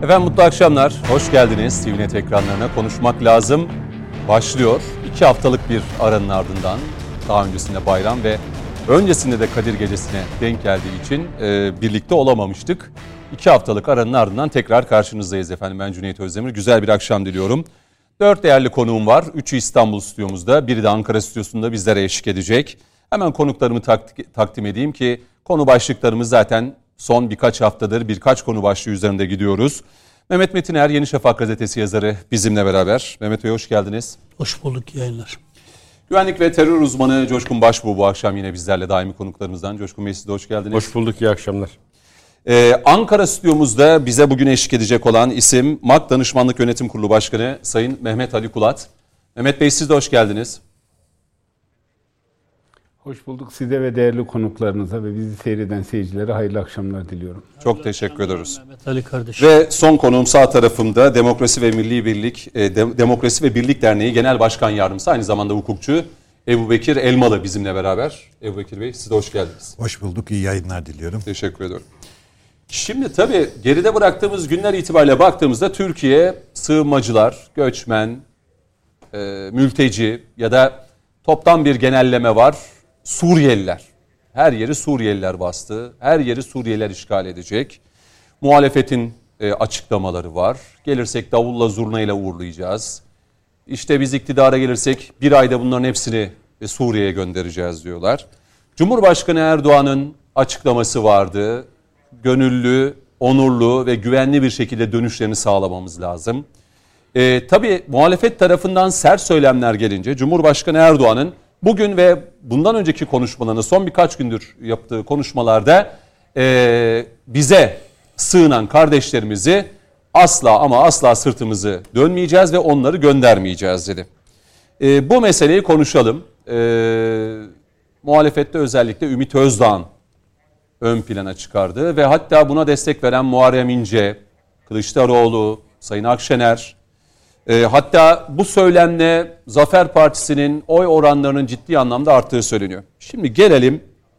Efendim mutlu akşamlar, hoş geldiniz TVNet ekranlarına. Konuşmak lazım başlıyor. 2 haftalık bir aranın ardından, daha öncesinde bayram ve öncesinde de Kadir Gecesi'ne denk geldiği için birlikte olamamıştık. 2 haftalık aranın ardından tekrar karşınızdayız efendim. Ben Cüneyt Özdemir, güzel bir akşam diliyorum. 4 değerli konuğum var. 3'ü İstanbul stüdyomuzda, biri de Ankara stüdyosunda bizlere eşlik edecek. Hemen konuklarımı takdim edeyim ki konu başlıklarımız zaten son birkaç haftadır birkaç konu başlığı üzerinde gidiyoruz. Mehmet Metiner, Yeni Şafak gazetesi yazarı bizimle beraber. Mehmet Bey hoş geldiniz. Hoş bulduk, yayınlar. Güvenlik ve terör uzmanı Coşkun Başbuğ bu akşam yine bizlerle, daimi konuklarımızdan. Coşkun Bey siz de hoş geldiniz. Hoş bulduk, iyi akşamlar. Ankara stüdyomuzda bize bugün eşlik edecek olan isim MAK Danışmanlık Yönetim Kurulu Başkanı Sayın Mehmet Ali Kulat. Mehmet Bey siz de hoş geldiniz. Hoş bulduk, size ve değerli konuklarınıza ve bizi seyreden seyircilere hayırlı akşamlar diliyorum. Çok teşekkür ederiz. Mehmet Ali kardeşim. Ve son konuğum sağ tarafımda Demokrasi ve Milli Birlik, Demokrasi ve Birlik Derneği Genel Başkan Yardımcısı, aynı zamanda hukukçu Ebubekir Elmalı bizimle beraber. Ebubekir Bey siz de hoş geldiniz. Hoş bulduk, iyi yayınlar diliyorum. Teşekkür ediyorum. Şimdi tabii geride bıraktığımız günler itibariyle baktığımızda Türkiye sığınmacılar, göçmen, mülteci ya da toptan bir genelleme var. Suriyeliler. Her yeri Suriyeliler bastı. Her yeri Suriyeliler işgal edecek. Muhalefetin açıklamaları var. Gelirsek davulla zurnayla uğurlayacağız. İşte biz iktidara gelirsek bir ayda bunların hepsini Suriye'ye göndereceğiz diyorlar. Cumhurbaşkanı Erdoğan'ın açıklaması vardı. Gönüllü, onurlu ve güvenli bir şekilde dönüşlerini sağlamamız lazım. Tabii muhalefet tarafından sert söylemler gelince Cumhurbaşkanı Erdoğan'ın bugün ve bundan önceki konuşmalarında, son birkaç gündür yaptığı konuşmalarda bize sığınan kardeşlerimizi asla ama asla sırtımızı dönmeyeceğiz ve onları göndermeyeceğiz dedi. Bu meseleyi konuşalım. Muhalefette özellikle Ümit Özdağ'ın ön plana çıkardığı ve hatta buna destek veren Muharrem İnce, Kılıçdaroğlu, Sayın Akşener, hatta bu söylemle Zafer Partisi'nin oy oranlarının ciddi anlamda arttığı söyleniyor. Şimdi gelelim,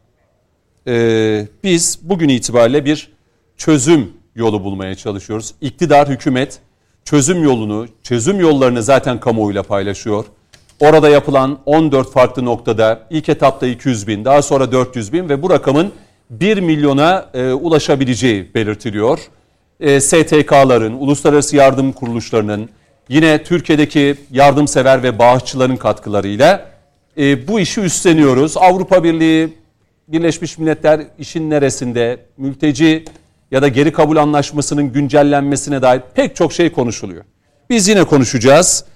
biz bugün itibariyle bir çözüm yolu bulmaya çalışıyoruz. İktidar, hükümet çözüm yollarını zaten kamuoyuyla paylaşıyor. Orada yapılan 14 farklı noktada ilk etapta 200 bin, daha sonra 400 bin ve bu rakamın 1 milyona ulaşabileceği belirtiliyor. STK'ların, uluslararası yardım kuruluşlarının, yine Türkiye'deki yardımsever ve bağışçıların katkılarıyla bu işi üstleniyoruz. Avrupa Birliği, Birleşmiş Milletler işin neresinde, mülteci ya da geri kabul anlaşmasının güncellenmesine dair pek çok şey konuşuluyor. Biz yine konuşacağız.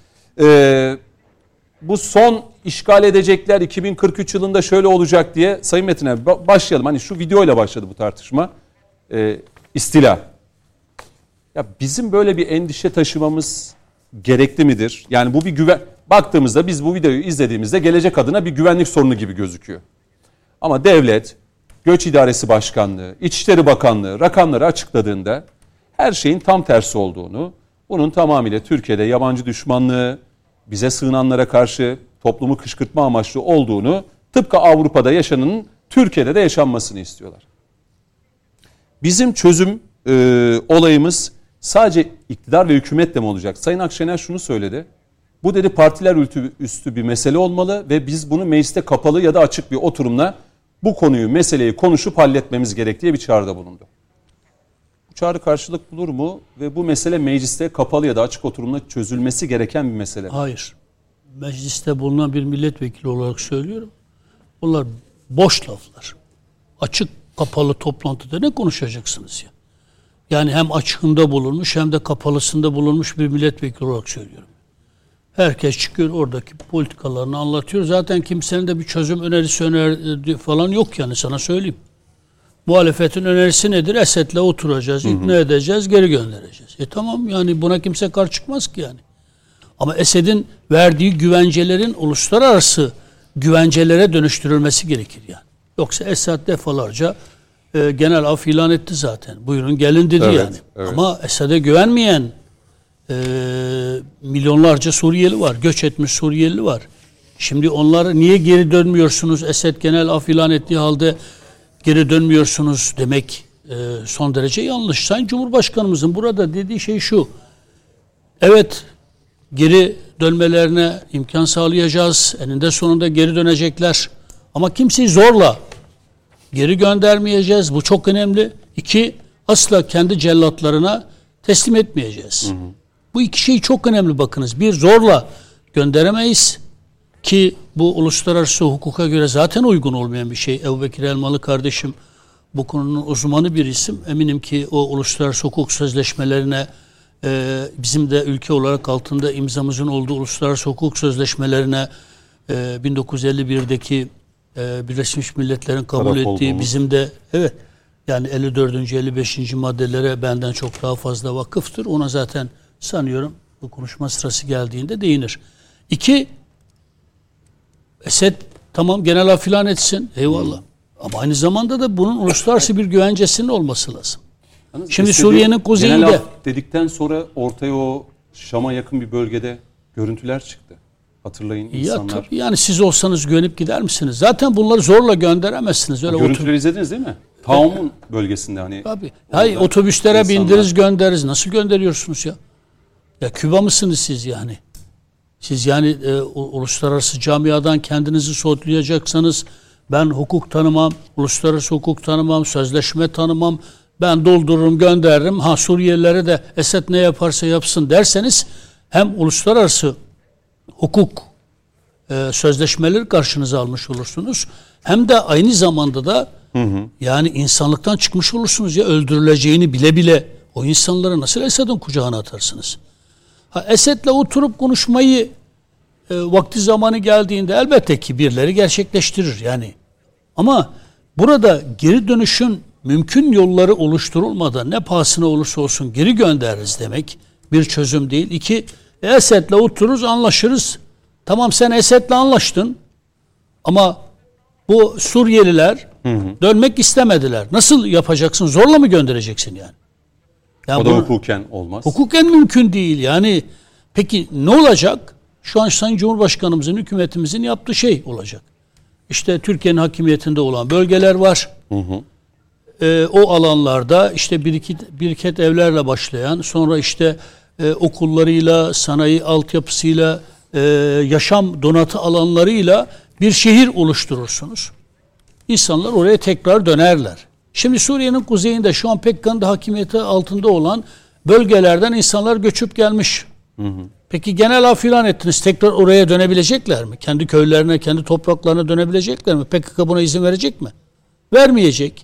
Bu son işgal edecekler 2043 yılında şöyle olacak diye Sayın Metiner başlayalım. Hani şu videoyla başladı bu tartışma. İstila. Ya bizim böyle bir endişe taşımamız gerekli midir? Yani bu bir baktığımızda biz bu videoyu izlediğimizde gelecek adına bir güvenlik sorunu gibi gözüküyor. Ama devlet, Göç İdaresi Başkanlığı, İçişleri Bakanlığı rakamları açıkladığında her şeyin tam tersi olduğunu, bunun tamamıyla Türkiye'de yabancı düşmanlığı, bize sığınanlara karşı toplumu kışkırtma amaçlı olduğunu, tıpkı Avrupa'da yaşananın Türkiye'de de yaşanmasını istiyorlar. Bizim çözüm olayımız sadece iktidar ve hükümetle mi olacak? Sayın Akşener şunu söyledi. Bu dedi partiler üstü bir mesele olmalı ve biz bunu mecliste kapalı ya da açık bir oturumla bu meseleyi konuşup halletmemiz gerek diye bir çağrıda bulundu. Bu çağrı karşılık bulur mu ve bu mesele mecliste kapalı ya da açık oturumla çözülmesi gereken bir mesele mi? Hayır. Mecliste bulunan bir milletvekili olarak söylüyorum. Bunlar boş laflar. Açık kapalı toplantıda ne konuşacaksınız ya? Yani hem açığında bulunmuş hem de kapalısında bulunmuş bir milletvekili olarak söylüyorum. Herkes çıkıyor oradaki politikalarını anlatıyor. Zaten kimsenin de bir çözüm önerisi falan yok yani, sana söyleyeyim. Muhalefetin önerisi nedir? Esed'le oturacağız, ikna edeceğiz, geri göndereceğiz. Tamam, yani buna kimse karşı çıkmaz ki yani. Ama Esed'in verdiği güvencelerin uluslararası güvencelere dönüştürülmesi gerekir yani. Yoksa Esed defalarca genel af ilan etti zaten. Buyurun gelin dedi, evet, yani. Evet. Ama Esed'e güvenmeyen milyonlarca Suriyeli var. Göç etmiş Suriyeli var. Şimdi onlara niye geri dönmüyorsunuz? Esed genel af ilan ettiği halde geri dönmüyorsunuz demek son derece yanlış. Sayın Cumhurbaşkanımızın burada dediği şey şu. Evet, geri dönmelerine imkan sağlayacağız. Eninde sonunda geri dönecekler. Ama kimseyi zorla geri göndermeyeceğiz. Bu çok önemli. 2, asla kendi cellatlarına teslim etmeyeceğiz. Bu iki şey çok önemli bakınız. Bir, zorla gönderemeyiz ki bu uluslararası hukuka göre zaten uygun olmayan bir şey. Ebubekir Elmalı kardeşim bu konunun uzmanı bir isim. Eminim ki o uluslararası hukuk sözleşmelerine bizim de ülke olarak altında imzamızın olduğu uluslararası hukuk sözleşmelerine 1951'deki Birleşmiş Milletler'in kabul ettiği bizim de evet yani 54. 55. maddelere benden çok daha fazla vakıftır. Ona zaten sanıyorum bu konuşma sırası geldiğinde değinir. 2, Esed tamam genel af filan etsin. Eyvallah. Ama aynı zamanda da bunun uluslararası bir güvencesinin olması lazım. Yalnız Şimdi Esed'i Suriye'nin kuzeyinde genel af dedikten sonra ortaya o Şam'a yakın bir bölgede görüntüler çıktı. Hatırlayın insanlar. Ya tabii yani siz olsanız güvenip gider misiniz? Zaten bunları zorla gönderemezsiniz. Öyle görüntüleri izlediniz değil mi? Taummun bölgesinde hani. Tabii. Hayır, otobüslere bindiririz göndeririz. Nasıl gönderiyorsunuz ya? Ya Küba mısınız siz yani? Siz yani uluslararası camiadan kendinizi soyutlayacaksanız ben hukuk tanımam, uluslararası hukuk tanımam, sözleşme tanımam, ben doldururum gönderirim. Ha Suriyelilere de Esed ne yaparsa yapsın derseniz hem uluslararası hukuk sözleşmeleri karşınıza almış olursunuz. Hem de aynı zamanda da yani insanlıktan çıkmış olursunuz ya öldürüleceğini bile bile o insanları nasıl Esed'in kucağına atarsınız? Ha, Esed'le oturup konuşmayı vakti zamanı geldiğinde elbette ki birileri gerçekleştirir yani. Ama burada geri dönüşün mümkün yolları oluşturulmadan ne pahasına olursa olsun geri göndeririz demek bir çözüm değil. 2, Esed'le otururuz anlaşırız. Tamam sen Esed'le anlaştın ama bu Suriyeliler dönmek istemediler. Nasıl yapacaksın? Zorla mı göndereceksin yani? O da hukuken olmaz. Hukuken mümkün değil. Yani peki ne olacak? Şu an Sayın Cumhurbaşkanımızın, hükümetimizin yaptığı şey olacak. İşte Türkiye'nin hakimiyetinde olan bölgeler var. O alanlarda işte biriket evlerle başlayan, sonra işte okullarıyla, sanayi altyapısıyla, yaşam donatı alanlarıyla bir şehir oluşturursunuz. İnsanlar oraya tekrar dönerler. Şimdi Suriye'nin kuzeyinde şu an PKK'nın da hakimiyeti altında olan bölgelerden insanlar göçüp gelmiş. Peki genel af filan ettiniz. Tekrar oraya dönebilecekler mi? Kendi köylerine, kendi topraklarına dönebilecekler mi? PKK buna izin verecek mi? Vermeyecek.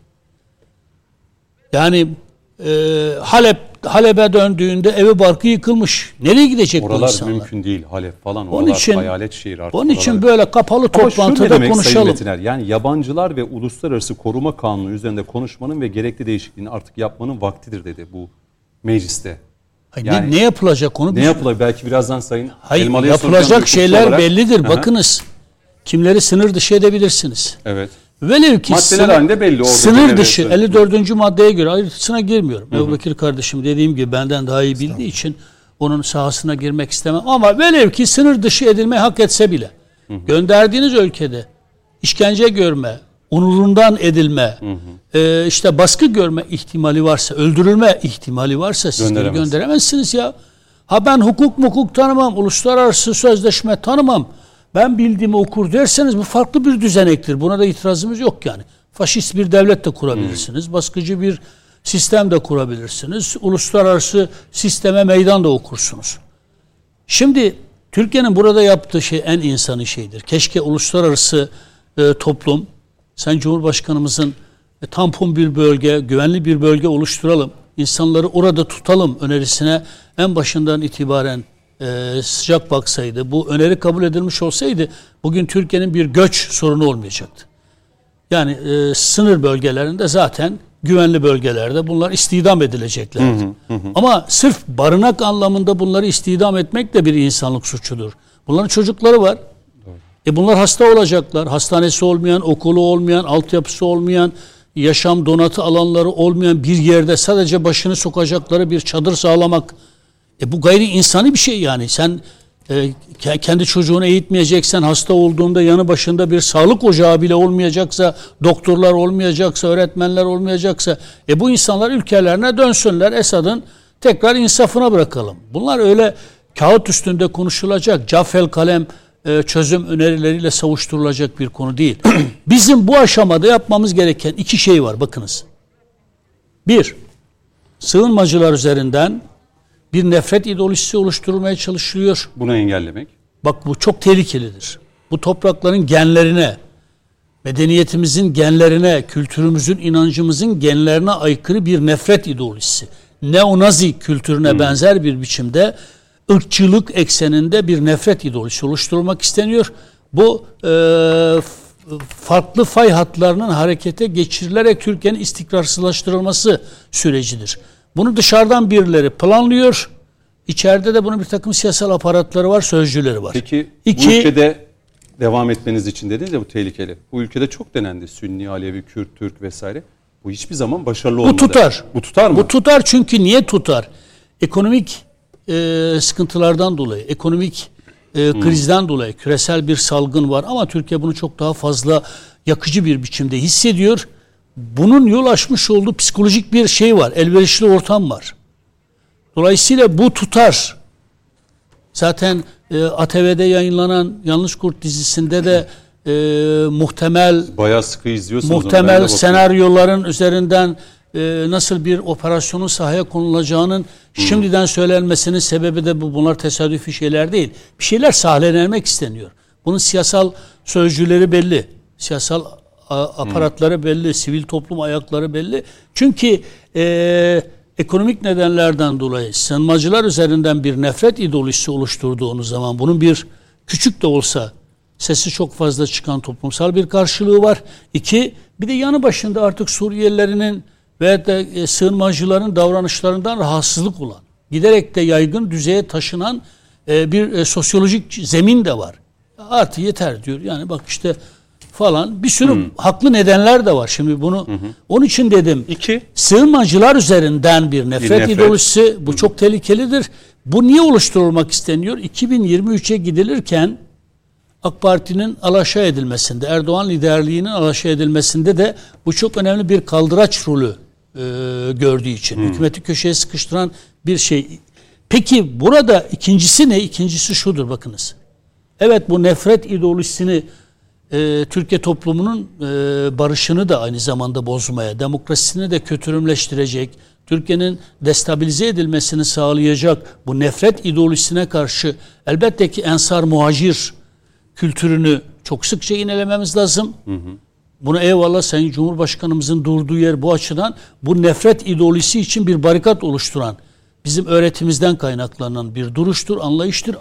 Yani Halep'e döndüğünde evi barkı yıkılmış. Nereye gidecek bu insanlar? Oralar mümkün değil. Halep falan. Oralar hayalet şehir artık. Onun için böyle kapalı toplantıda konuşalım. Metiner, yani yabancılar ve uluslararası koruma kanunu üzerinde konuşmanın ve gerekli değişikliğini artık yapmanın vaktidir dedi bu mecliste. Yani, ne yapılacak onu? Ne yapılacak? Belki birazdan Sayın Elmalı'ya yapılacak şeyler olarak, bellidir. Bakınız kimleri sınır dışı edebilirsiniz. Evet. Velev ki maddeler halinde belli orada. Sınır dışı 54. maddeye göre ayrıntısına girmiyorum. Ebubekir kardeşim dediğim gibi benden daha iyi bildiği için onun sahasına girmek istemem. Ama velev ki sınır dışı edilmeyi hak etse bile gönderdiğiniz ülkede işkence görme, onurundan edilme, işte baskı görme ihtimali varsa, öldürülme ihtimali varsa siz gönderemezsiniz ya. Ha ben hukuk tanımam, uluslararası sözleşme tanımam. Ben bildiğimi okur derseniz bu farklı bir düzenektir. Buna da itirazımız yok yani. Faşist bir devlet de kurabilirsiniz. Baskıcı bir sistem de kurabilirsiniz. Uluslararası sisteme meydan da okursunuz. Şimdi Türkiye'nin burada yaptığı şey en insani şeydir. Keşke uluslararası toplum, Sayın Cumhurbaşkanımızın tampon bir bölge, güvenli bir bölge oluşturalım. İnsanları orada tutalım önerisine en başından itibaren sıcak baksaydı, bu öneri kabul edilmiş olsaydı bugün Türkiye'nin bir göç sorunu olmayacaktı. Yani sınır bölgelerinde zaten güvenli bölgelerde bunlar istihdam edileceklerdi. Ama sırf barınak anlamında bunları istihdam etmek de bir insanlık suçudur. Bunların çocukları var. Bunlar hasta olacaklar. Hastanesi olmayan, okulu olmayan, altyapısı olmayan, yaşam donatı alanları olmayan bir yerde sadece başını sokacakları bir çadır sağlamak. Bu gayri insani bir şey yani. Sen Kendi çocuğunu eğitmeyeceksen, hasta olduğunda yanı başında bir sağlık ocağı bile olmayacaksa, doktorlar olmayacaksa, öğretmenler olmayacaksa, bu insanlar ülkelerine dönsünler. Esad'ın tekrar insafına bırakalım. Bunlar öyle kağıt üstünde konuşulacak, cafel kalem çözüm önerileriyle savuşturulacak bir konu değil. Bizim bu aşamada yapmamız gereken iki şey var. Bakınız. Bir, sığınmacılar üzerinden bir nefret ideolojisi oluşturulmaya çalışılıyor. Bunu engellemek. Bak bu çok tehlikelidir. Bu toprakların genlerine, medeniyetimizin genlerine, kültürümüzün, inancımızın genlerine aykırı bir nefret ideolojisi. Neonazi kültürüne benzer bir biçimde ırkçılık ekseninde bir nefret ideolojisi oluşturulmak isteniyor. Bu farklı fay hatlarının harekete geçirilerek Türkiye'nin istikrarsızlaştırılması sürecidir. Bunu dışarıdan birileri planlıyor. İçeride de bunun bir takım siyasal aparatları var, sözcüleri var. Peki bu ülkede devam etmeniz için dediniz ya bu tehlikeli. Bu ülkede çok denendi. Sünni, Alevi, Kürt, Türk vesaire. Bu hiçbir zaman başarılı olmadı. Bu tutar. Bu tutar mı? Bu tutar çünkü niye tutar? Ekonomik sıkıntılardan dolayı, ekonomik krizden dolayı küresel bir salgın var ama Türkiye bunu çok daha fazla yakıcı bir biçimde hissediyor. Bunun yol açmış olduğu psikolojik bir şey var, elverişli ortam var. Dolayısıyla bu tutar. Zaten ATV'de yayınlanan Yanlış Kurt dizisinde de bayağı sıkı izliyorsunuz. muhtemel senaryoların üzerinden nasıl bir operasyonun sahaya konulacağının şimdiden söylenmesinin sebebi de bu. Bunlar tesadüfi şeyler değil. Bir şeyler sahnelenmek isteniyor. Bunun siyasal sözcüleri belli. Siyasal aparatları belli. Sivil toplum ayakları belli. Çünkü ekonomik nedenlerden dolayı sığınmacılar üzerinden bir nefret ideolojisi oluşturduğunuz zaman bunun bir küçük de olsa sesi çok fazla çıkan toplumsal bir karşılığı var. İki, bir de yanı başında artık Suriyelilerinin ve de sığınmacıların davranışlarından rahatsızlık olan, giderek de yaygın düzeye taşınan bir sosyolojik zemin de var. Artık yeter diyor. Yani bak işte falan bir sürü haklı nedenler de var. Şimdi bunu onun için dedim. Sığınmacılar üzerinden bir nefret ideolojisi bu çok tehlikelidir. Bu niye oluşturulmak isteniyor? 2023'e gidilirken AK Parti'nin alaşağı edilmesinde, Erdoğan liderliğinin alaşağı edilmesinde de bu çok önemli bir kaldıraç rolü gördüğü için. Hükümeti köşeye sıkıştıran bir şey. Peki burada ikincisi ne? İkincisi şudur bakınız. Evet bu nefret ideolojisini Türkiye toplumunun barışını da aynı zamanda bozmaya, demokrasisini de kötürümleştirecek, Türkiye'nin destabilize edilmesini sağlayacak bu nefret ideolojisine karşı elbette ki ensar muhacir kültürünü çok sıkça inelememiz lazım. Buna eyvallah Sayın Cumhurbaşkanımızın durduğu yer bu açıdan bu nefret ideolojisi için bir barikat oluşturan bizim öğretimizden kaynaklanan bir duruştur, anlayıştır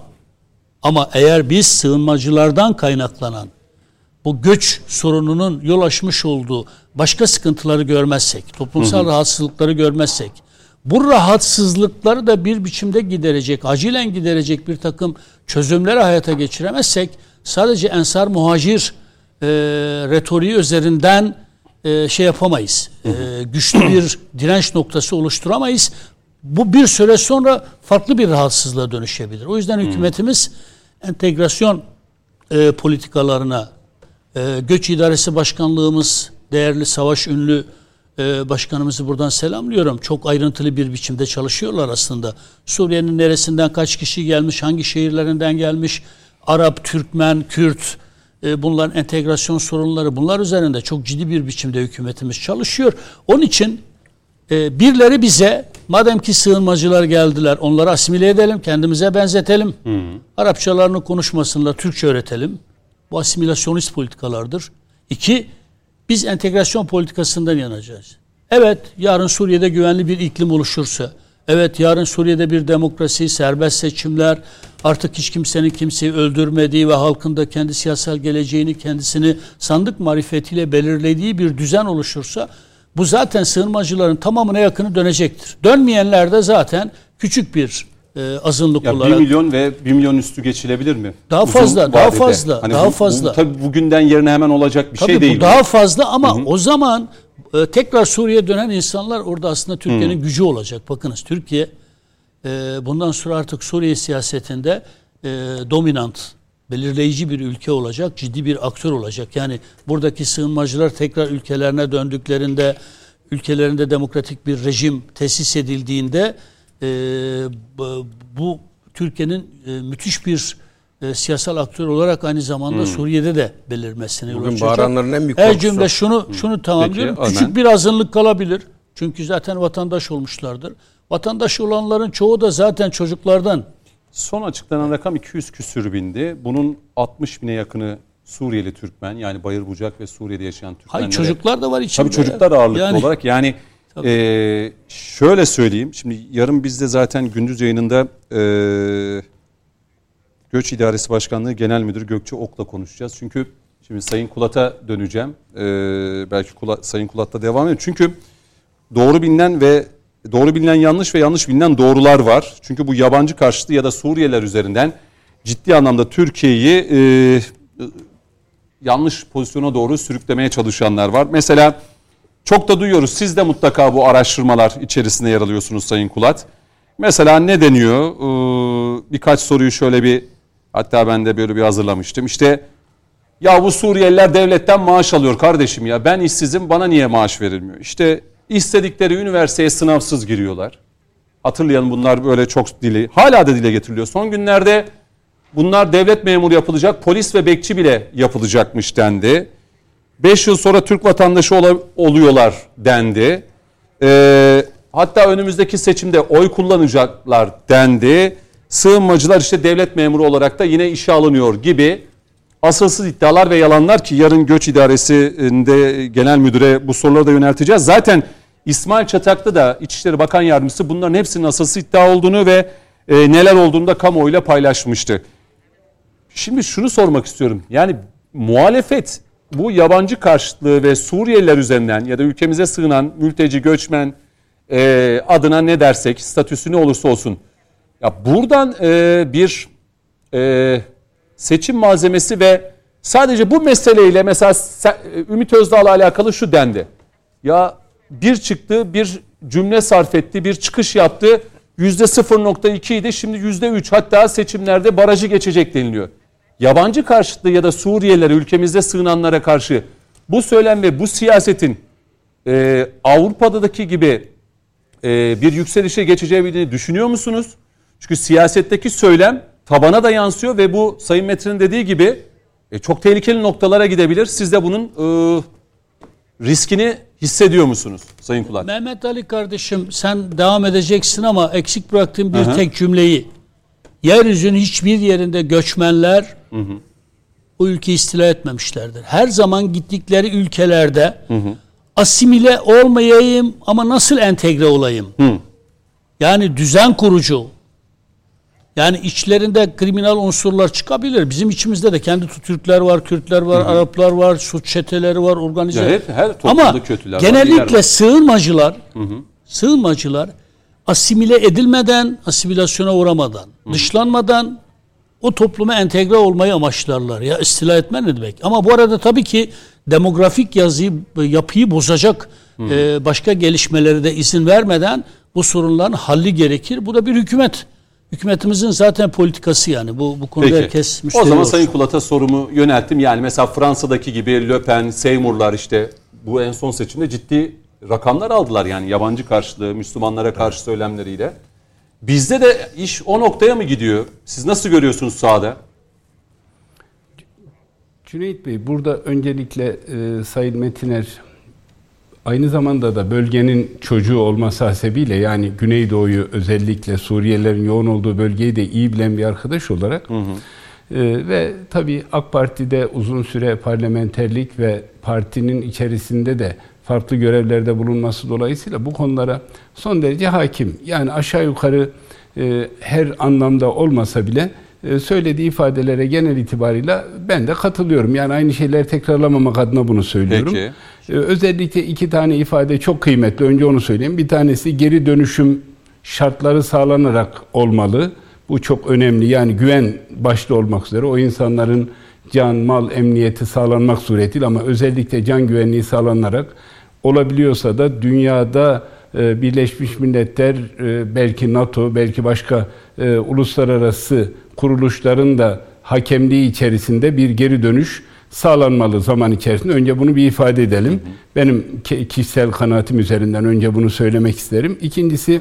ama eğer biz sığınmacılardan kaynaklanan bu göç sorununun yol açmış olduğu başka sıkıntıları görmezsek, toplumsal rahatsızlıkları görmezsek, bu rahatsızlıkları da bir biçimde giderecek, acilen giderecek bir takım çözümleri hayata geçiremezsek, sadece ensar muhacir retoriği üzerinden şey yapamayız. Güçlü bir direnç noktası oluşturamayız. Bu bir süre sonra farklı bir rahatsızlığa dönüşebilir. O yüzden hükümetimiz entegrasyon politikalarına, Göç İdaresi Başkanlığımız, değerli Savaş Ünlü başkanımızı buradan selamlıyorum. Çok ayrıntılı bir biçimde çalışıyorlar aslında. Suriye'nin neresinden kaç kişi gelmiş, hangi şehirlerinden gelmiş, Arap, Türkmen, Kürt, bunların entegrasyon sorunları, bunlar üzerinde çok ciddi bir biçimde hükümetimiz çalışıyor. Onun için birileri bize madem ki sığınmacılar geldiler onları asimile edelim, kendimize benzetelim. Arapçalarını konuşmasınlar, Türkçe öğretelim. Bu asimilasyonist politikalardır. İki, biz entegrasyon politikasından yanacağız. Evet, yarın Suriye'de güvenli bir iklim oluşursa, evet yarın Suriye'de bir demokrasi, serbest seçimler, artık hiç kimsenin kimseyi öldürmediği ve halkın da kendi siyasal geleceğini kendisini sandık marifetiyle belirlediği bir düzen oluşursa, bu zaten sığınmacıların tamamına yakını dönecektir. Dönmeyenler de zaten küçük bir azınlık ya olarak. 1 milyon ve 1 milyon üstü geçilebilir mi? Daha fazla, daha fazla, hani daha bu, fazla. Bu, tabii bugünden yarına hemen olacak bir şey değil. Bu daha fazla ama o zaman tekrar Suriye'ye dönen insanlar orada aslında Türkiye'nin gücü olacak. Bakınız Türkiye bundan sonra artık Suriye siyasetinde dominant, belirleyici bir ülke olacak, ciddi bir aktör olacak. Yani buradaki sığınmacılar tekrar ülkelerine döndüklerinde, ülkelerinde demokratik bir rejim tesis edildiğinde bu Türkiye'nin müthiş bir siyasal aktör olarak aynı zamanda Suriye'de de belirmesine yol açacak. Bağıranların en büyük Her korkusu. cümle şunu tamamlıyorum. Peki, Küçük bir azınlık kalabilir. Çünkü zaten vatandaş olmuşlardır. Vatandaş olanların çoğu da zaten çocuklardan. Son açıklanan rakam 200 küsür bindi. Bunun 60 bine yakını Suriyeli Türkmen, yani Bayırbucak ve Suriye'de yaşayan Türkmenlere. Hayır, çocuklar da var içinde. Tabii çocuklar ağırlıklı Yani- olarak. Yani şöyle söyleyeyim. Şimdi yarın bizde zaten gündüz yayınında Göç İdaresi Başkanlığı Genel Müdürü Gökçe Ok'la konuşacağız. Çünkü şimdi Sayın Kulat'a döneceğim. Belki Sayın Kulat'la devam edelim. Çünkü doğru bilinen yanlış ve yanlış bilinen doğrular var. Çünkü bu yabancı karşıtı ya da Suriyeliler üzerinden ciddi anlamda Türkiye'yi yanlış pozisyona doğru sürüklemeye çalışanlar var. Mesela çok da duyuyoruz. Siz de mutlaka bu araştırmalar içerisinde yer alıyorsunuz Sayın Kulat. Mesela ne deniyor? Birkaç soruyu şöyle hatta ben de böyle bir hazırlamıştım. İşte ya bu Suriyeliler devletten maaş alıyor kardeşim ya. Ben işsizim, bana niye maaş verilmiyor? İşte istedikleri üniversiteye sınavsız giriyorlar. Hatırlayalım, bunlar böyle çok hala da dile getiriliyor. Son günlerde bunlar devlet memuru yapılacak, polis ve bekçi bile yapılacakmış dendi. 5 yıl sonra Türk vatandaşı oluyorlar dendi. Hatta önümüzdeki seçimde oy kullanacaklar dendi. Sığınmacılar işte devlet memuru olarak da yine işe alınıyor gibi asılsız iddialar ve yalanlar ki yarın Göç İdaresi'nde genel müdüre bu soruları da yönelteceğiz. Zaten İsmail Çataklı da İçişleri Bakan Yardımcısı bunların hepsinin asılsız iddia olduğunu ve neler olduğunu da kamuoyuyla paylaşmıştı. Şimdi şunu sormak istiyorum. Yani muhalefet bu yabancı karşıtlığı ve Suriyeliler üzerinden ya da ülkemize sığınan mülteci, göçmen adına ne dersek, statüsü ne olursa olsun. Ya buradan bir seçim malzemesi ve sadece bu meseleyle mesela Ümit Özdağ'la alakalı şu dendi. Ya bir çıktı, bir cümle sarf etti, bir çıkış yaptı. %0.2 idi, şimdi %3, hatta seçimlerde barajı geçecek deniliyor. Yabancı karşıtlığı ya da Suriyelilere, ülkemizde sığınanlara karşı bu söylem ve bu siyasetin Avrupa'daki gibi bir yükselişe geçeceğini düşünüyor musunuz? Çünkü siyasetteki söylem tabana da yansıyor ve bu Sayın Metin'in dediği gibi çok tehlikeli noktalara gidebilir. Siz de bunun riskini hissediyor musunuz Sayın Kulat? Mehmet Ali kardeşim, sen devam edeceksin ama eksik bıraktığım bir tek cümleyi. Yeryüzünün hiçbir yerinde göçmenler o ülkeyi istila etmemişlerdir. Her zaman gittikleri ülkelerde asimile olmayayım ama nasıl entegre olayım? Yani düzen kurucu. Yani içlerinde kriminal unsurlar çıkabilir. Bizim içimizde de kendi Türkler var, Kürtler var, Araplar var, suç çeteleri var, organize. Her toplumda ama kötüler genellikle var. sığınmacılar asimile edilmeden, asimilasyona uğramadan, dışlanmadan o topluma entegre olmayı amaçlarlar. Ya istila etme ne demek? Ama bu arada tabii ki demografik yapıyı bozacak başka gelişmelere de izin vermeden bu sorunların halli gerekir. Bu da bir hükümetimizin zaten politikası yani. Bu konuda Peki. herkes müşteri O zaman olsun. Sayın Kulat'a sorumu yönelttim. Yani mesela Fransa'daki gibi Le Pen, Seymour'lar işte bu en son seçimde ciddi rakamlar aldılar. Yani yabancı karşılığı, Müslümanlara karşı söylemleriyle. Bizde de iş o noktaya mı gidiyor? Siz nasıl görüyorsunuz sahada? Cüneyt Bey, burada öncelikle Sayın Metiner aynı zamanda da bölgenin çocuğu olması hasebiyle, yani Güneydoğu'yu, özellikle Suriyelilerin yoğun olduğu bölgeyi de iyi bilen bir arkadaş olarak ve tabii AK Parti'de uzun süre parlamenterlik ve partinin içerisinde de farklı görevlerde bulunması dolayısıyla bu konulara son derece hakim. Yani aşağı yukarı her anlamda olmasa bile söylediği ifadelere genel itibarıyla ben de katılıyorum. Yani aynı şeyleri tekrarlamamak adına bunu söylüyorum. Peki. Özellikle 2 tane ifade çok kıymetli. Önce onu söyleyeyim. Bir tanesi geri dönüşüm şartları sağlanarak olmalı. Bu çok önemli. Yani güven başta olmak üzere o insanların can, mal, emniyeti sağlanmak suretiyle ama özellikle can güvenliği sağlanarak olabiliyorsa da dünyada Birleşmiş Milletler, belki NATO, belki başka uluslararası kuruluşların da hakemliği içerisinde bir geri dönüş sağlanmalı zaman içerisinde. Önce bunu bir ifade edelim. Benim kişisel kanaatim üzerinden önce bunu söylemek isterim. İkincisi,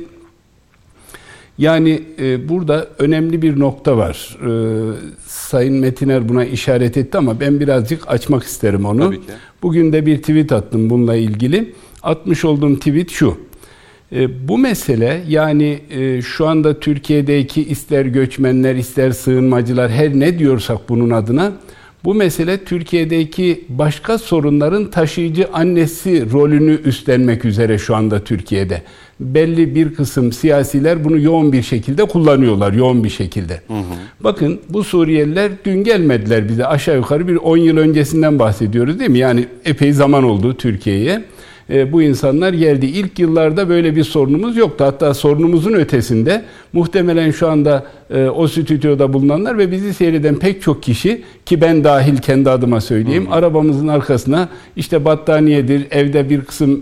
yani burada önemli bir nokta var. Sayın Metiner buna işaret etti ama ben birazcık açmak isterim onu. Tabii ki. Bugün de bir tweet attım bununla ilgili. Atmış olduğum tweet şu. Bu mesele, yani şu anda Türkiye'deki ister göçmenler, ister sığınmacılar, her ne diyorsak bunun adına, bu mesele Türkiye'deki başka sorunların taşıyıcı annesi rolünü üstlenmek üzere şu anda Türkiye'de. Belli bir kısım siyasiler bunu yoğun bir şekilde kullanıyorlar, yoğun bir şekilde. Bakın, bu Suriyeliler dün gelmediler bize, aşağı yukarı bir 10 yıl öncesinden bahsediyoruz değil mi? Yani epey zaman oldu Türkiye'ye. Bu insanlar geldi. İlk yıllarda böyle bir sorunumuz yoktu. Hatta sorunumuzun ötesinde muhtemelen şu anda o stüdyoda bulunanlar ve bizi seyreden pek çok kişi, ki ben dahil kendi adıma söyleyeyim, arabamızın arkasına işte battaniyedir, evde bir kısım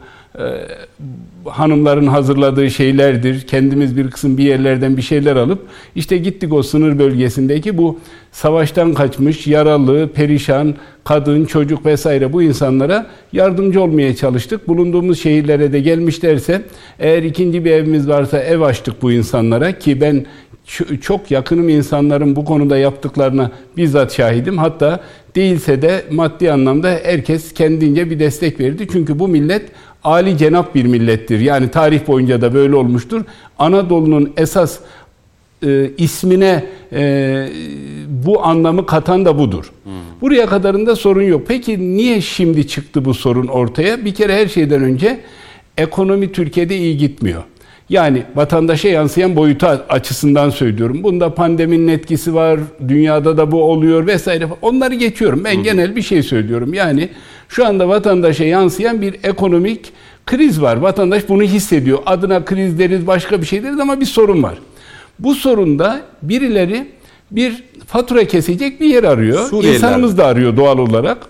hanımların hazırladığı şeylerdir, kendimiz bir kısım bir yerlerden bir şeyler alıp işte gittik o sınır bölgesindeki bu savaştan kaçmış, yaralı, perişan, kadın, çocuk vesaire bu insanlara yardımcı olmaya çalıştık. Bulunduğumuz şehirlere de gelmişlerse, eğer ikinci bir evimiz varsa ev açtık bu insanlara, ki ben çok yakınım insanların bu konuda yaptıklarına bizzat şahidim. Hatta değilse de maddi anlamda herkes kendince bir destek verdi. Çünkü bu millet âli cenap bir millettir. Yani tarih boyunca da böyle olmuştur. Anadolu'nun esas ismine bu anlamı katan da budur. Buraya kadarında sorun yok. Peki niye şimdi çıktı bu sorun ortaya? Bir kere her şeyden önce ekonomi Türkiye'de iyi gitmiyor. Yani vatandaşa yansıyan boyutu açısından söylüyorum. Bunda pandeminin etkisi var, dünyada da bu oluyor vesaire. Onları geçiyorum. Ben genel bir şey söylüyorum. Yani şu anda vatandaşa yansıyan bir ekonomik kriz var. Vatandaş bunu hissediyor. Adına kriz deriz, başka bir şey deriz ama bir sorun var. Bu sorunda birileri bir fatura kesecek bir yer arıyor. Suriyeliler. İnsanımız da arıyor doğal olarak.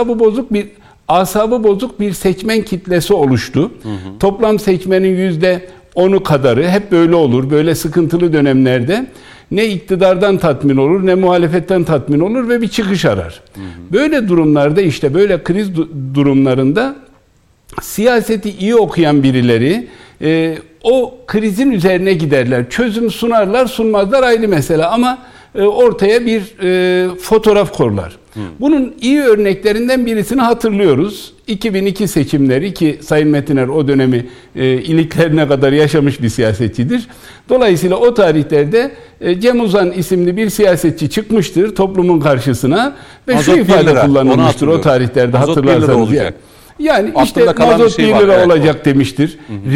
Asabı bozuk bir seçmen kitlesi oluştu. Toplam seçmenin %10'u kadarı hep böyle olur. Böyle sıkıntılı dönemlerde ne iktidardan tatmin olur, ne muhalefetten tatmin olur ve bir çıkış arar. Böyle durumlarda, işte böyle kriz durumlarında siyaseti iyi okuyan birileri o krizin üzerine giderler. Çözüm sunarlar, sunmazlar ayrı mesele ama ortaya bir fotoğraf korlar. Bunun iyi örneklerinden birisini hatırlıyoruz. 2002 seçimleri, ki Sayın Metiner o dönemi iliklerine kadar yaşamış bir siyasetçidir. Dolayısıyla o tarihlerde Cem Uzan isimli bir siyasetçi çıkmıştır toplumun karşısına ve mazot şu ifade 1 lira, kullanılmıştır o tarihlerde, mazot 1 lira hatırlarsanız. olacak. Yani Aklımda işte kalan mazot bir 1 şey var, lira evet, olacak demiştir.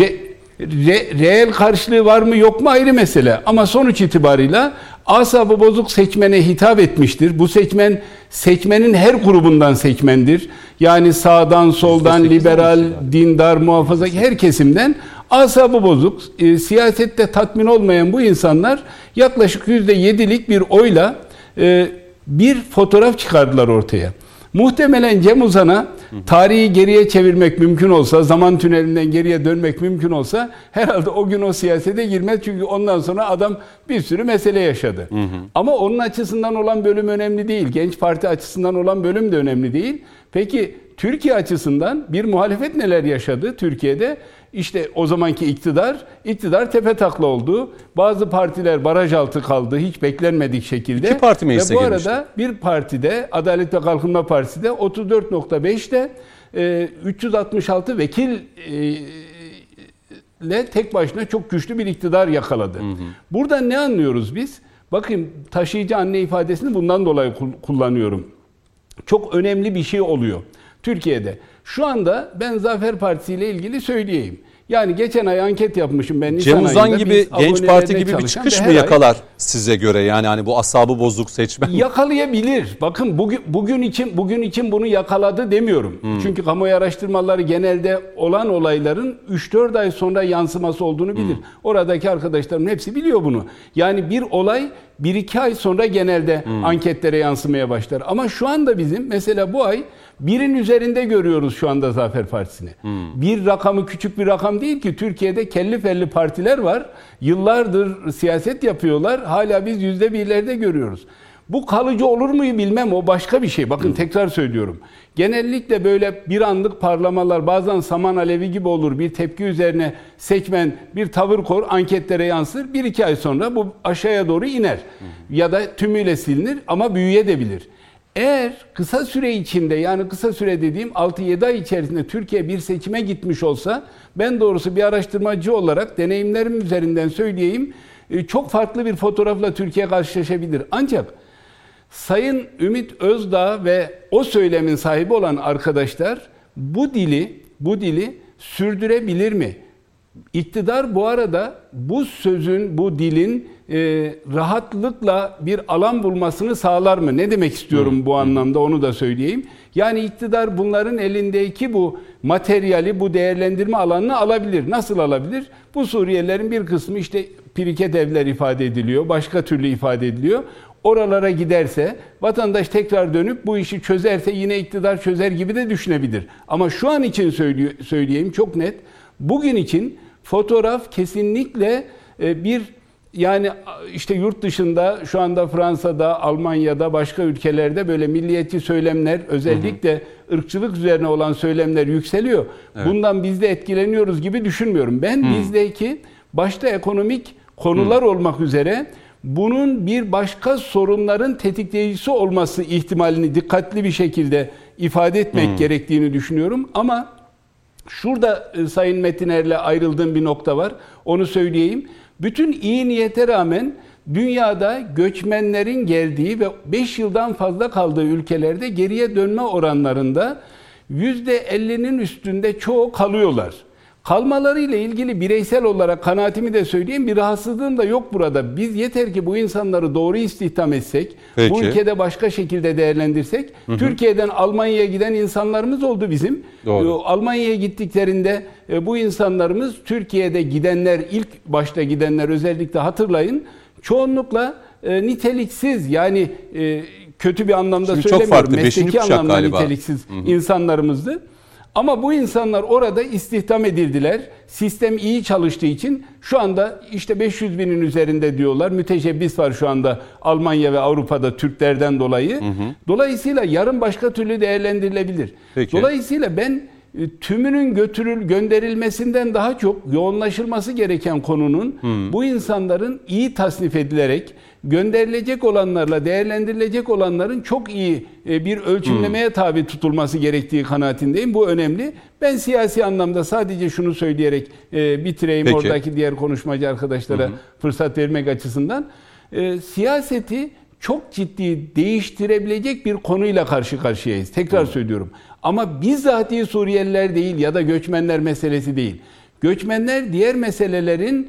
Reel karşılığı var mı yok mu ayrı mesele. Ama sonuç itibarıyla asabı bozuk seçmene hitap etmiştir. Bu seçmenin her grubundan seçmendir. Yani sağdan, soldan, liberal, dindar, muhafazakar her kesimden asabı bozuk, siyasette tatmin olmayan bu insanlar yaklaşık %7'lik bir oyla bir fotoğraf çıkardılar ortaya. Muhtemelen Cem Uzan'a tarihi geriye çevirmek mümkün olsa, zaman tünelinden geriye dönmek mümkün olsa herhalde o gün o siyasete girmez. Çünkü ondan sonra adam bir sürü mesele yaşadı. Ama onun açısından olan bölüm önemli değil. Genç Parti açısından olan bölüm de önemli değil. Peki Türkiye açısından bir muhalefet neler yaşadı Türkiye'de? İşte o zamanki iktidar tepetakla oldu. Bazı partiler baraj altı kaldı hiç beklenmedik şekilde. 2 parti meclise ve bu girmişti. arada bir partide, Adalet ve Kalkınma Partisi de 34.5'te 366 vekille tek başına çok güçlü bir iktidar yakaladı. Burada ne anlıyoruz biz? Bakın, taşıyıcı anne ifadesini bundan dolayı kullanıyorum. Çok önemli bir şey oluyor Türkiye'de. Şu anda ben Zafer Partisi ile ilgili söyleyeyim. Yani geçen ay anket yapmışım ben. Cem Uzan gibi, Genç Parti gibi bir çıkış mı yakalar size göre? Yani hani bu asabı bozuk seçmen. Yakalayabilir. Bakın bugün için bunu yakaladı demiyorum. Çünkü kamuoyu araştırmaları genelde olan olayların 3-4 ay sonra yansıması olduğunu bilir. Oradaki arkadaşlarım hepsi biliyor bunu. Yani bir olay 1-2 ay sonra genelde anketlere yansımaya başlar. Ama şu anda bizim mesela bu ay 1'in üzerinde görüyoruz şu anda Zafer Partisi'ni. Bir rakamı küçük bir rakam değil ki. Türkiye'de kelli felli partiler var. Yıllardır siyaset yapıyorlar. Hala biz %1'lerde görüyoruz. Bu kalıcı olur mu bilmem, o başka bir şey. Bakın tekrar söylüyorum. Genellikle böyle bir anlık parlamalar, bazen saman alevi gibi olur. Bir tepki üzerine sekmen bir tavır kor, anketlere yansır. 1-2 ay sonra bu aşağıya doğru iner. Ya da tümüyle silinir ama büyüyebilir. Eğer kısa süre içinde, yani kısa süre dediğim 6-7 ay içerisinde Türkiye bir seçime gitmiş olsa, ben doğrusu bir araştırmacı olarak deneyimlerim üzerinden söyleyeyim, çok farklı bir fotoğrafla Türkiye karşılaşabilir. Ancak Sayın Ümit Özdağ ve o söylemin sahibi olan arkadaşlar bu dili sürdürebilir mi? İktidar bu arada bu sözün, bu dilin rahatlıkla bir alan bulmasını sağlar mı? Ne demek istiyorum bu anlamda, onu da söyleyeyim. Yani iktidar bunların elindeki bu materyali, bu değerlendirme alanını alabilir. Nasıl alabilir? Bu Suriyelilerin bir kısmı işte piriket evler ifade ediliyor, başka türlü ifade ediliyor. Oralara giderse, vatandaş tekrar dönüp bu işi çözerse yine iktidar çözer gibi de düşünebilir. Ama şu an için söyleyeyim çok net. Bugün için fotoğraf kesinlikle yani işte yurt dışında, şu anda Fransa'da, Almanya'da, başka ülkelerde böyle milliyetçi söylemler, özellikle ırkçılık üzerine olan söylemler yükseliyor. Evet. Bundan biz de etkileniyoruz gibi düşünmüyorum. Ben bizdeki başta ekonomik konular olmak üzere bunun bir başka sorunların tetikleyicisi olması ihtimalini dikkatli bir şekilde ifade etmek gerektiğini düşünüyorum. Ama şurada Sayın Metiner'le ayrıldığım bir nokta var. Onu söyleyeyim. Bütün iyi niyete rağmen dünyada göçmenlerin geldiği ve 5 yıldan fazla kaldığı ülkelerde geriye dönme oranlarında %50'nin üstünde çoğu kalıyorlar. Kalmalarıyla ilgili bireysel olarak kanaatimi de söyleyeyim, bir rahatsızlığım da yok burada. Biz yeter ki bu insanları doğru istihdam etsek, peki, bu ülkede başka şekilde değerlendirsek, Türkiye'den Almanya'ya giden insanlarımız oldu bizim. Almanya'ya gittiklerinde bu insanlarımız, Türkiye'de gidenler, ilk başta gidenler özellikle hatırlayın, çoğunlukla niteliksiz, yani kötü bir anlamda şimdi söylemiyorum, mesleki anlamda niteliksiz insanlarımızdı. Ama bu insanlar orada istihdam edildiler. Sistem iyi çalıştığı için şu anda işte 500 binin üzerinde diyorlar. Müteşebbis var şu anda Almanya ve Avrupa'da Türklerden dolayı. Dolayısıyla yarın başka türlü değerlendirilebilir. Peki. Dolayısıyla ben tümünün gönderilmesinden daha çok yoğunlaşılması gereken konunun bu insanların iyi tasnif edilerek gönderilecek olanlarla değerlendirilecek olanların çok iyi bir ölçümlemeye tabi tutulması gerektiği kanaatindeyim. Bu önemli. Ben siyasi anlamda sadece şunu söyleyerek bitireyim. Peki, oradaki diğer konuşmacı arkadaşlara fırsat vermek açısından. Siyaseti çok ciddi değiştirebilecek bir konuyla karşı karşıyayız. Tekrar söylüyorum. Ama bizzatihi Suriyeliler değil ya da göçmenler meselesi değil. Göçmenler diğer meselelerin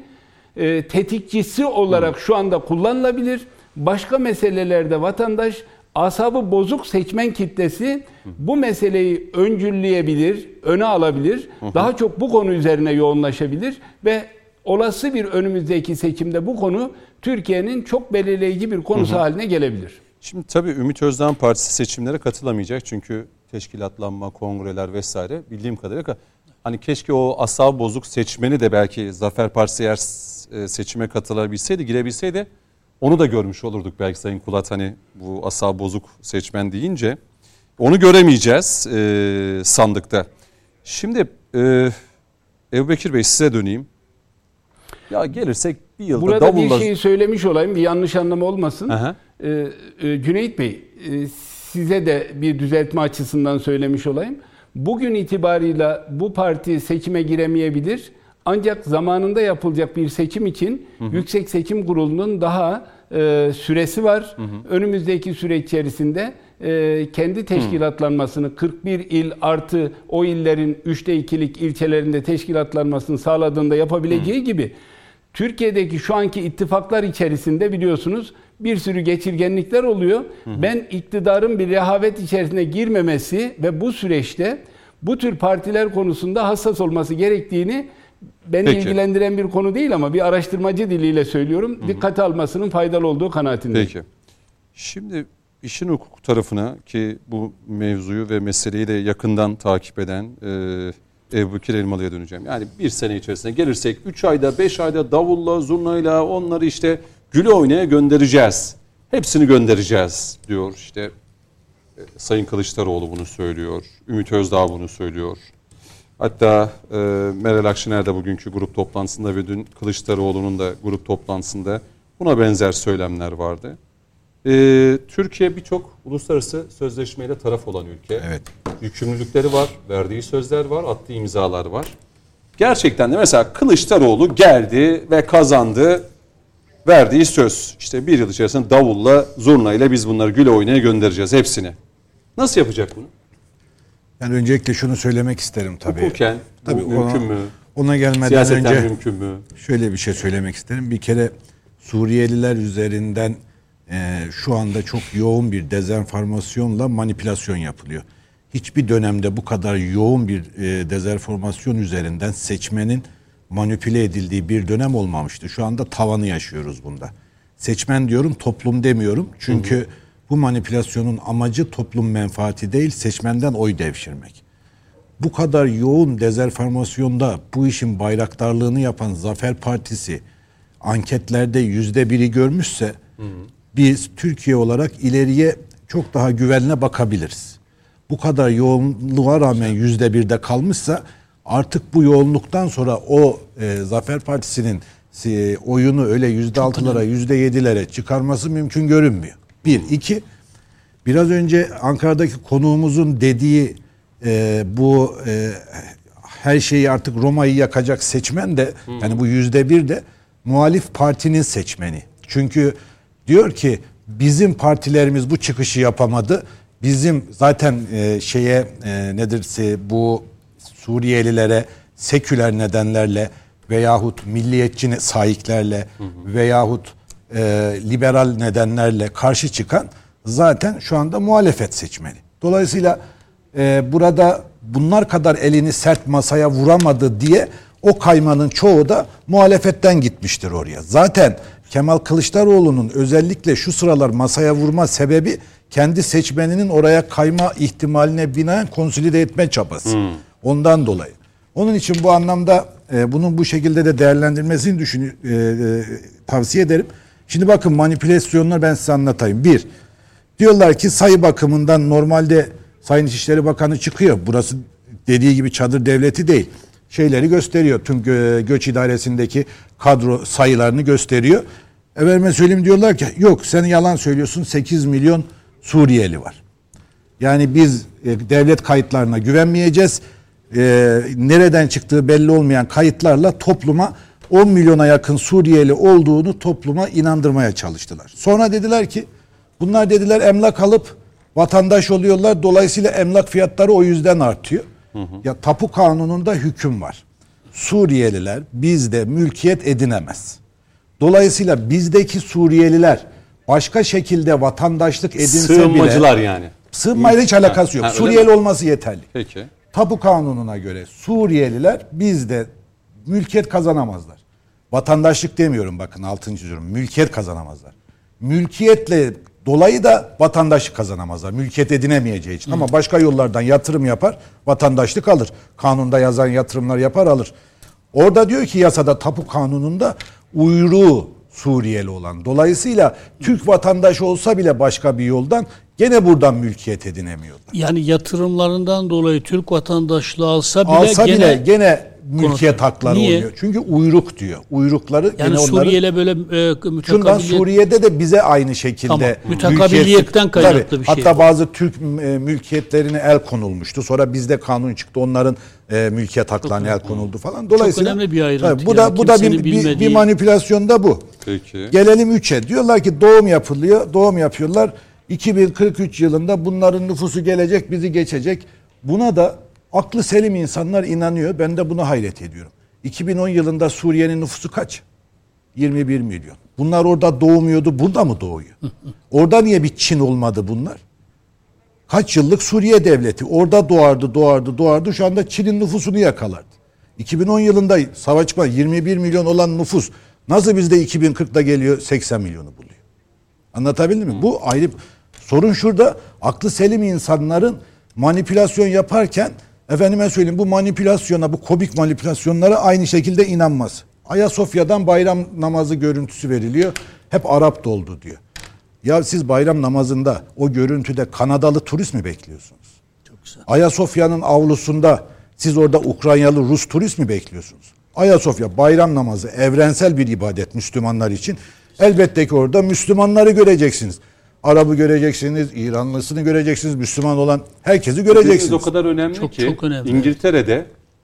tetikçisi olarak şu anda kullanılabilir. Başka meselelerde vatandaş, asabı bozuk seçmen kitlesi bu meseleyi öncülleyebilir, öne alabilir. Daha çok bu konu üzerine yoğunlaşabilir ve olası bir önümüzdeki seçimde bu konu Türkiye'nin çok belirleyici bir konusu haline gelebilir. Şimdi tabii Ümit Özdağ Partisi seçimlere katılamayacak çünkü teşkilatlanma, kongreler vesaire bildiğim kadarıyla hani keşke o asabı bozuk seçmeni de belki Zafer Partisi eğer seçime katılabilseydi, girebilseydi onu da görmüş olurduk belki Sayın Kulat, hani bu asabı bozuk seçmen deyince. Onu göremeyeceğiz sandıkta. Şimdi Ebubekir Bey size döneyim. Ya gelirsek bir yılda burada davulla... bir şeyi söylemiş olayım, bir yanlış anlama olmasın. Cüneyt Bey, size de bir düzeltme açısından söylemiş olayım. Bugün itibarıyla bu parti seçime giremeyebilir. Ancak zamanında yapılacak bir seçim için Yüksek Seçim Kurulu'nun daha süresi var. Önümüzdeki süre içerisinde kendi teşkilatlanmasını 41 il artı o illerin 3'te 2'lik ilçelerinde teşkilatlanmasını sağladığında yapabileceği gibi Türkiye'deki şu anki ittifaklar içerisinde biliyorsunuz bir sürü geçirgenlikler oluyor. Ben iktidarın bir rehavet içerisine girmemesi ve bu süreçte bu tür partiler konusunda hassas olması gerektiğini beni Peki. ilgilendiren bir konu değil ama bir araştırmacı diliyle söylüyorum. Dikkate almasının faydalı olduğu kanaatindeyim. Peki. Şimdi işin hukuk tarafına, ki bu mevzuyu ve meseleyi de yakından takip eden Ebubekir Elmalı'ya döneceğim. Yani bir sene içerisinde gelirsek 3 ayda 5 ayda davulla zurnayla onları işte güle oynaya göndereceğiz. Hepsini göndereceğiz diyor işte Sayın Kılıçdaroğlu bunu söylüyor. Ümit Özdağ bunu söylüyor. Hatta Meral Akşener de bugünkü grup toplantısında ve dün Kılıçdaroğlu'nun da grup toplantısında buna benzer söylemler vardı. Türkiye birçok uluslararası sözleşmeyle taraf olan ülke. Evet. Yükümlülükleri var, verdiği sözler var, attığı imzalar var. Gerçekten de mesela Kılıçdaroğlu geldi ve kazandı, verdiği söz. İşte bir yıl içerisinde davulla, zurnayla biz bunları güle oynaya göndereceğiz hepsini. Nasıl yapacak bunu? Ben öncelikle şunu söylemek isterim tabii. Hukuken Tabii bu mümkün mü? Ona gelmeden Siyaseten önce mümkün mü? şöyle bir şey söylemek isterim. Bir kere Suriyeliler üzerinden şu anda çok yoğun bir dezenformasyonla manipülasyon yapılıyor. Hiçbir dönemde bu kadar yoğun bir dezenformasyon üzerinden seçmenin manipüle edildiği bir dönem olmamıştı. Şu anda tavanı yaşıyoruz bunda. Seçmen diyorum, toplum demiyorum. Çünkü bu manipülasyonun amacı toplum menfaati değil, seçmenden oy devşirmek. Bu kadar yoğun dezenformasyonda bu işin bayraktarlığını yapan Zafer Partisi anketlerde %1'i görmüşse biz Türkiye olarak ileriye çok daha güvenle bakabiliriz. Bu kadar yoğunluğa rağmen %1'de kalmışsa artık bu yoğunluktan sonra o Zafer Partisi'nin oyunu öyle %6'lara %7'lere çıkarması mümkün görünmüyor. Bir. İki, biraz önce Ankara'daki konuğumuzun dediği bu her şeyi artık Roma'yı yakacak seçmen de yani bu %1 de muhalif partinin seçmeni. Çünkü diyor ki bizim partilerimiz bu çıkışı yapamadı. Bizim zaten nedirse bu Suriyelilere seküler nedenlerle veyahut milliyetçi sahiplerle veyahut liberal nedenlerle karşı çıkan zaten şu anda muhalefet seçmeni. Dolayısıyla burada bunlar kadar elini sert masaya vuramadı diye o kaymanın çoğu da muhalefetten gitmiştir oraya. Zaten Kemal Kılıçdaroğlu'nun özellikle şu sıralar masaya vurma sebebi kendi seçmeninin oraya kayma ihtimaline binaen konsolide etme çabası. Ondan dolayı. Onun için bu anlamda bunun bu şekilde de değerlendirmesini tavsiye ederim. Şimdi bakın manipülasyonlar ben size anlatayım. Bir, diyorlar ki sayı bakımından normalde Sayın İçişleri Bakanı çıkıyor. Burası dediği gibi çadır devleti değil. Şeyleri gösteriyor. Tüm göç idaresindeki kadro sayılarını gösteriyor. Efendime söyleyeyim diyorlar ki yok sen yalan söylüyorsun 8 milyon Suriyeli var. Yani biz devlet kayıtlarına güvenmeyeceğiz. Nereden çıktığı belli olmayan kayıtlarla topluma 10 milyona yakın Suriyeli olduğunu topluma inandırmaya çalıştılar. Sonra dediler ki bunlar dediler emlak alıp vatandaş oluyorlar. Dolayısıyla emlak fiyatları o yüzden artıyor. Ya tapu kanununda hüküm var. Suriyeliler bizde mülkiyet edinemez. Dolayısıyla bizdeki Suriyeliler başka şekilde vatandaşlık edinse bile Sığınmacılar yani. sığınmayla hiç alakası yok. Suriyeli olması yeterli. Peki. Tapu kanununa göre Suriyeliler bizde mülkiyet kazanamazlar. Vatandaşlık demiyorum bakın altını çiziyorum. Mülkiyet kazanamazlar. Mülkiyetle dolayı da vatandaşlık kazanamazlar. Mülkiyet edinemeyeceği için. Ama başka yollardan yatırım yapar, vatandaşlık alır. Kanunda yazan yatırımlar yapar alır. Orada diyor ki yasada tapu kanununda uyruğu Suriyeli olan. Dolayısıyla Türk vatandaşı olsa bile başka bir yoldan gene buradan mülkiyet edinemiyorlar. Yani yatırımlarından dolayı Türk vatandaşlığı alsa bile gene mülkiyet hakları oluyor. Çünkü uyruk diyor. Uyrukları yani gene onların... Suriye'yle böyle Şundan Suriye'de de bize aynı şekilde tamam, mütekabiliyetten kaynaklı tabii, bir şey. hatta bazı Türk mülkiyetlerine el konulmuştu. Sonra bizde kanun çıktı. Onların mülkiyet haklarına el konuldu falan. Dolayısıyla çok önemli bir ayrıntı. Tabii, bu da bir manipülasyon da bu. Peki. Gelelim 3'e. Diyorlar ki doğum yapılıyor. Doğum yapıyorlar. 2043 yılında bunların nüfusu gelecek, bizi geçecek. Buna da aklı selim insanlar inanıyor. Ben de buna hayret ediyorum. 2010 yılında Suriye'nin nüfusu kaç? 21 milyon. Bunlar orada doğmuyordu, burada mı doğuyor? Orada niye bir Çin olmadı bunlar? Kaç yıllık Suriye devleti. Orada doğardı. Şu anda Çin'in nüfusunu yakalardı. 2010 yılında savaş çıkmadı. 21 milyon olan nüfus nasıl bizde 2040'da geliyor 80 milyonu buluyor. Anlatabildim mi? Bu ayrı. Sorun şurada, aklı selim insanların manipülasyon yaparken efendime söyleyeyim bu manipülasyona, bu komik manipülasyonlara aynı şekilde inanmaz. Ayasofya'dan bayram namazı görüntüsü veriliyor. Hep Arap doldu diyor. Ya siz bayram namazında o görüntüde Kanadalı turist mi bekliyorsunuz? Çok güzel. Ayasofya'nın avlusunda siz orada Ukraynalı Rus turist mi bekliyorsunuz? Ayasofya bayram namazı evrensel bir ibadet Müslümanlar için. Elbette ki orada Müslümanları göreceksiniz. Arap'ı göreceksiniz, İranlısını göreceksiniz, Müslüman olan herkesi göreceksiniz. O kadar önemli çok, ki çok önemli. İngiltere'de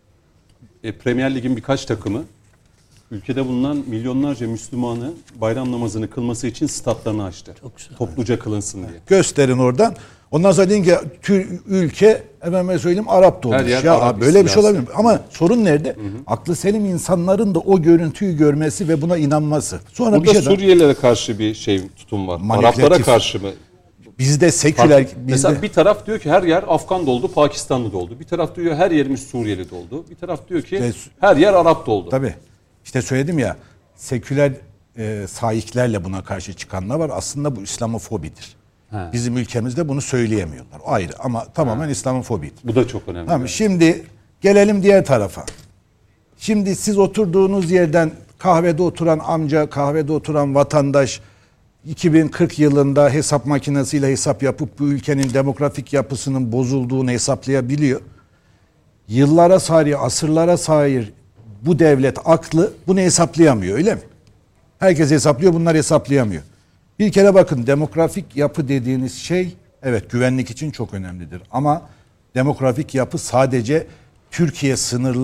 Premier Lig'in birkaç takımı ülkede bulunan milyonlarca Müslümanı bayram namazını kılması için statlarını açtı. Çok güzel. Topluca kılınsın diye. Gösterin oradan. Ondan sonra deyin ki ülke efendime söyleyeyim Arap dolmuş. Her yer Ya Arap böyle bir şey istilası. olabilir mi? Ama sorun nerede? Aklı selim insanların da o görüntüyü görmesi ve buna inanması. Sonra Burada bir şey daha. Suriyelilere karşı bir tutum var. Manipülatif. Araplara karşı mı? Bizde seküler, Mesela bir taraf diyor ki her yer Afgan doldu, Pakistanlı doldu. Bir taraf diyor her yerimiz Suriyeli doldu. Bir taraf diyor ki her yer Arap doldu. Tabii. İşte söyledim ya, seküler saiklerle buna karşı çıkanlar var. Aslında bu İslamofobidir. He. Bizim ülkemizde bunu söyleyemiyorlar. O ayrı ama tamamen İslamofobidir. Bu da çok önemli. Tamam, şimdi gelelim diğer tarafa. Şimdi siz oturduğunuz yerden kahvede oturan amca, kahvede oturan vatandaş 2040 yılında hesap makinesiyle hesap yapıp bu ülkenin demografik yapısının bozulduğunu hesaplayabiliyor. Yıllara sahip, asırlara sahip bu devlet aklı bunu hesaplayamıyor, öyle mi? Herkes hesaplıyor, bunlar hesaplayamıyor. Bir kere bakın, demografik yapı dediğiniz şey evet güvenlik için çok önemlidir. Ama demografik yapı sadece Türkiye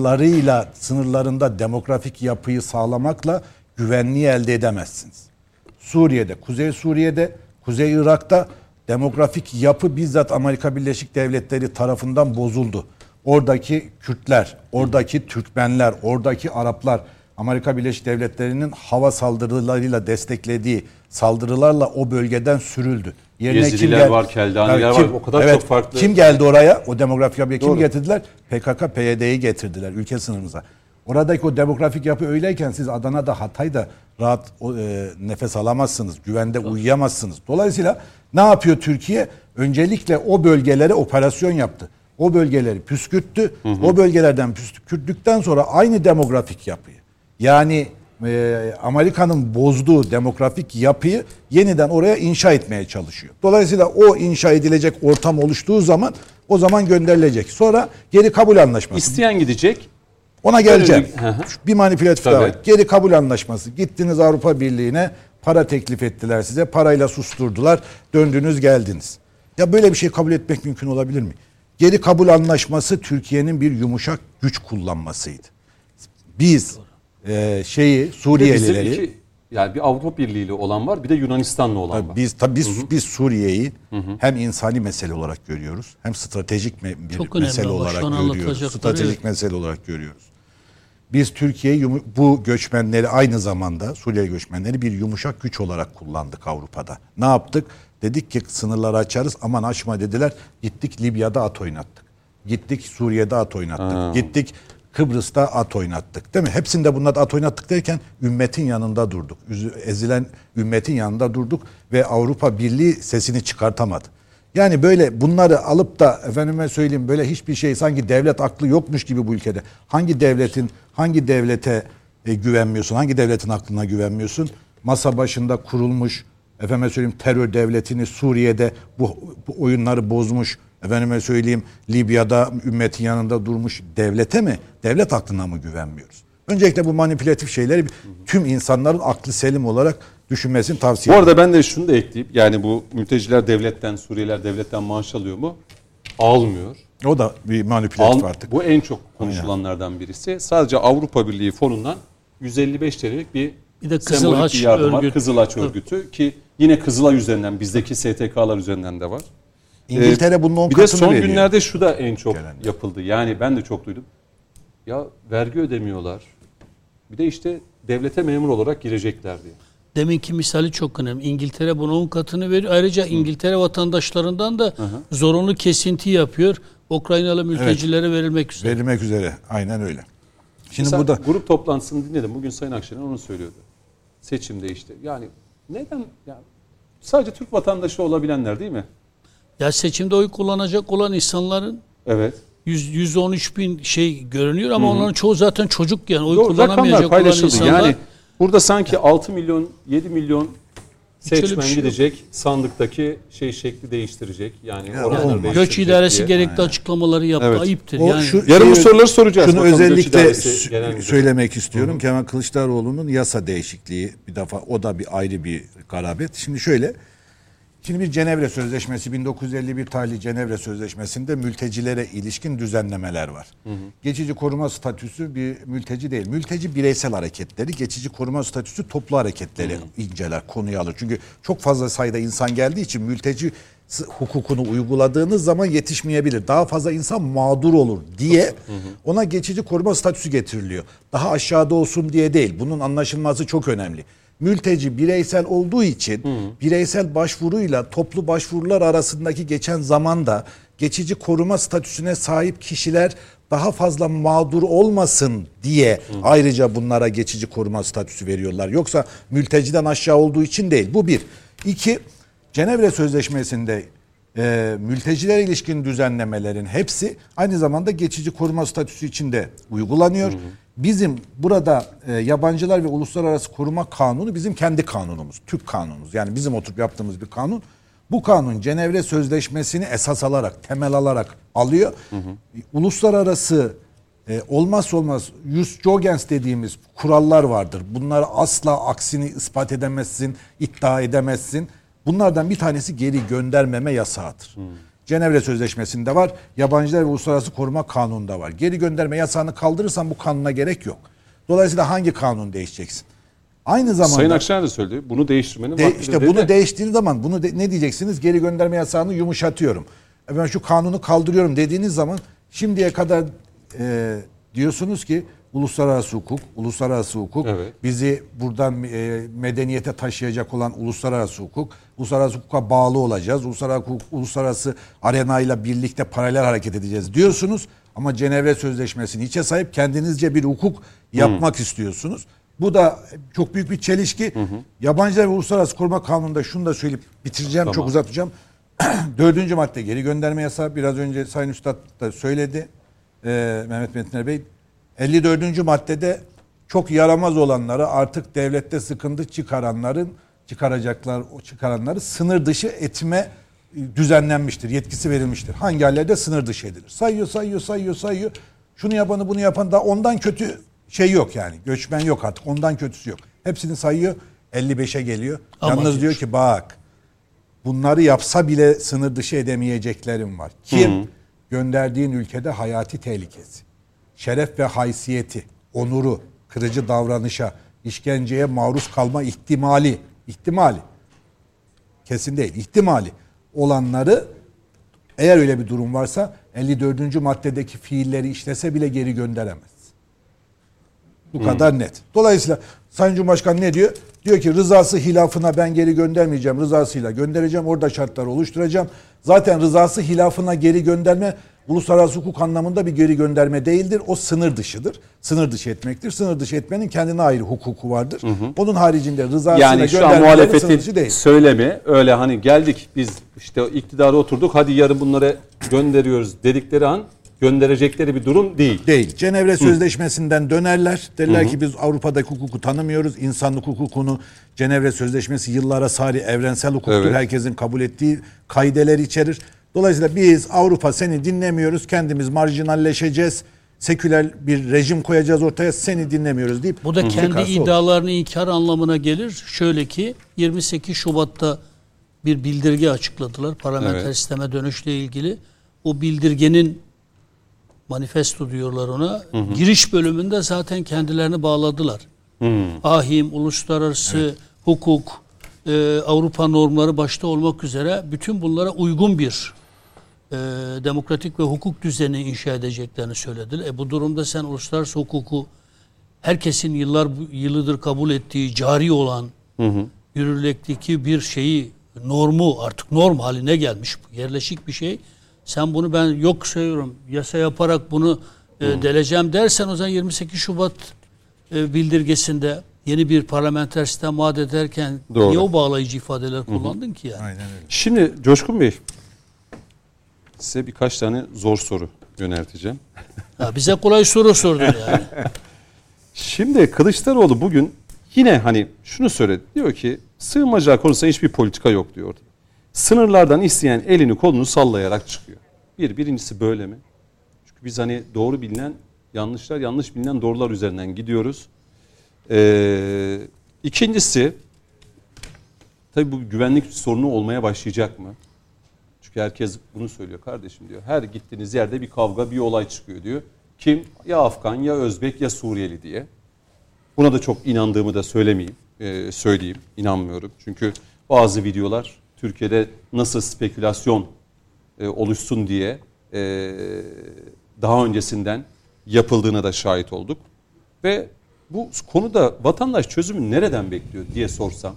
sınırlarında demografik yapıyı sağlamakla güvenliği elde edemezsiniz. Suriye'de, Kuzey Suriye'de, Kuzey Irak'ta demografik yapı bizzat Amerika Birleşik Devletleri tarafından bozuldu. Oradaki Kürtler, oradaki Türkmenler, oradaki Araplar Amerika Birleşik Devletleri'nin hava saldırılarıyla desteklediği saldırılarla o bölgeden sürüldü. Yezidiler var, Keldaniler var. O kadar çok farklı. Kim geldi oraya? O demografik yapıya kim Doğru. getirdiler? PKK, PYD'yi getirdiler ülke sınırımıza. Oradaki o demografik yapı öyleyken siz Adana'da, Hatay'da rahat nefes alamazsınız. Güvende uyuyamazsınız. Dolayısıyla ne yapıyor Türkiye? Öncelikle o bölgelere operasyon yaptı. O bölgeleri püskürttü. O bölgelerden püskürttükten sonra aynı demografik yapıyı, yani Amerika'nın bozduğu demografik yapıyı yeniden oraya inşa etmeye çalışıyor. Dolayısıyla o inşa edilecek ortam oluştuğu zaman o zaman gönderilecek. Sonra geri kabul anlaşması. İsteyen gidecek. Ona geleceğim. Hı. Bir manipülatif Tabii. daha var. Geri kabul anlaşması. Gittiniz Avrupa Birliği'ne, para teklif ettiler size. Parayla susturdular. Döndünüz geldiniz. Ya böyle bir şey kabul etmek mümkün olabilir mi? Geri kabul anlaşması Türkiye'nin bir yumuşak güç kullanmasıydı. Biz Suriyelileri Yani bir Avrupa Birliği ile olan var, bir de Yunanistan'la olan var. biz Suriye'yi hem insani mesele olarak görüyoruz, hem stratejik bir Çok önemli mesele ama olarak şu an görüyoruz. anlatılacakları, Stratejik evet. mesele olarak görüyoruz. Biz Türkiye'yi bu göçmenleri aynı zamanda Suriye göçmenleri bir yumuşak güç olarak kullandık Avrupa'da. Ne yaptık? Dedik ki sınırları açarız, aman açma dediler. Gittik Libya'da at oynattık. Gittik Suriye'de at oynattık. Gittik Kıbrıs'ta at oynattık. Değil mi? Hepsinde bunlar at oynattık derken ümmetin yanında durduk. Ezilen ümmetin yanında durduk ve Avrupa Birliği sesini çıkartamadı. Yani böyle bunları alıp da efendime söyleyeyim böyle hiçbir şey, sanki devlet aklı yokmuş gibi bu ülkede. Hangi devlete güvenmiyorsun? Hangi devletin aklına güvenmiyorsun? Masa başında kurulmuş efendime söyleyeyim terör devletini Suriye'de bu oyunları bozmuş. Efendime söyleyeyim Libya'da ümmetin yanında durmuş devlete mi? Devlet aklına mı güvenmiyoruz? Öncelikle bu manipülatif şeyleri tüm insanların aklı selim olarak düşünmesini tavsiye ederim. Bu arada ben de şunu da ekleyip, yani bu mülteciler devletten, Suriyeliler devletten maaş alıyor mu? Almıyor. O da bir manipülatif artık. Bu en çok konuşulanlardan birisi. Sadece Avrupa Birliği fonundan 155 TL'lik bir de sembolik Kızılaç bir yardım var. örgütü. Kızılaç örgütü ki yine Kızılay üzerinden, bizdeki STK'lar üzerinden de var. İngiltere bunun 10 bir de katını son veriyor. günlerde şu da en çok Genelde. yapıldı. Yani ben de çok duydum. Ya vergi ödemiyorlar. Bir de işte devlete memur olarak girecekler diye. Deminki misali çok önemli. İngiltere bunun 10 katını veriyor. Ayrıca İngiltere vatandaşlarından da zorunlu kesinti yapıyor. Ukraynalı mültecilere verilmek üzere. Verilmek üzere. Aynen öyle. Şimdi mesela burada grup toplantısını dinledim. Bugün Sayın Akşener onu söylüyordu. Seçimde işte. Yani neden? Yani sadece Türk vatandaşı olabilenler değil mi? Ya seçimde oy kullanacak olan insanların Evet. 113 bin şey görünüyor ama onların çoğu zaten çocuk yani oy Doğru, kullanamayacak rakamlar olan paylaşıldı. insanlar. Yani burada sanki 6 milyon, 7 milyon öyle bir seçmen şey yok. gidecek, sandıktaki şekli değiştirecek. Yani Ya, oranları olmaz. değiştirecek Göç idaresi diye. gerekli açıklamaları yaptı. Evet. Ayıptır. o Yani Yarın bu soruları soracağız. Şunu Bakalım Göç özellikle İdaresi Genel Müdürü. söylemek istiyorum. Kemal Kılıçdaroğlu'nun yasa değişikliği bir defa o da bir ayrı bir garabet. Şimdi şöyle. Şimdi bir Cenevre Sözleşmesi 1951 tarihli Cenevre Sözleşmesi'nde mültecilere ilişkin düzenlemeler var. Geçici koruma statüsü bir mülteci değil. Mülteci bireysel hareketleri, geçici koruma statüsü toplu hareketleri inceler, konuya alır. Çünkü çok fazla sayıda insan geldiği için mülteci hukukunu uyguladığınız zaman yetişmeyebilir. Daha fazla insan mağdur olur diye ona geçici koruma statüsü getiriliyor. Daha aşağıda olsun diye değil. Bunun anlaşılması çok önemli. Mülteci bireysel olduğu için bireysel başvuruyla toplu başvurular arasındaki geçen zamanda geçici koruma statüsüne sahip kişiler daha fazla mağdur olmasın diye ayrıca bunlara geçici koruma statüsü veriyorlar. Yoksa mülteciden aşağı olduğu için değil. Bu bir. İki, Cenevre Sözleşmesi'nde mültecilere ilişkin düzenlemelerin hepsi aynı zamanda geçici koruma statüsü içinde uygulanıyor. Bizim burada yabancılar ve uluslararası koruma kanunu bizim kendi kanunumuz, Türk kanunumuz. Yani bizim oturup yaptığımız bir kanun. Bu kanun Cenevre Sözleşmesi'ni esas alarak, temel alarak alıyor. Uluslararası olmazsa olmaz jus cogens dediğimiz kurallar vardır. Bunları asla aksini ispat edemezsin, iddia edemezsin. Bunlardan bir tanesi geri göndermeme yasağıdır. Cenevre Sözleşmesi'nde var, yabancılar ve uluslararası koruma kanununda var. Geri gönderme yasağını kaldırırsan bu kanuna gerek yok. Dolayısıyla hangi kanun değişeceksin? Aynı zamanda Sayın Akşener de söyledi. Bunu değiştirmenin vaktidir işte dedi. bunu değiştiğiniz zaman bunu ne diyeceksiniz? Geri gönderme yasağını yumuşatıyorum. Ben şu kanunu kaldırıyorum dediğiniz zaman şimdiye kadar diyorsunuz ki uluslararası hukuk Evet. bizi buradan medeniyete taşıyacak olan uluslararası hukuka bağlı olacağız. Uluslararası arenayla birlikte paralel hareket edeceğiz diyorsunuz. Ama Cenevre Sözleşmesi'ni hiçe sahip kendinizce bir hukuk yapmak istiyorsunuz. Bu da çok büyük bir çelişki. Yabancılar ve Uluslararası Koruma Kanunu'nda şunu da söyleyip bitireceğim, Tamam. çok uzatacağım. 4. madde geri gönderme yasağı. Biraz önce Sayın Üstad da söyledi. Mehmet Metiner Bey. 54. maddede çok yaramaz olanları artık devlette sıkıntı çıkaranları sınır dışı etme düzenlenmiştir. Yetkisi verilmiştir. Hangi hallerde sınır dışı edilir? Sayıyor. Şunu yapanı bunu yapan da ondan kötü şey yok yani. Göçmen yok artık. Ondan kötüsü yok. Hepsini sayıyor. 55'e geliyor. Ama Yalnız diyor ki bak bunları yapsa bile sınır dışı edemeyeceklerim var. Kim? Gönderdiğin ülkede hayati tehlikesi, şeref ve haysiyeti, onuru, kırıcı davranışa, işkenceye maruz kalma ihtimali, kesin değil, ihtimali olanları eğer öyle bir durum varsa 54. maddedeki fiilleri işlese bile geri gönderemez. Bu kadar net. Dolayısıyla Sayın Cumhurbaşkanı ne diyor? Diyor ki rızası hilafına ben geri göndermeyeceğim. Rızasıyla göndereceğim. Orada şartları oluşturacağım. Zaten rızası hilafına geri gönderme uluslararası hukuk anlamında bir geri gönderme değildir. O sınır dışıdır. Sınır dışı etmektir. Sınır dışı etmenin kendine ayrı hukuku vardır. Onun haricinde rızasıyla Yani şu an göndermeleri sınır dışı muhalefetin değil. söylemi öyle hani geldik biz işte iktidara oturduk hadi yarın bunları gönderiyoruz dedikleri an gönderecekleri bir durum değil. Değil. Cenevre Sözleşmesi'nden dönerler. Derler ki biz Avrupa'daki hukuku tanımıyoruz. İnsanlık hukukunu Cenevre Sözleşmesi yıllara sari evrensel hukuktur. Evet. Herkesin kabul ettiği kaideler içerir. Dolayısıyla biz Avrupa seni dinlemiyoruz. Kendimiz marjinalleşeceğiz. Seküler bir rejim koyacağız ortaya. Seni dinlemiyoruz deyip bu da kendi çıkarsa olur. iddialarını inkar anlamına gelir. Şöyle ki 28 Şubat'ta bir bildirge açıkladılar parlamenter Evet. sisteme dönüşle ilgili. O bildirgenin manifesto diyorlar ona. Giriş bölümünde zaten kendilerini bağladılar. Ahim, uluslararası hukuk, Avrupa normları başta olmak üzere bütün bunlara uygun bir demokratik ve hukuk düzeni inşa edeceklerini söylediler. Bu durumda sen uluslararası hukuku herkesin yıllardır kabul ettiği cari olan yürürlükteki bir şeyi normu artık norm haline gelmiş yerleşik bir şey. Sen bunu ben yok sayıyorum yasa yaparak bunu deleceğim dersen o zaman 28 Şubat bildirgesinde yeni bir parlamenter sistem vaat ederken Doğru. niye o bağlayıcı ifadeler kullandın ki yani? Aynen öyle. Şimdi Coşkun Bey, size birkaç tane zor soru yönelteceğim. Ya bize kolay soru sordun yani. Şimdi Kılıçdaroğlu bugün yine hani şunu söyledi. Diyor ki sığınmacılar konusunda hiçbir politika yok diyor. Sınırlardan isteyen elini kolunu sallayarak çıkıyor. Birincisi böyle mi? Çünkü biz hani doğru bilinen yanlışlar, yanlış bilinen doğrular üzerinden gidiyoruz. İkincisi, tabii bu güvenlik sorunu olmaya başlayacak mı? Çünkü herkes bunu söylüyor kardeşim diyor. Her gittiğiniz yerde bir kavga, bir olay çıkıyor diyor. Kim? Ya Afgan, ya Özbek, ya Suriyeli diye. Buna da çok inandığımı da söyleyeyim. İnanmıyorum. Çünkü bazı videolar Türkiye'de nasıl spekülasyon oluşsun diye daha öncesinden yapıldığına da şahit olduk. Ve bu konuda vatandaş çözümü nereden bekliyor diye sorsam.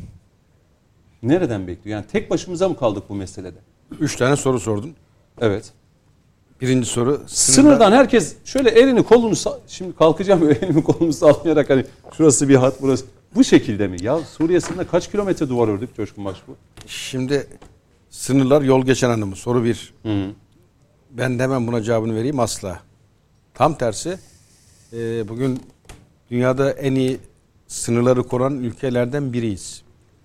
Nereden bekliyor? Yani tek başımıza mı kaldık bu meselede? 3 tane soru sordun. Evet. Birinci soru Sınırdan herkes şöyle elini kolunu şimdi kalkacağım böyle elimi kolumu sallayarak hani şurası bir hat burası. Bu şekilde mi? Ya Suriye sınırında kaç kilometre duvar ördük Coşkun Başbuğ? Şimdi sınırlar yol geçen anlamı. Soru 1. Ben de hemen buna cevabını vereyim, asla. Tam tersi bugün dünyada en iyi sınırları koruyan ülkelerden biriyiz.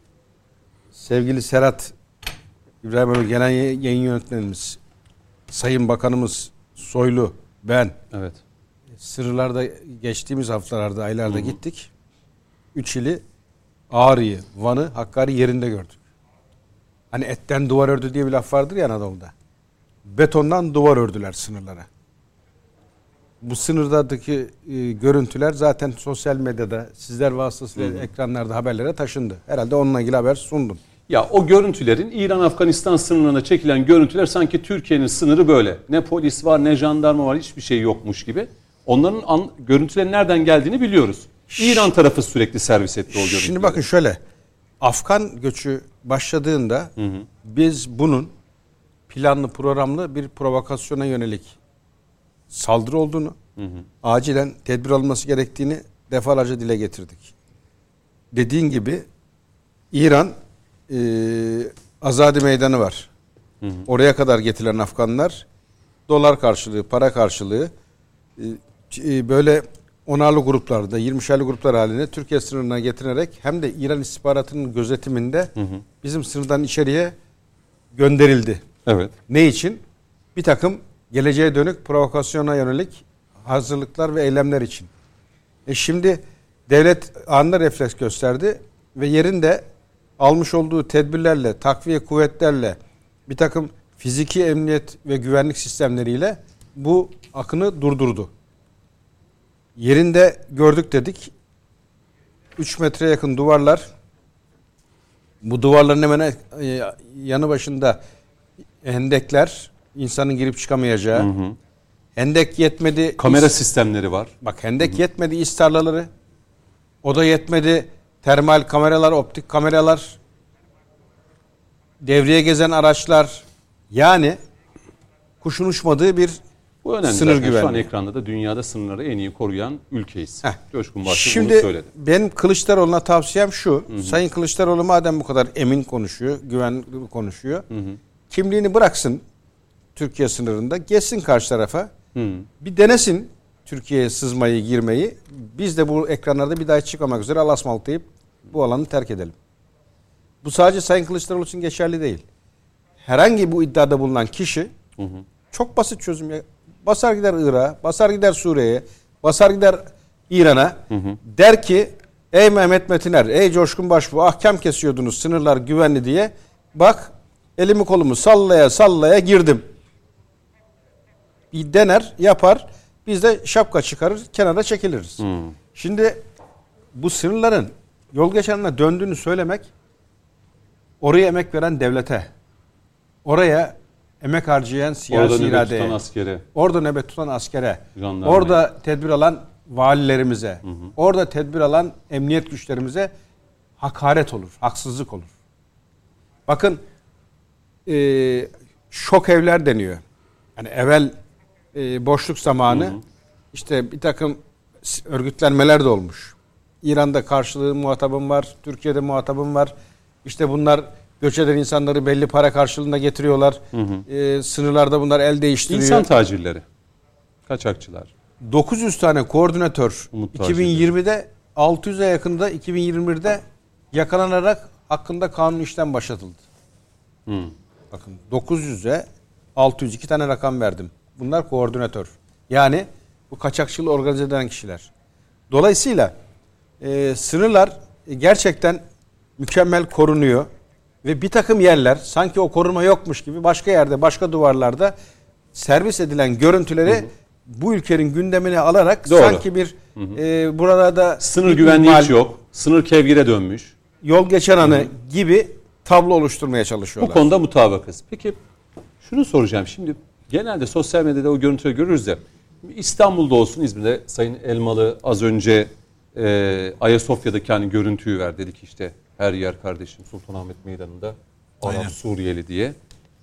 Sevgili Serhat İbrahim Ömer Genel Yayın Yönetmenimiz, Sayın Bakanımız Soylu, ben Evet. sınırlarda geçtiğimiz haftalarda, aylarda gittik. 3 ili, Ağrı'yı, Van'ı, Hakkari yerinde gördük. Hani etten duvar ördü diye bir laf vardır ya Anadolu'da. Betondan duvar ördüler sınırlara. Bu sınırdaki görüntüler zaten sosyal medyada, sizler vasıtasıyla ekranlarda, haberlere taşındı. Herhalde onunla ilgili haber sundum. Ya o görüntülerin İran-Afganistan sınırına çekilen görüntüler sanki Türkiye'nin sınırı böyle. Ne polis var, ne jandarma var, hiçbir şey yokmuş gibi. Onların görüntülerin nereden geldiğini biliyoruz. İran tarafı sürekli servis etti o görüntüleri. Şimdi bakın şöyle. Afgan göçü başladığında biz bunun planlı, programlı bir provokasyona yönelik saldırı olduğunu, acilen tedbir alınması gerektiğini defalarca dile getirdik. Dediğin gibi İran Azadi Meydanı var. Oraya kadar getirilen Afganlar dolar karşılığı, para karşılığı böyle onarlı gruplarda, 20'şerli gruplar halinde Türkiye sınırına getirerek hem de İran istihbaratının gözetiminde bizim sınırdan içeriye gönderildi. Evet. Ne için? Bir takım geleceğe dönük provokasyona yönelik hazırlıklar ve eylemler için. Şimdi devlet anında refleks gösterdi ve yerinde almış olduğu tedbirlerle, takviye kuvvetlerle, bir takım fiziki emniyet ve güvenlik sistemleriyle bu akını durdurdu. Yerinde gördük dedik. 3 metreye yakın duvarlar. Bu duvarların hemen yanı başında hendekler, insanın girip çıkamayacağı. Hendek yetmedi. Kamera sistemleri var. Bak hendek yetmedi, iş tarlaları. O da yetmedi. Termal kameralar, optik kameralar. Devreye gezen araçlar. Yani kuşun uçmadığı bir Bu önemli. sınır Zaten güvenliği. şu an ekranda da dünyada sınırları en iyi koruyan ülkeyiz. Coşkun Başbuğ bunu Şimdi söyledi. benim Kılıçdaroğlu'na tavsiyem şu. Sayın Kılıçdaroğlu madem bu kadar emin konuşuyor, güvenli konuşuyor. Kimliğini bıraksın Türkiye sınırında. Geçsin karşı tarafa. Bir denesin Türkiye'ye sızmayı, girmeyi. Biz de bu ekranlarda bir daha çıkmamak üzere Allah'a ısmarladık deyip bu alanı terk edelim. Bu sadece Sayın Kılıçdaroğlu için geçerli değil. Herhangi bu iddiada bulunan kişi çok basit çözüm ya. Basar gider Irak'a, basar gider Suriye'ye, basar gider İran'a. Der ki ey Mehmet Metiner, ey Coşkun Başbuğ ahkam kesiyordunuz sınırlar güvenli diye. Bak elimi kolumu sallaya sallaya girdim. Bir dener, yapar. Biz de şapka çıkarır, kenara çekiliriz. Şimdi bu sınırların yol geçenlerine döndüğünü söylemek, oraya emek veren devlete, oraya emek harcayan siyasi Orada nöbet iradeye, tutan askere. orada nöbet tutan askere, Jandarmaya. orada tedbir alan valilerimize, orada tedbir alan emniyet güçlerimize hakaret olur, haksızlık olur. Bakın şok evler deniyor. Yani evvel boşluk zamanı İşte bir takım örgütlenmeler de olmuş. İran'da karşılığı muhatabım var, Türkiye'de muhatabım var. İşte bunlar göç eden insanları belli para karşılığında getiriyorlar. Sınırlarda bunlar el değiştiriyor. İnsan tacirleri, kaçakçılar. 900 tane koordinatör Umut 2020'de 600'e yakında 2021'de yakalanarak hakkında kanun işlem başlatıldı. Bakın 900'e 602 tane rakam verdim. Bunlar koordinatör. Yani bu kaçakçılığı organize eden kişiler. Dolayısıyla sınırlar gerçekten mükemmel korunuyor. Ve bir takım yerler sanki o koruma yokmuş gibi başka yerde, başka duvarlarda servis edilen görüntüleri bu ülkenin gündemine alarak Doğru. sanki bir burada Sınır güvenliği hiç yok. Sınır kevgire dönmüş. Yol geçen anı gibi tablo oluşturmaya çalışıyorlar. Bu konuda mutabakız. Peki şunu soracağım. Şimdi genelde sosyal medyada o görüntüleri görürüz ya. İstanbul'da olsun, İzmir'de Sayın Elmalı az önce Ayasofya'daki hani görüntüyü ver. Dedi ki işte her yer kardeşim Sultanahmet Meydanı'nda adam Suriyeli diye.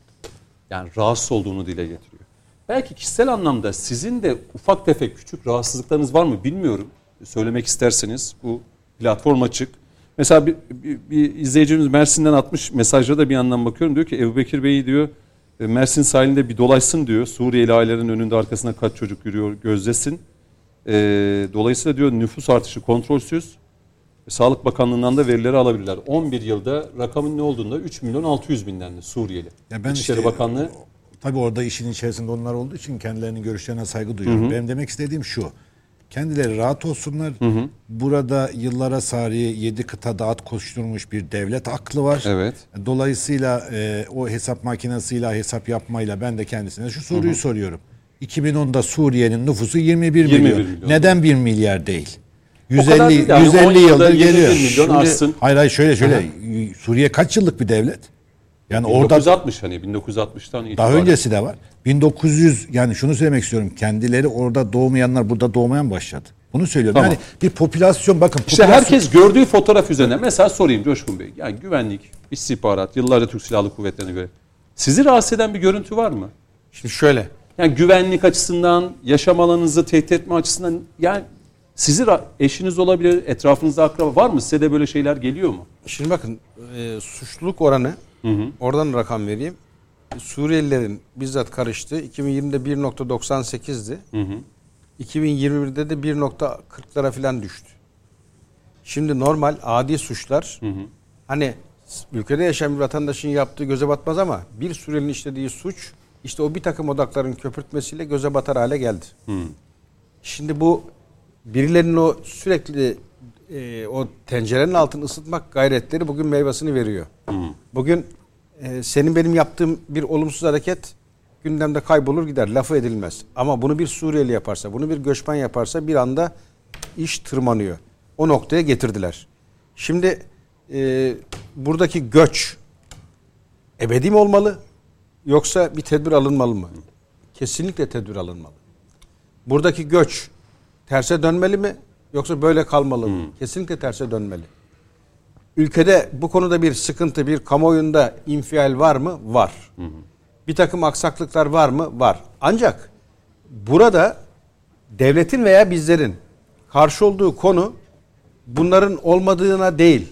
Yani rahatsız olduğunu dile getiriyor. Belki kişisel anlamda sizin de ufak tefek küçük rahatsızlıklarınız var mı bilmiyorum. Söylemek isterseniz bu platform açık. Mesela bir izleyicimiz Mersin'den atmış mesajlara da bir yandan bakıyorum. Diyor ki Ebubekir Bey diyor Mersin sahilinde bir dolaşsın diyor. Suriyeli ailelerin önünde arkasına kaç çocuk yürüyor gözlesin. Dolayısıyla diyor nüfus artışı kontrolsüz. Sağlık Bakanlığı'ndan da verileri alabilirler. 11 yılda rakamın ne olduğunda 3.600.000'dendi Suriyeli. Ya ben İçişleri Bakanlığı. Tabii orada işin içerisinde onlar olduğu için kendilerinin görüşlerine saygı duyuyorum. Benim demek istediğim şu. Kendileri rahat olsunlar. Burada yıllara sari 7 kıta dağıt koşturmuş bir devlet aklı var. Evet. Dolayısıyla o hesap makinesiyle hesap yapmayla ben de kendisine şu soruyu soruyorum. 2010'da Suriye'nin nüfusu 21 milyon. Neden 1 milyar değil? 150 yıldır geliyor. Milyon artsın. Hayır şöyle. Suriye kaç yıllık bir devlet? Yani 1960 hani 1960'tan itibaren. daha öncesi de var. 1900 yani şunu söylemek istiyorum. Kendileri orada doğmayanlar burada doğmayan başladı. Bunu söylüyorum. Tamam. Yani bir popülasyon bakın. İşte herkes gördüğü fotoğraf üzerinden mesela sorayım Coşkun Bey. Yani güvenlik, istihbarat, yıllarca Türk Silahlı Kuvvetleri'ne göre. Sizi rahatsız eden bir görüntü var mı? Şimdi şöyle. Yani güvenlik açısından, yaşam alanınızı tehdit etme açısından yani sizi eşiniz olabilir, etrafınızda akraba var mı? Size de böyle şeyler geliyor mu? Şimdi bakın suçluluk oranı oradan rakam vereyim. Suriyelilerin bizzat karıştığı 2020'de 1.98'di. 2021'de de 1.40'lara falan düştü. Şimdi normal adi suçlar hani ülkede yaşayan bir vatandaşın yaptığı göze batmaz ama bir Suriyelinin işlediği suç işte o bir takım odakların köpürtmesiyle göze batar hale geldi. Şimdi bu birilerinin o sürekli o tencerenin altını ısıtmak gayretleri bugün meyvasını veriyor. Bugün senin benim yaptığım bir olumsuz hareket gündemde kaybolur gider, lafı edilmez. Ama bunu bir Suriyeli yaparsa, bunu bir göçmen yaparsa bir anda iş tırmanıyor. O noktaya getirdiler. Şimdi buradaki göç ebedi mi olmalı yoksa bir tedbir alınmalı mı? Kesinlikle tedbir alınmalı. Buradaki göç terse dönmeli mi yoksa böyle kalmalı mı? Kesinlikle terse dönmeli. Ülkede bu konuda bir sıkıntı, bir kamuoyunda infial var mı? Var. Bir takım aksaklıklar var mı? Var. Ancak burada devletin veya bizlerin karşı olduğu konu bunların olmadığına değil,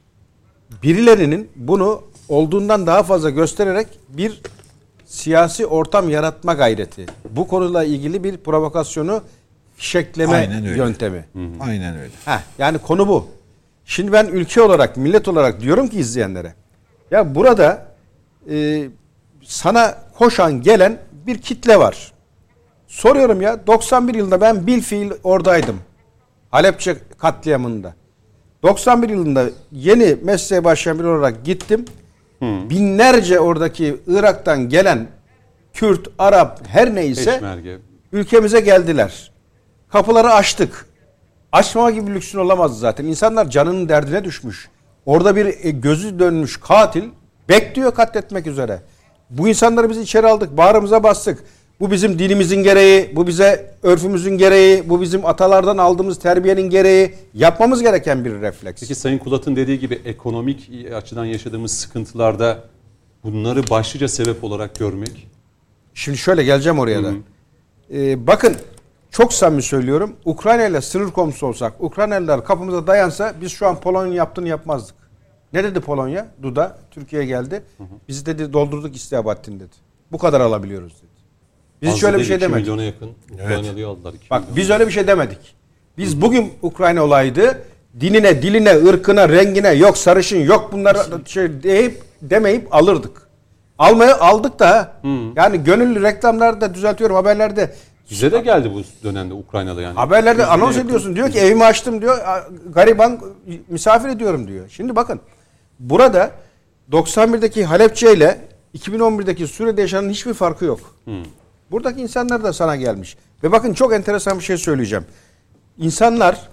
birilerinin bunu olduğundan daha fazla göstererek bir siyasi ortam yaratma gayreti. Bu konuyla ilgili bir provokasyonu fişekleme yöntemi. Aynen öyle. Yani konu bu. Şimdi ben ülke olarak, millet olarak diyorum ki izleyenlere, ya burada sana koşan gelen bir kitle var. Soruyorum ya, 91 yılında ben bilfiil oradaydım. Halepçe katliamında. 91 yılında yeni mesleğe başlayan biri olarak gittim. Binlerce oradaki Irak'tan gelen Kürt, Arap her neyse Peşmerge. ülkemize geldiler. Kapıları açtık. Açmama gibi bir lüksün olamazdı zaten. İnsanlar canının derdine düşmüş. Orada bir gözü dönmüş katil bekliyor katletmek üzere. Bu insanları biz içeri aldık, bağrımıza bastık. Bu bizim dinimizin gereği, bu bize örfümüzün gereği, bu bizim atalardan aldığımız terbiyenin gereği, yapmamız gereken bir refleks. Peki Sayın Kulat'ın dediği gibi ekonomik açıdan yaşadığımız sıkıntılarda bunları başlıca sebep olarak görmek? Şimdi şöyle geleceğim oraya da. Bakın çok samimi söylüyorum. Ukrayna ile sınır komşusu olsak, Ukraynalılar kapımıza dayansa biz şu an Polonya'nın yaptığını yapmazdık. Ne dedi Polonya? Duda Türkiye'ye geldi. Biz dedi doldurduk İstihabaddin dedi. Bu kadar alabiliyoruz dedi. Biz hiç öyle bir şey 2 demedik. milyona yakın Ukraynalı'yı aldılar. 2 Bak milyon. biz öyle bir şey demedik. Biz bugün Ukrayna olaydı dinine, diline, ırkına, rengine yok sarışın yok bunlar şey demeyip alırdık. Aldık da yani gönüllü reklamlarda düzeltiyorum haberlerde Bize de geldi bu dönemde Ukraynalı yani. haberlerde 100 bine anons yakın. ediyorsun diyor ki evimi açtım diyor gariban misafir ediyorum diyor. Şimdi bakın burada 91'deki Halepçe ile 2011'deki Suriye'de yaşanan hiçbir farkı yok. Buradaki insanlar da sana gelmiş. Ve bakın çok enteresan bir şey söyleyeceğim. İnsanlar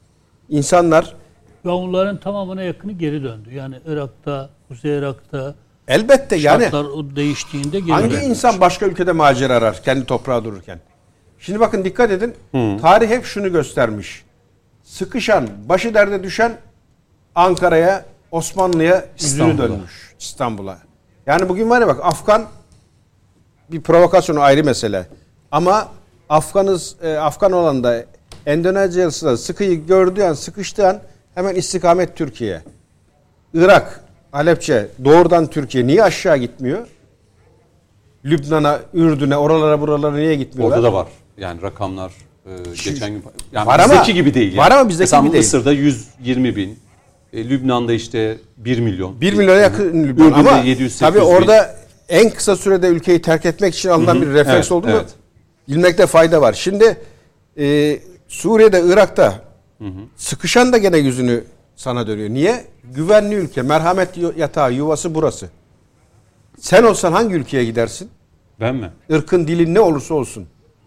Ve onların tamamına yakını geri döndü. Yani Irak'ta, Kuzey Irak'ta elbette yani şartlar o değiştiğinde geri hangi döndü. insan başka ülkede macera arar kendi toprağı dururken? Şimdi bakın dikkat edin. Tarih hep şunu göstermiş. Sıkışan, başı derde düşen Ankara'ya, Osmanlı'ya yüzünü İstanbul'a. dönmüş. İstanbul'a. Yani bugün var ya bak Afgan bir provokasyonu ayrı mesele. Ama Afgan olan da Endonezyalısı da sıkıyı gördüğü an, sıkıştığı an hemen istikamet Türkiye. Irak, Halepçe doğrudan Türkiye. Niye aşağı gitmiyor? Ürdün'e, oralara buralara niye gitmiyorlar? Orada da var. Yani rakamlar geçen gün yani Var ama- bizdeki gibi değil. var ama bizdeki Mesela gibi değil. Mısır'da 120 bin, Lübnan'da işte 1 milyon. 1 milyona yakın Lübnan. Ürdün'de Ama 700-800 tabii bin. orada en kısa sürede ülkeyi terk etmek için alınan bir refleks Evet, olduğunu evet. bilmekte fayda var. Şimdi Suriye'de, Irak'ta sıkışan da gene yüzünü sana dönüyor. Niye? Güvenli ülke, merhamet yatağı, yuvası burası. Sen olsan hangi ülkeye gidersin? Ben mi? Irkın, dilin ne olursa olsun.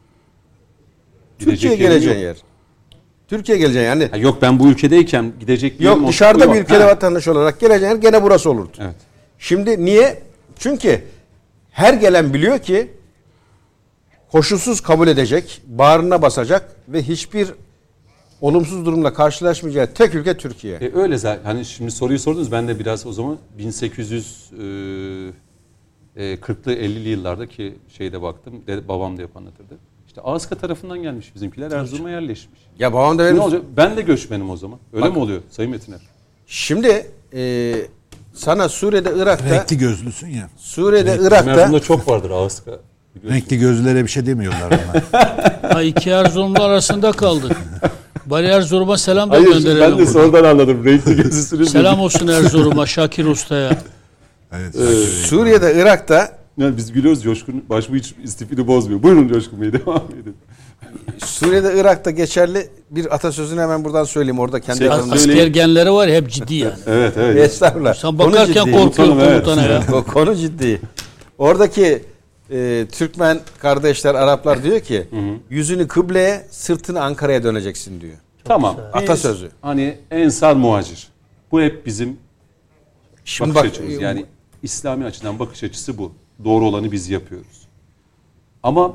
Gidecek Türkiye'ye yerim geleceğin yok. yer. Türkiye'ye geleceksin yani. Ha, yok ben bu ülkedeyken gidecek bir yerim Yok olsa dışarıda bu bir yok. ülkede Ha. vatandaş olarak geleceğin yer gene burası olurdu. Evet. Şimdi niye? Çünkü her gelen biliyor ki koşulsuz kabul edecek, bağrına basacak ve hiçbir olumsuz durumla karşılaşmayacağı tek ülke Türkiye. Öyle zaten. Hani şimdi soruyu sordunuz ben de biraz o zaman 1840'lı 50'li yıllardaki şeyde baktım. Babam da hep anlatırdı. İşte Ağızka tarafından gelmiş bizimkiler Erzurum'a yerleşmiş. Ya babam da Ne benim... olacak? Ben de göçmenim o zaman. Öyle Bak- mi oluyor Sayın Metiner? Şimdi sana Suriye'de, Irak'ta... Renkli gözlüsün ya. Suriye'de, Bizim Irak'ta... Erzurum'da çok vardır Ağızka. Renkli gözlülere bir şey demiyorlar ona. Ha, iki Erzurumlu arasında kaldık. Bari Erzurum'a selam da Hayır gönderelim. ben de buradan. sonradan anladım. Renkli gözüsünü. Selam olsun Erzurum'a, Şakir Usta'ya. Evet. Suriye'de, Irak'ta Yani biz gülüyoruz Coşkun. Başbuğ hiç istifini bozmuyor. Buyurun Coşkun Bey devam edin. Suriye'de, Irak'ta geçerli bir atasözünü hemen buradan söyleyeyim. Orada kendi Şey, aranızda- Asker genleri var ya, hep ciddi yani. Evet evet. Estağfurullah. Sen Konu bakarken ciddi. korkuyor Komutanım, evet. komutana ya. Konu ciddi. Oradaki Türkmen kardeşler, Araplar diyor ki yüzünü kıbleye, sırtını Ankara'ya döneceksin diyor. Tamam. Biz, Atasözü. hani ensar muhacir. Bu hep bizim Şimdi bakış bak, açımız. Yani İslami açıdan bakış açısı bu. Doğru olanı biz yapıyoruz. Ama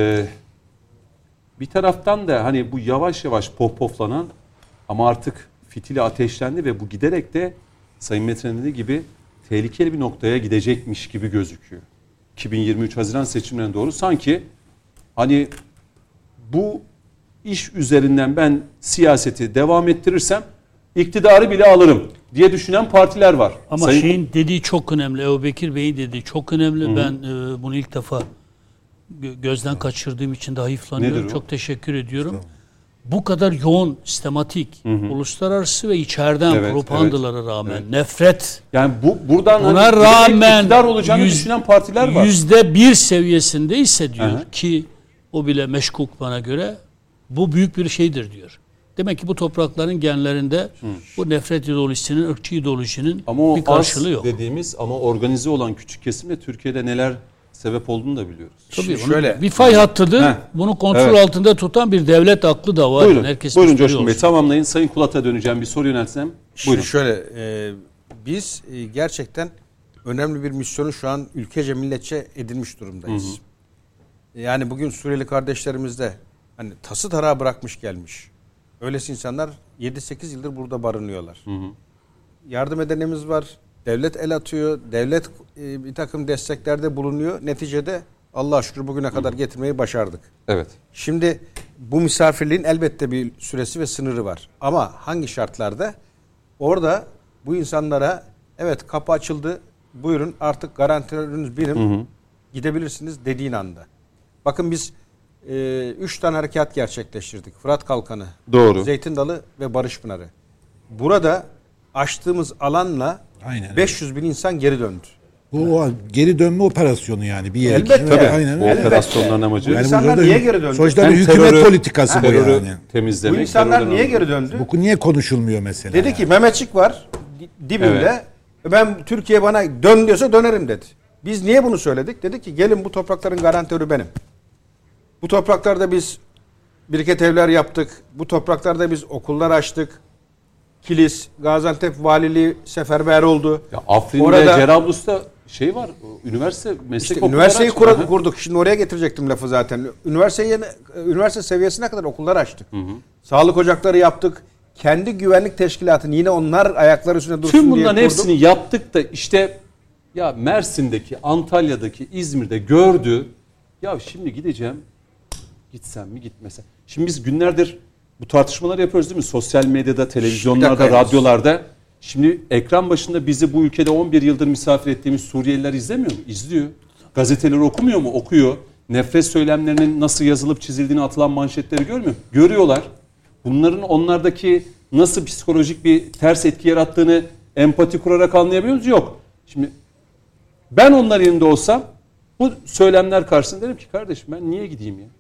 bir taraftan da hani bu yavaş yavaş pohpohlanan ama artık fitili ateşlendi ve bu giderek de Sayın Metin'in dediği gibi tehlikeli bir noktaya gidecekmiş gibi gözüküyor. 2023 Haziran seçimlerine doğru sanki hani bu iş üzerinden ben siyaseti devam ettirirsem iktidarı bile alırım diye düşünen partiler var. Ama Sayın- şeyin dediği çok önemli. Ebubekir Bey'in dediği çok önemli. Ben bunu ilk defa gözden kaçırdığım için de hayıflanıyorum. Nedir o? Çok teşekkür ediyorum. Bu kadar yoğun, sistematik, uluslararası ve içeriden Evet, propagandalara rağmen nefret, Yani buradan buna hani rağmen iktidar olacağını düşünen partiler var. %1 seviyesindeyse diyor Aha. ki o bile meşkuk bana göre, bu büyük bir şeydir diyor. Demek ki bu toprakların genlerinde bu nefret ideolojisinin, ırkçı ideolojinin Ama o bir karşılığı az yok. dediğimiz ama organize olan küçük kesimde Türkiye'de neler sebep olduğunu da biliyoruz. Tabii Şimdi onun şöyle- bir fay hattıdır. Heh. Bunu kontrol Evet. altında tutan bir devlet aklı da var. Buyurun, Herkes buyurun biliyor Coşkun Bey olsun. tamamlayın. Sayın Kulat'a döneceğim bir soru yöneltsem. Şimdi Buyurun. şöyle biz gerçekten önemli bir misyonu şu an ülkece milletçe edinmiş durumdayız. Yani bugün Suriyeli kardeşlerimiz de hani tası tarağı bırakmış gelmiş. Öylesi insanlar 7-8 yıldır burada barınıyorlar. Yardım edenimiz var. Devlet el atıyor. Devlet bir takım desteklerde bulunuyor. Neticede Allah'a şükür bugüne kadar getirmeyi başardık. Evet. Şimdi bu misafirliğin elbette bir süresi ve sınırı var. Ama hangi şartlarda? Orada bu insanlara evet kapı açıldı, buyurun artık garantörünüz benim, gidebilirsiniz dediğin anda. Bakın biz 3 tane harekat gerçekleştirdik. Fırat Kalkanı, Doğru. Zeytin Dalı ve Barış Pınarı. Burada açtığımız alanla Aynen. 500 bin insan geri döndü. Bu o geri dönme operasyonu yani bir yere. Elbette. Tabii. Aynen Bu öyle. operasyonların amacı. Bu insanlar burada niye geri döndü? Sonuçta Hem bir hükümet terörü- politikası bu terörü yani. temizlemek. Bu insanlar terörden niye almak. geri döndü? Bu niye konuşulmuyor mesela? Dedi yani? ki Mehmetçik var dibinde. Ben Türkiye bana dön diyorsa dönerim dedi. Biz niye bunu söyledik? Dedi ki gelin bu toprakların garantörü benim. Bu topraklarda biz biriket evler yaptık. Bu topraklarda biz okullar açtık. Kilis, Gaziantep Valiliği seferber oldu. Ya Afrin'de, Orada- Cerablus'ta şey var. Üniversite, meslek İşte okulları üniversiteyi açtık. Aha. kurduk. Şimdi oraya getirecektim lafı zaten. Üniversite seviyesine kadar okullar açtık. Sağlık ocakları yaptık. Kendi güvenlik teşkilatını yine onlar ayakları üstünde dursun Tüm diye bunların kurduk. hepsini yaptık da işte ya Mersin'deki, Antalya'daki, İzmir'de gördü. Ya şimdi gideceğim. Gitsem mi gitmesem. Şimdi biz günlerdir bu tartışmaları yapıyoruz değil mi? Sosyal medyada, televizyonlarda, Bir dakika yalnız. radyolarda. Şimdi ekran başında bizi bu ülkede 11 yıldır misafir ettiğimiz Suriyeliler izlemiyor mu? İzliyor. Gazeteleri okumuyor mu? Okuyor. Nefret söylemlerinin nasıl yazılıp çizildiğini, atılan manşetleri görmüyor mu? Görüyorlar. Bunların onlardaki nasıl psikolojik bir ters etki yarattığını empati kurarak anlayabiliyor muyuz? Yok. Şimdi ben onların yerinde olsam bu söylemler karşısında derim ki kardeşim ben niye gideyim ya?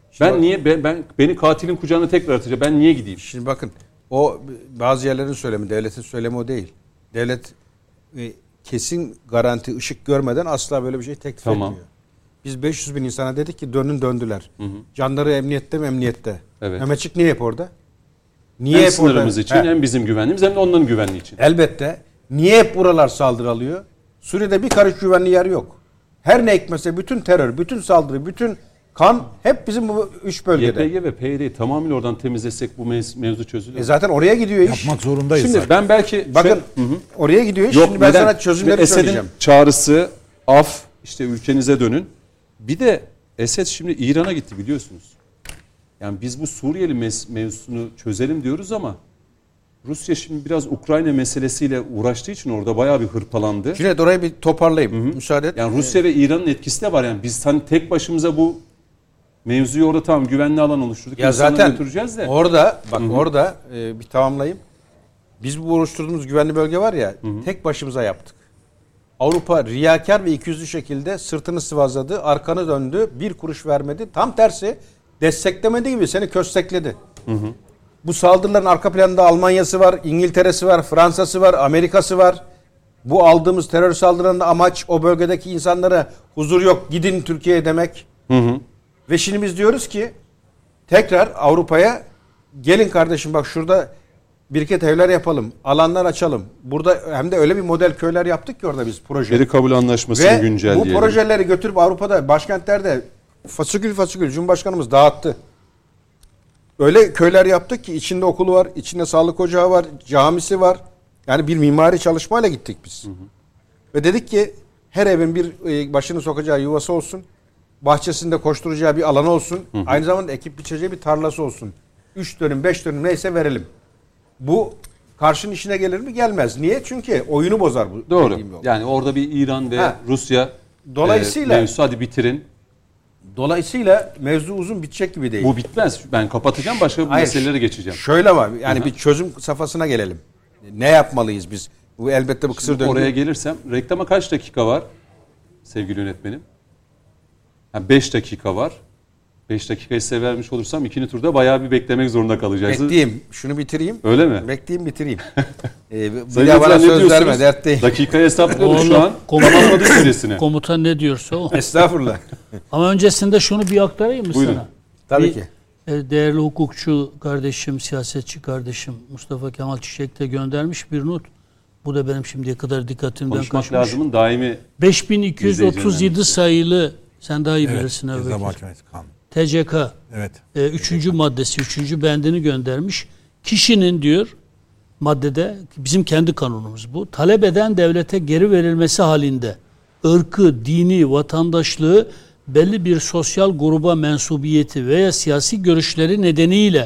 Beni katilin kucağına tekrar atacak. Ben niye gideyim? Şimdi bakın o bazı yerlerin söylemi, devletin söylemi o değil. Devlet kesin garanti ışık görmeden asla böyle bir şey teklif etmiyor. Biz 500 bin insana dedik ki döndüler. Canları emniyette mi emniyette? Evet. Mehmetçik niye hep orada? Niye Hem hep sınırımız orada? için He. hem bizim güvenliğimiz hem de onların güvenliği için. Elbette. Niye hep buralar saldırı alıyor? Suriye'de bir karış güvenli yer yok. Her ne hikmetse bütün terör, bütün saldırı, bütün kan hep bizim bu 3 bölgede. YPG ve PYD'yi tamamıyla oradan temizlesek bu mevzu çözülür. Zaten oraya gidiyor iş. Yapmak zorundayız Şimdi zaten. ben belki Bakın oraya gidiyor iş. Yok, Şimdi ben neden? sana çözümleri Ve Esed'in söyleyeceğim. çağrısı af işte ülkenize dönün. Bir de Esed şimdi İran'a gitti biliyorsunuz. Yani biz bu Suriyeli mevzusunu çözelim diyoruz ama Rusya şimdi biraz Ukrayna meselesiyle uğraştığı için orada bayağı bir hırpalandı. Cüneyt orayı bir toparlayayım. Müsaade et. Yani Rusya ve İran'ın etkisi de var yani. Biz hani tek başımıza bu mevzuyu orada tamam güvenli alan oluşturduk. Ya İnsanları zaten götüreceğiz de. orada bak orada bir tamamlayayım. Biz bu oluşturduğumuz güvenli bölge var ya tek başımıza yaptık. Avrupa riyakar ve ikiyüzlü şekilde sırtını sıvazladı, arkanı döndü, bir kuruş vermedi. Tam tersi desteklemedi gibi seni köstekledi. Bu saldırıların arka planında Almanya'sı var, İngiltere'si var, Fransa'sı var, Amerika'sı var. Bu aldığımız terör saldırılarında amaç o bölgedeki insanlara huzur yok, gidin Türkiye'ye demek. Ve şimdi biz diyoruz ki tekrar Avrupa'ya gelin kardeşim bak şurada biriket evler yapalım, alanlar açalım. Burada hem de öyle bir model köyler yaptık ki orada biz proje. Geri kabul anlaşmasını Ve güncelleyelim. bu projeleri götürüp Avrupa'da başkentlerde fasikül Cumhurbaşkanımız dağıttı. Öyle köyler yaptık ki içinde okulu var, içinde sağlık ocağı var, camisi var. Yani bir mimari çalışmayla gittik biz. Ve dedik ki her evin bir başını sokacağı yuvası olsun. Bahçesinde koşturacağı bir alanı olsun. Aynı zamanda ekip biçeceği bir tarlası olsun. 3 dönüm 5 dönüm neyse verelim. Bu karşının işine gelir mi? Gelmez. Niye? Çünkü oyunu bozar bu. Doğru. dediğim yol. Yani orada bir İran ve Ha. Rusya Dolayısıyla- mevzusu hadi bitirin. Dolayısıyla mevzu uzun bitecek gibi değil. Bu bitmez. Ben kapatacağım başka Hayır. meselelere geçeceğim. Şöyle var. Yani bir çözüm safhasına gelelim. Ne yapmalıyız biz? Bu elbette bu kısır döngü. Oraya gelirsem reklama kaç dakika var sevgili yönetmenim? 5 dakika var. 5 dakikayı size vermiş olursam ikinci turda bayağı bir beklemek zorunda kalacaksınız. Bekleyeyim. Şunu bitireyim. Öyle mi? Bekleyeyim bitireyim. Bir Sayın daha bana Lütfen ne söz verme. diyorsunuz? Dert değil. Dakikayı hesaplıyoruz şu Vallahi an. Tamamladık süresini. Komutan ne diyorsa o. Estağfurullah. Ama öncesinde şunu bir aktarayım mı Buyurun. sana? Tabii Bir, ki. Değerli hukukçu kardeşim, siyasetçi kardeşim Mustafa Kemal Çiçek de göndermiş bir not. Bu da benim şimdiye kadar dikkatimden Konuşmak kaçmış. lazımın daimi 5237 sayılı, sen daha iyi bilirsin Ceza Ebu Bekir. Mahkemesi Kanunu. TCK Evet. 3. maddesi, 3. bendini göndermiş. Kişinin diyor maddede, bizim kendi kanunumuz bu, talep eden devlete geri verilmesi halinde ırkı, dini, vatandaşlığı belli bir sosyal gruba mensubiyeti veya siyasi görüşleri nedeniyle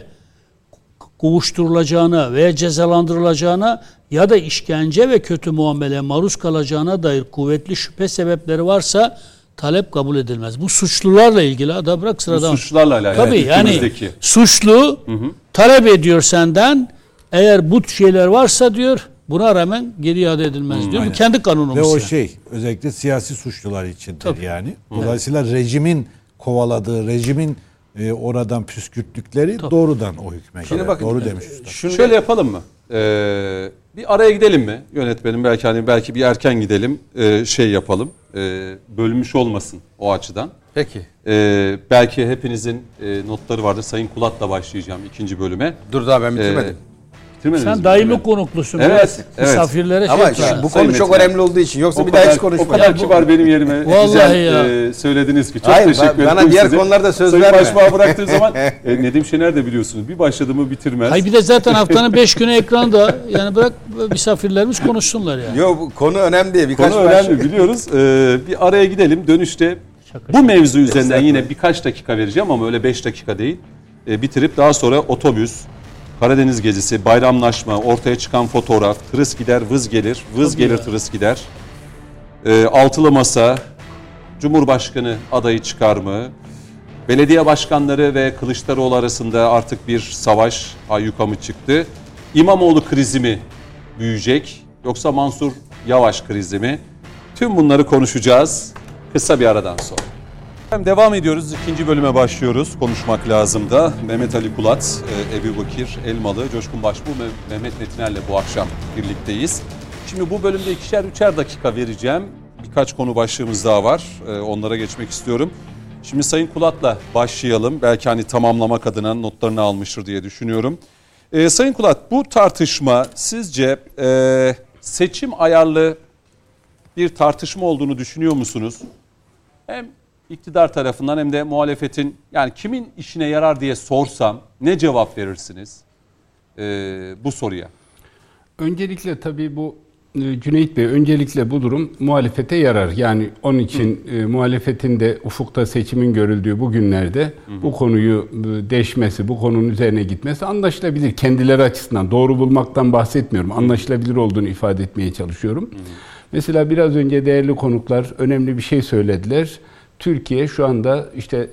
kovuşturulacağına veya cezalandırılacağına ya da işkence ve kötü muameleye maruz kalacağına dair kuvvetli şüphe sebepleri varsa talep kabul edilmez. Bu suçlularla ilgili, da bırak sıradan. Bu suçlularla alakalı. Tabii yani ülkemizdeki. suçlu talep ediyor senden, eğer bu şeyler varsa diyor, buna rağmen geri iade edilmez diyor. Bu kendi kanunumuz. Ve o yani. özellikle siyasi suçlular içindir yani. Dolayısıyla rejimin kovaladığı, rejimin oradan püskürttükleri doğrudan o hükme girer. bakın, Doğru demiş usta. Şöyle yapalım mı? Bir araya gidelim mi yönetmenim? Belki bir erken gidelim. Yapalım. Bölünmüş olmasın o açıdan. Peki. Belki hepinizin notları vardır. Sayın Kulat'la başlayacağım ikinci bölüme. Dur daha ben bitirmedim. Bitirmediniz mi? Sen daimi konuklusun. Evet, evet. Misafirlere Ama yapma. bu Sayın konu çok Metin önemli olduğu için. Yoksa O bir daha hiç kadar konuşmayalım. kibar benim yerime Vallahi güzel söylediniz ki. Çok Hayır, teşekkür ederim. bana diğer size. konularda söz Sayın verme. Başbuğ'a bıraktığım zaman Nedim Şener de biliyorsunuz bir başladı mı bitirmez. Hayır, bir de zaten haftanın 5 günü ekranda, yani bırak misafirlerimiz konuşsunlar yani. Yok, bu konu önemli diye birkaç Konu önemli biliyoruz. Bir araya gidelim. Dönüşte bu mevzu üzerinden yine birkaç dakika vereceğim ama öyle 5 dakika değil. Bitirip daha sonra otobüs, Karadeniz Gecesi, bayramlaşma, ortaya çıkan fotoğraf, tırıs gider vız gelir, vız gelir tırıs gider. Altılı Masa, Cumhurbaşkanı adayı çıkar mı? Belediye başkanları ve Kılıçdaroğlu arasında artık bir savaş ayyuka mı çıktı? İmamoğlu krizi mi büyüyecek yoksa Mansur Yavaş krizi mi? Tüm bunları konuşacağız kısa bir aradan sonra. Devam ediyoruz. İkinci bölüme başlıyoruz. Konuşmak lazım da. Mehmet Ali Kulat, Ebubekir Elmalı, Coşkun Başbuğ ve Mehmet Metiner'le bu akşam birlikteyiz. Şimdi bu bölümde 2'şer dakika vereceğim. Birkaç konu başlığımız daha var. Onlara geçmek istiyorum. Şimdi Sayın Kulat'la başlayalım. Belki tamamlamak adına notlarını almıştır diye düşünüyorum. Sayın Kulat, bu tartışma sizce seçim ayarlı bir tartışma olduğunu düşünüyor musunuz? Hem iktidar tarafından hem de muhalefetin, yani kimin işine yarar diye sorsam ne cevap verirsiniz bu soruya? Öncelikle tabii bu Cüneyt Bey, öncelikle bu durum muhalefete yarar. Yani onun için muhalefetin de ufukta seçimin görüldüğü bu günlerde bu konuyu deşmesi, bu konunun üzerine gitmesi anlaşılabilir. Kendileri açısından doğru bulmaktan bahsetmiyorum. Anlaşılabilir olduğunu ifade etmeye çalışıyorum. Mesela biraz önce değerli konuklar önemli bir şey söylediler. Türkiye şu anda işte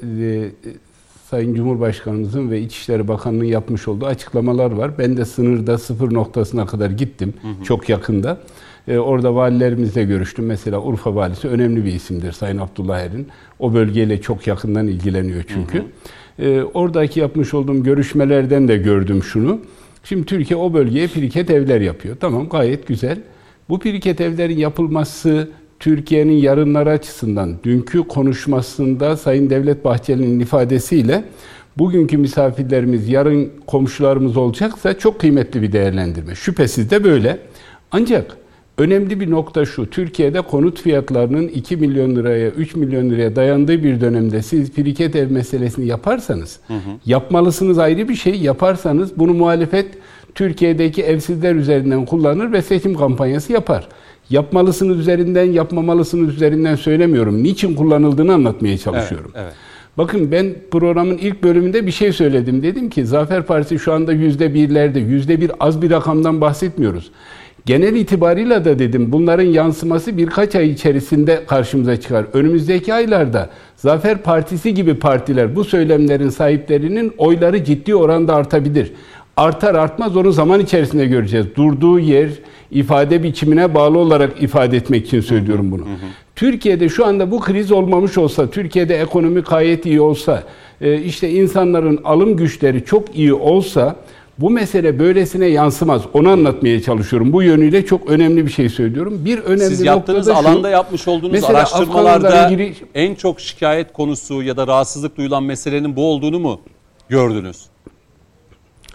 Sayın Cumhurbaşkanımızın ve İçişleri Bakanlığı'nın yapmış olduğu açıklamalar var. Ben de sınırda sıfır noktasına kadar gittim. Çok yakında. Orada valilerimizle görüştüm. Mesela Urfa valisi önemli bir isimdir, Sayın Abdullah Er'in. O bölgeyle çok yakından ilgileniyor çünkü. Oradaki yapmış olduğum görüşmelerden de gördüm şunu. Şimdi Türkiye o bölgeye piriket evler yapıyor. Tamam, gayet güzel. Bu piriket evlerin yapılması Türkiye'nin yarınları açısından dünkü konuşmasında Sayın Devlet Bahçeli'nin ifadesiyle bugünkü misafirlerimiz yarın komşularımız olacaksa çok kıymetli bir değerlendirme. Şüphesiz de böyle. Ancak önemli bir nokta şu: Türkiye'de konut fiyatlarının 2 milyon liraya, 3 milyon liraya dayandığı bir dönemde siz piriket ev meselesini yaparsanız, yapmalısınız ayrı bir şey, yaparsanız bunu muhalefet Türkiye'deki evsizler üzerinden kullanır ve seçim kampanyası yapar. Yapmalısınız üzerinden, yapmamalısınız üzerinden söylemiyorum. Niçin kullanıldığını anlatmaya çalışıyorum. Evet. Bakın, ben programın ilk bölümünde bir şey söyledim. Dedim ki Zafer Partisi şu anda %1'lerde, %1 az bir rakamdan bahsetmiyoruz. Genel itibarıyla da dedim bunların yansıması birkaç ay içerisinde karşımıza çıkar. Önümüzdeki aylarda Zafer Partisi gibi partiler, bu söylemlerin sahiplerinin oyları ciddi oranda artabilir. Artar artmaz onu zaman içerisinde göreceğiz. Durduğu yer, ifade biçimine bağlı olarak ifade etmek için söylüyorum bunu. Türkiye'de şu anda bu kriz olmamış olsa, Türkiye'de ekonomi gayet iyi olsa, işte insanların alım güçleri çok iyi olsa bu mesele böylesine yansımaz. Onu anlatmaya çalışıyorum. Bu yönüyle çok önemli bir şey söylüyorum. Bir önemli Siz yaptığınız nokta da şu: alanda yapmış olduğunuz mesela araştırmalarda en çok şikayet konusu ya da rahatsızlık duyulan meselenin bu olduğunu mu gördünüz?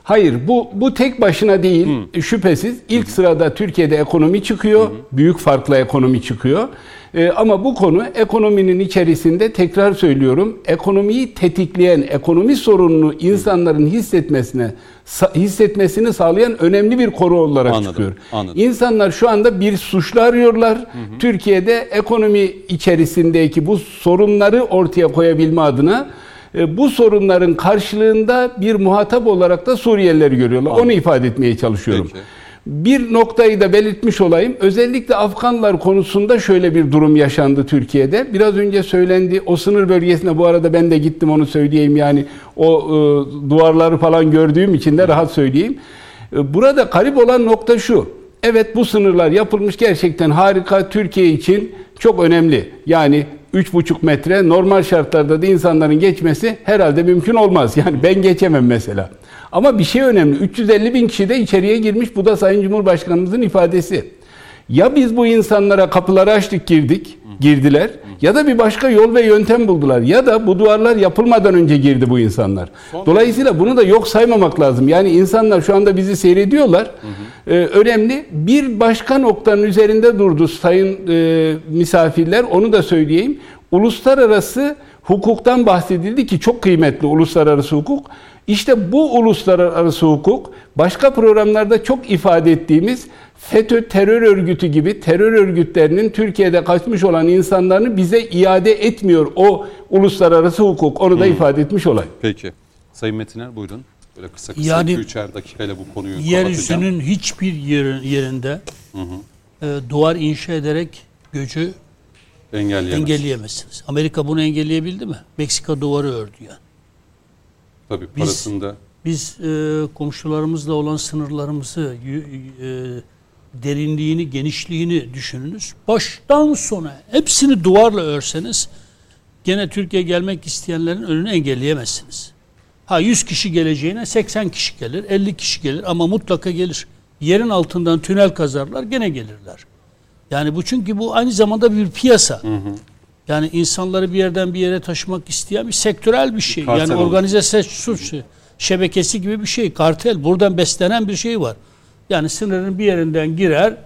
Hayır, bu tek başına değil, şüphesiz. İlk sırada Türkiye'de ekonomi çıkıyor, büyük farkla ekonomi çıkıyor. Ama bu konu ekonominin içerisinde, tekrar söylüyorum, ekonomiyi tetikleyen, ekonomi sorununu insanların hissetmesini sağlayan önemli bir konu olarak çıkıyor. Anladım. İnsanlar şu anda bir suçlu arıyorlar. Türkiye'de ekonomi içerisindeki bu sorunları ortaya koyabilme adına bu sorunların karşılığında bir muhatap olarak da Suriyelileri görüyorlar. Onu ifade etmeye çalışıyorum. Peki. Bir noktayı da belirtmiş olayım. Özellikle Afganlar konusunda şöyle bir durum yaşandı Türkiye'de. Biraz önce söylendi. O sınır bölgesine, bu arada ben de gittim, onu söyleyeyim. Yani o duvarları falan gördüğüm için de rahat söyleyeyim. Burada garip olan nokta şu. Evet, bu sınırlar yapılmış, gerçekten harika, Türkiye için çok önemli. Yani 3,5 metre normal şartlarda da insanların geçmesi herhalde mümkün olmaz. Yani ben geçemem mesela. Ama bir şey önemli. 350 bin kişi de içeriye girmiş. Bu da Sayın Cumhurbaşkanımızın ifadesi. Ya biz bu insanlara kapıları açtık, girdiler. Ya da bir başka yol ve yöntem buldular. Ya da bu duvarlar yapılmadan önce girdi bu insanlar. Dolayısıyla bunu da yok saymamak lazım. Yani insanlar şu anda bizi seyrediyorlar. Önemli. Bir başka noktanın üzerinde durdu sayın misafirler. Onu da söyleyeyim. Uluslararası hukuktan bahsedildi ki çok kıymetli uluslararası hukuk. İşte bu uluslararası hukuk, başka programlarda çok ifade ettiğimiz FETÖ terör örgütü gibi terör örgütlerinin Türkiye'de kaçmış olan insanlarını bize iade etmiyor o uluslararası hukuk. Onu da ifade etmiş olayım. Peki. Sayın Metiner buyurun. Böyle kısa Yani 2-3'er dakikayla bu konuyu yeryüzünün hiçbir yerinde duvar inşa ederek göçü engelleyemezsiniz. Amerika bunu engelleyebildi mi? Meksika duvarı ördü yani. Tabii parasında. Biz komşularımızla olan sınırlarımızı, derinliğini, genişliğini düşününüz. Baştan sona hepsini duvarla örseniz gene Türkiye'ye gelmek isteyenlerin önünü engelleyemezsiniz. 100 kişi geleceğine 80 kişi gelir, 50 kişi gelir ama mutlaka gelir. Yerin altından tünel kazarlar, gene gelirler. Yani çünkü bu aynı zamanda bir piyasa. Yani insanları bir yerden bir yere taşımak isteyen bir sektörel bir şey. Yani organize suç şebekesi gibi bir şey. Kartel. Buradan beslenen bir şey var. Yani sınırın bir yerinden girer,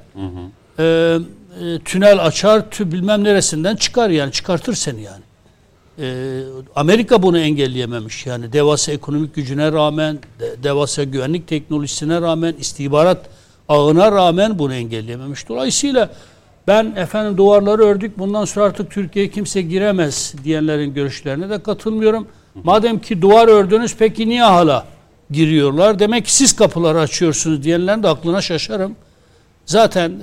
tünel açar, bilmem neresinden çıkar yani. Çıkartır seni yani. Amerika bunu engelleyememiş. Yani devasa ekonomik gücüne rağmen, devasa güvenlik teknolojisine rağmen, istihbarat ağına rağmen bunu engelleyememiş. Dolayısıyla ben duvarları ördük, bundan sonra artık Türkiye'ye kimse giremez diyenlerin görüşlerine de katılmıyorum. Madem ki duvar ördünüz, peki niye hala giriyorlar? Demek ki siz kapıları açıyorsunuz diyenlerin de aklına şaşarım. Zaten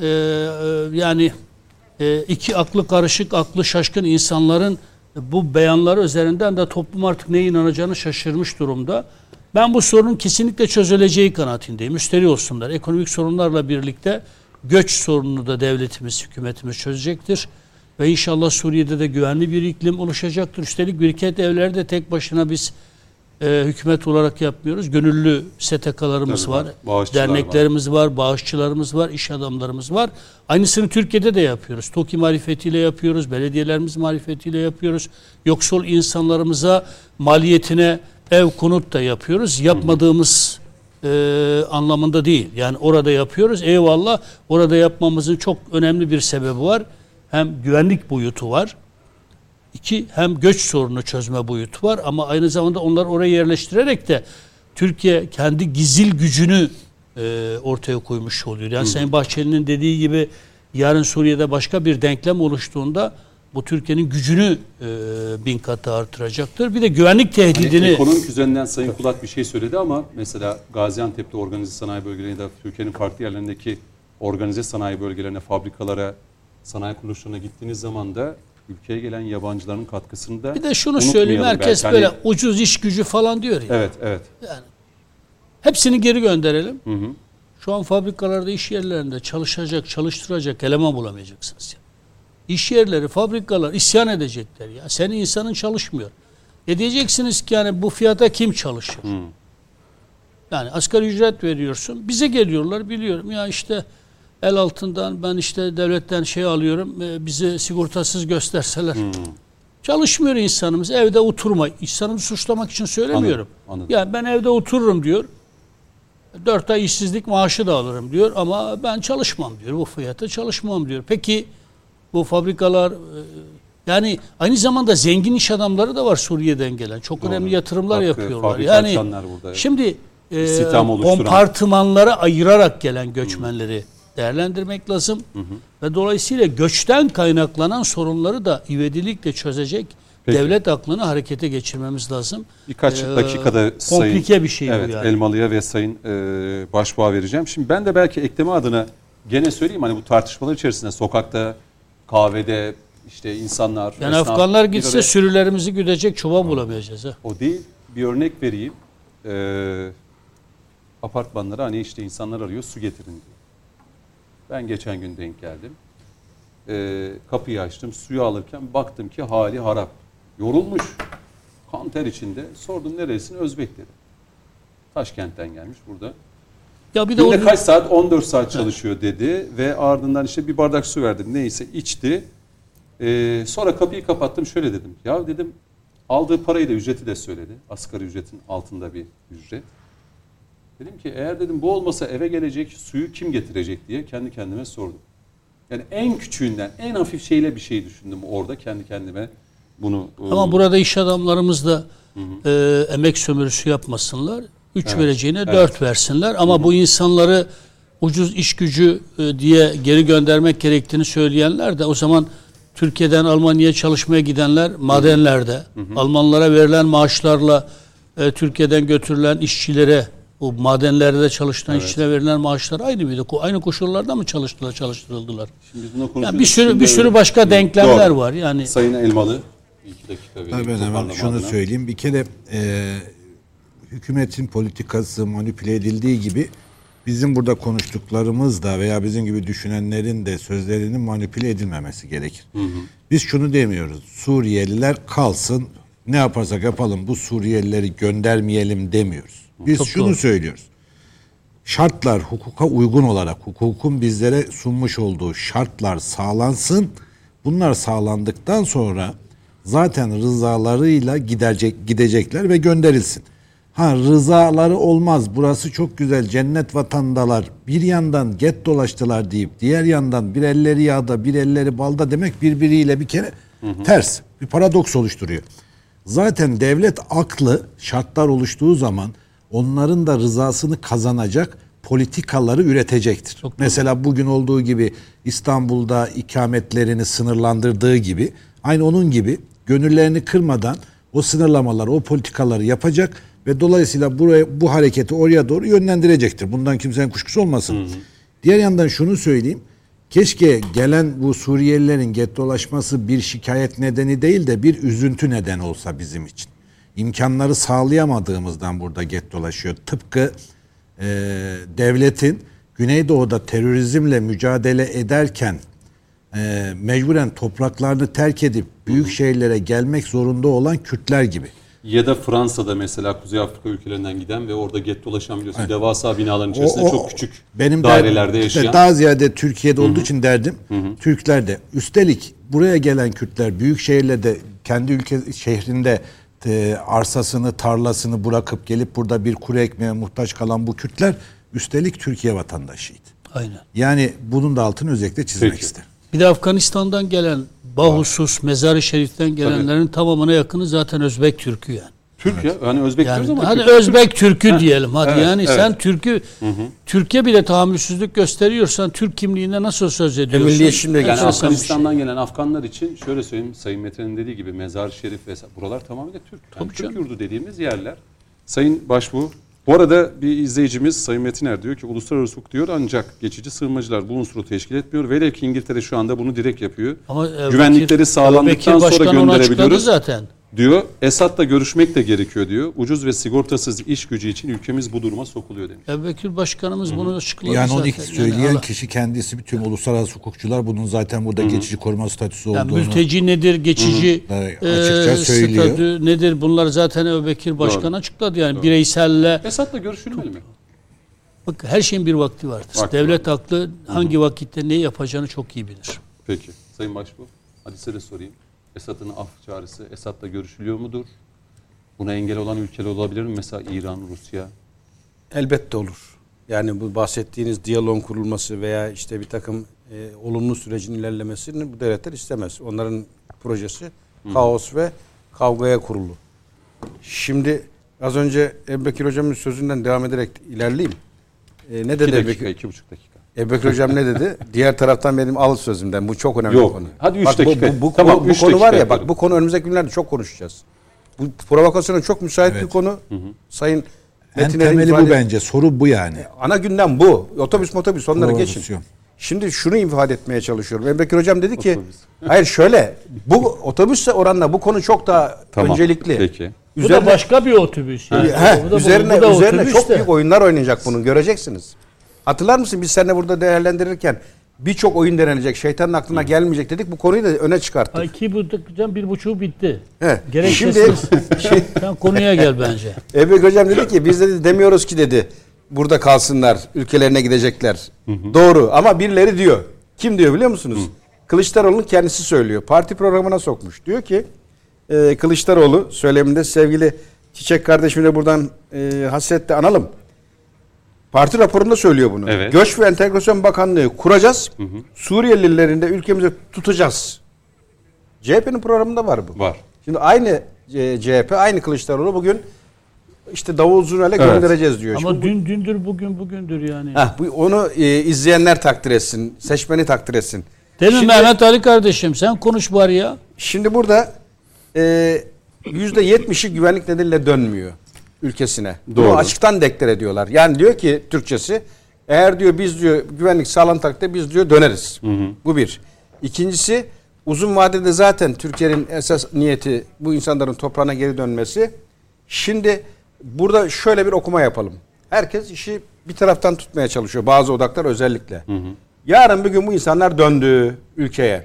iki aklı karışık, aklı şaşkın insanların bu beyanları üzerinden de toplum artık neye inanacağını şaşırmış durumda. Ben bu sorunun kesinlikle çözüleceği kanaatindeyim. Müşteri olsunlar. Ekonomik sorunlarla birlikte göç sorununu da devletimiz, hükümetimiz çözecektir. Ve inşallah Suriye'de de güvenli bir iklim oluşacaktır. Üstelik biriket evleri de tek başına biz hükümet olarak yapmıyoruz. Gönüllü STK'larımız var, derneklerimiz var, bağışçılarımız var, iş adamlarımız var. Aynısını Türkiye'de de yapıyoruz. TOKİ marifetiyle yapıyoruz, belediyelerimiz marifetiyle yapıyoruz. Yoksul insanlarımıza maliyetine ev, konut da yapıyoruz. Yapmadığımız anlamında değil. Yani orada yapıyoruz. Eyvallah. Orada yapmamızın çok önemli bir sebebi var. Hem güvenlik boyutu var. Hem göç sorunu çözme boyutu var. Ama aynı zamanda onları oraya yerleştirerek de Türkiye kendi gizil gücünü ortaya koymuş oluyor. Yani Sayın Bahçeli'nin dediği gibi yarın Suriye'de başka bir denklem oluştuğunda bu Türkiye'nin gücünü 1000 katı artıracaktır. Bir de güvenlik tehdidini... Ekonomik üzerinden Sayın Kulat bir şey söyledi ama mesela Gaziantep'te organize sanayi bölgelerinde, Türkiye'nin farklı yerlerindeki organize sanayi bölgelerine, fabrikalara, sanayi kuruluşlarına gittiğiniz zaman da ülkeye gelen yabancıların katkısını da bir de şunu söyleyeyim, herkes böyle ucuz iş gücü falan diyor ya. Evet. Yani hepsini geri gönderelim. Şu an fabrikalarda, iş yerlerinde çalıştıracak eleman bulamayacaksınız ya. İş yerleri, fabrikalar isyan edecekler ya. Senin insanın çalışmıyor. Diyeceksiniz ki yani bu fiyata kim çalışır? Yani asgari ücret veriyorsun. Bize geliyorlar, biliyorum. Ya işte el altından ben işte devletten alıyorum. Bizi sigortasız gösterseler. Çalışmıyor insanımız. Evde oturma. İnsanımı suçlamak için söylemiyorum. Anladım. Yani ben evde otururum diyor. 4 ay işsizlik maaşı da alırım diyor ama ben çalışmam diyor. Bu fiyata çalışmam diyor. Peki bu fabrikalar yani aynı zamanda zengin iş adamları da var Suriye'den gelen. Çok önemli yatırımlar yapıyorlar. fabrika Yani açanlar burada. şimdi İstihdam oluşturan. kompartımanlara ayırarak gelen göçmenleri değerlendirmek lazım. Ve dolayısıyla göçten kaynaklanan sorunları da ivedilikle çözecek Peki. devlet aklını harekete geçirmemiz lazım. Birkaç dakikada komplike bir şey evet, bu yani. Elmalı'ya ve Sayın Başbuğ'a vereceğim. Şimdi ben de belki ekleme adına gene söyleyeyim, hani bu tartışmalar içerisinde sokakta, kahvede işte insanlar... Yani esnaf, Afganlar gitse bir araya- sürülerimizi güdecek çoban bulamayacağız. Ha. O değil, bir örnek vereyim. Apartmanlara hani işte insanlar arıyor, su getirin diyor. Ben geçen gün denk geldim. Kapıyı açtım, suyu alırken baktım ki hali harap. Yorulmuş, kan ter içinde. Sordum neresin? Özbek dedi. Taşkent'ten gelmiş burada. Ya bir de Günde o kaç saat? 14 saat çalışıyor dedi. Ve ardından işte bir bardak su verdim. Neyse içti. Sonra kapıyı kapattım, şöyle dedim. Ya dedim, aldığı parayı da, ücreti de söyledi. Asgari ücretin altında bir ücret. Dedim ki eğer dedim bu olmasa eve gelecek suyu kim getirecek diye kendi kendime sordum. Yani en küçüğünden, en hafif şeyle bir şey düşündüm orada kendi kendime bunu. ama burada iş adamlarımız da emek sömürüsü yapmasınlar. 3 vereceğine 4 versinler. Ama bu insanları ucuz iş gücü diye geri göndermek gerektiğini söyleyenler de o zaman Türkiye'den Almanya'ya çalışmaya gidenler madenlerde, Almanlara verilen maaşlarla Türkiye'den götürülen işçilere, o madenlerde çalışan işçilere verilen maaşlar aynı mıydı? Aynı koşullarda mı çalıştırıldılar? Şimdi buna Yani konuşuyoruz. bir sürü başka denklemler Doğru. var. Yani Sayın Elmalı 2 dakika vereyim. Ben hemen toparlama şunu adına. söyleyeyim. Bir kere hükümetin politikası manipüle edildiği gibi bizim burada konuştuklarımız da veya bizim gibi düşünenlerin de sözlerinin manipüle edilmemesi gerekir. Biz şunu demiyoruz. Suriyeliler kalsın, ne yaparsak yapalım bu Suriyelileri göndermeyelim demiyoruz. Biz şunu söylüyoruz. Şartlar hukuka uygun olarak, hukukun bizlere sunmuş olduğu şartlar sağlansın. Bunlar sağlandıktan sonra zaten rızalarıyla gidecekler ve gönderilsin. Rızaları olmaz, burası çok güzel, cennet vatandalar, bir yandan get dolaştılar deyip diğer yandan bir elleri yağda bir elleri balda demek birbiriyle bir kere ters. Bir paradoks oluşturuyor. Zaten devlet aklı şartlar oluştuğu zaman onların da rızasını kazanacak politikaları üretecektir. Mesela bugün olduğu gibi İstanbul'da ikametlerini sınırlandırdığı gibi, aynı onun gibi gönüllerini kırmadan o sınırlamaları, o politikaları yapacak ve dolayısıyla bu hareketi oraya doğru yönlendirecektir. Bundan kimsenin kuşkusu olmasın. Diğer yandan şunu söyleyeyim. Keşke gelen bu Suriyelilerin gettolaşması bir şikayet nedeni değil de bir üzüntü nedeni olsa bizim için. İmkanları sağlayamadığımızdan burada gettolaşıyor. Tıpkı devletin Güneydoğu'da terörizmle mücadele ederken mecburen topraklarını terk edip büyük şehirlere gelmek zorunda olan Kürtler gibi. Ya da Fransa'da mesela Kuzey Afrika ülkelerinden giden ve orada gettolaşan biliyorsun devasa binaların içerisinde çok küçük dairelerde yaşayan. Daha ziyade Türkiye'de olduğu için derdim. Türkler de. Üstelik buraya gelen Kürtler büyük şehirlerde kendi şehrinde arsasını, tarlasını bırakıp gelip burada bir kuru ekmeğe muhtaç kalan bu Kürtler üstelik Türkiye vatandaşıydı. aynen. Yani bunun da altını özellikle çizmek Peki. isterim. Bir de Afganistan'dan gelen, Bahusus, Mezar-ı Şerif'ten gelenlerin tamamına yakını zaten Özbek Türk'ü yani. Türk ya, hani Özbek diyoruz Yani ama hadi Türk. Özbek Türk'ü diyelim hadi Evet, yani evet. sen Türkiye bile tahammülsüzlük gösteriyorsan Türk kimliğine nasıl söz ediyorsun? milliyetçiliğe Yani Enteresan bir şey. Afganistan'dan gelen Afganlar için şöyle söyleyeyim, Sayın Metin'in dediği gibi Mezar-ı Şerif vesaire buralar tamamıyla Türk. Yani Türk yurdu dediğimiz yerler. Sayın Başbuğ, bu arada bir izleyicimiz Sayın Metiner diyor ki uluslararası hukuk diyor ancak geçici sığınmacılar bu unsuru teşkil etmiyor. Velev ki İngiltere şu anda bunu direkt yapıyor. Ama Güvenlikleri sağlandıktan sonra Başkan onu açıkladı gönderebiliyoruz. zaten. Diyor Esad'la görüşmek de gerekiyor diyor. Ucuz ve sigortasız iş gücü için ülkemiz bu duruma sokuluyor demiş. Bekir Başkanımız bunu açıkladı Yani zaten. onu ilk söyleyen Allah- kişi kendisi, bütün uluslararası hukukçular bunun zaten burada geçici koruma statüsü Yani olduğunu. mülteci nedir, geçici Evet, açıkça söylüyor. statü nedir bunlar zaten Ebu Bekir Başkan açıkladı. Yani bireyselle Esad'la görüşülmeli mi? bak, her şeyin bir vakti vardır. Vakti Devlet aklı hangi vakitte neyi yapacağını çok iyi bilir. Peki. Sayın Başbuğ, hadi size de sorayım. Esad'ın af çağrısı Esad'la görüşülüyor mudur? Buna engel olan ülkeler olabilir mi? Mesela İran, Rusya. Elbette olur. Yani bu bahsettiğiniz diyaloğun kurulması veya işte bir takım olumlu sürecin ilerlemesini bu devletler istemez. Onların projesi kaos ve kavgaya kurulu. Şimdi az önce Ebubekir Hocam'ın sözünden devam ederek ilerleyeyim. Ne dedi 2 dakika, 2,5 dakika. Ebubekir Hocam ne dedi? Diğer taraftan benim al sözümden. Bu çok önemli bir konu. Hadi 3 bak, dakika. Bu Tamam, konu 3 var dakika ya bak yapalım. bu konu önümüzdeki günlerde çok konuşacağız. Bu provokasyona çok müsait bir konu. Sayın En Metiner'in temeli ifade- bu bence. Soru bu yani. Ana gündem bu. Otobüs onları geçin. Provokasyon. Şimdi şunu ifade etmeye çalışıyorum. Ebubekir Hocam dedi ki hayır şöyle bu otobüsle oranla bu konu çok daha Tamam, öncelikli. peki. Bu da başka bir otobüs. Yani. Bu da Üzerine otobüs çok de. büyük oyunlar oynayacak bunun göreceksiniz. Hatırlar mısın biz seninle burada değerlendirirken birçok oyun denenecek. Şeytanın aklına gelmeyecek dedik. Bu konuyu da öne çıkarttık. Ay 2,5'dan 1,5 bitti. He. Gereksiz. Sen konuya gel bence. Ebubekir Hocam dedi ki biz dedi demiyoruz ki dedi burada kalsınlar, ülkelerine gidecekler. Doğru ama birileri diyor. Kim diyor biliyor musunuz? Kılıçdaroğlu'nun kendisi söylüyor. Parti programına sokmuş. Diyor ki Kılıçdaroğlu söyleminde sevgili Çiçek kardeşimi de buradan hasretle analım. Parti raporunda söylüyor bunu. Evet. Göç ve Entegrasyon Bakanlığı kuracağız. Suriyelilerin de ülkemize tutacağız. CHP'nin programında var bu. Var. Şimdi aynı CHP, aynı Kılıçdaroğlu bugün işte davul zurnayla göndereceğiz diyor. Ama Şimdi dündür bugündür yani. onu izleyenler takdir etsin, seçmeni takdir etsin. Değil mi Şimdi- Mehmet Ali kardeşim? Sen konuş bari ya. Şimdi burada %70'i güvenlik nedeniyle dönmüyor ülkesine. Doğru. Bunu açıktan deklar ediyorlar. Yani diyor ki Türkçesi eğer diyor biz diyor güvenlik sağlan takdirde biz diyor döneriz. Bu bir. İkincisi uzun vadede zaten Türkiye'nin esas niyeti bu insanların toprağına geri dönmesi. Şimdi burada şöyle bir okuma yapalım. Herkes işi bir taraftan tutmaya çalışıyor. Bazı odaklar özellikle. Yarın bir gün bu insanlar döndü ülkeye.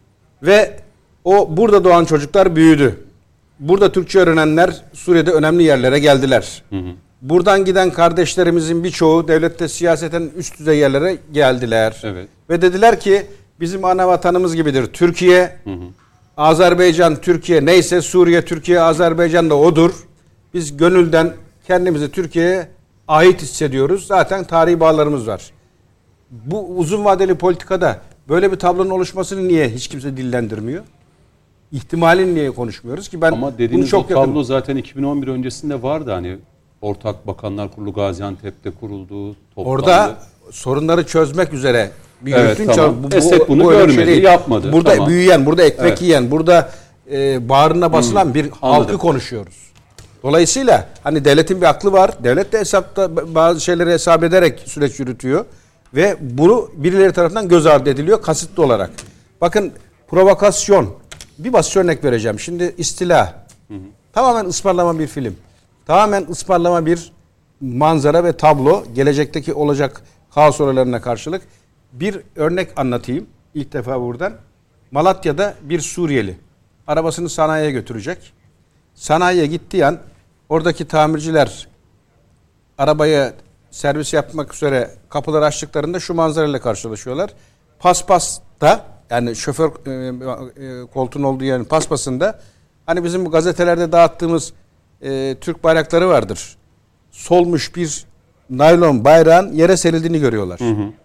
Ve o burada doğan çocuklar büyüdü. Burada Türkçe öğrenenler Suriye'de önemli yerlere geldiler. Buradan giden kardeşlerimizin birçoğu devlette siyaseten üst düzey yerlere geldiler. Evet. Ve dediler ki bizim ana vatanımız gibidir Türkiye. Azerbaycan, Türkiye neyse Suriye, Türkiye, Azerbaycan da odur. Biz gönülden kendimizi Türkiye'ye ait hissediyoruz. Zaten tarihi bağlarımız var. Bu uzun vadeli politikada böyle bir tablonun oluşmasını niye hiç kimse dillendirmiyor? İhtimalini niye konuşmuyoruz ki ben Ama bunu dediğiniz o çok yakın. tablo zaten 2011 öncesinde vardı. Hani Ortak Bakanlar Kurulu Gaziantep'te kuruldu. Toplandı. Orada sorunları çözmek üzere bir Evet, yürütün tamam. çal- Esed bunu öyle bir görmedi, değil. yapmadı. Burada Tamam. büyüyen, burada ekmek Evet. yiyen, burada bağrına basılan bir halkı konuşuyoruz. Dolayısıyla hani devletin bir aklı var. Devlet de hesapta bazı şeyleri hesap ederek süreç yürütüyor. Ve bunu birileri tarafından göz ardı ediliyor kasıtlı olarak. Bakın provokasyon. Bir basit örnek vereceğim. Şimdi istila. Tamamen ısmarlama bir film. Tamamen ısmarlama bir manzara ve tablo. Gelecekteki olacak kaos olaylarına karşılık. Bir örnek anlatayım. İlk defa buradan. Malatya'da bir Suriyeli arabasını sanayiye götürecek. Sanayiye gittiği an oradaki tamirciler arabaya servis yapmak üzere kapıları açtıklarında şu manzarayla karşılaşıyorlar. Paspasta yani şoför koltuğun olduğu yerin paspasında hani bizim bu gazetelerde dağıttığımız Türk bayrakları vardır. Solmuş bir naylon bayrağın yere serildiğini görüyorlar.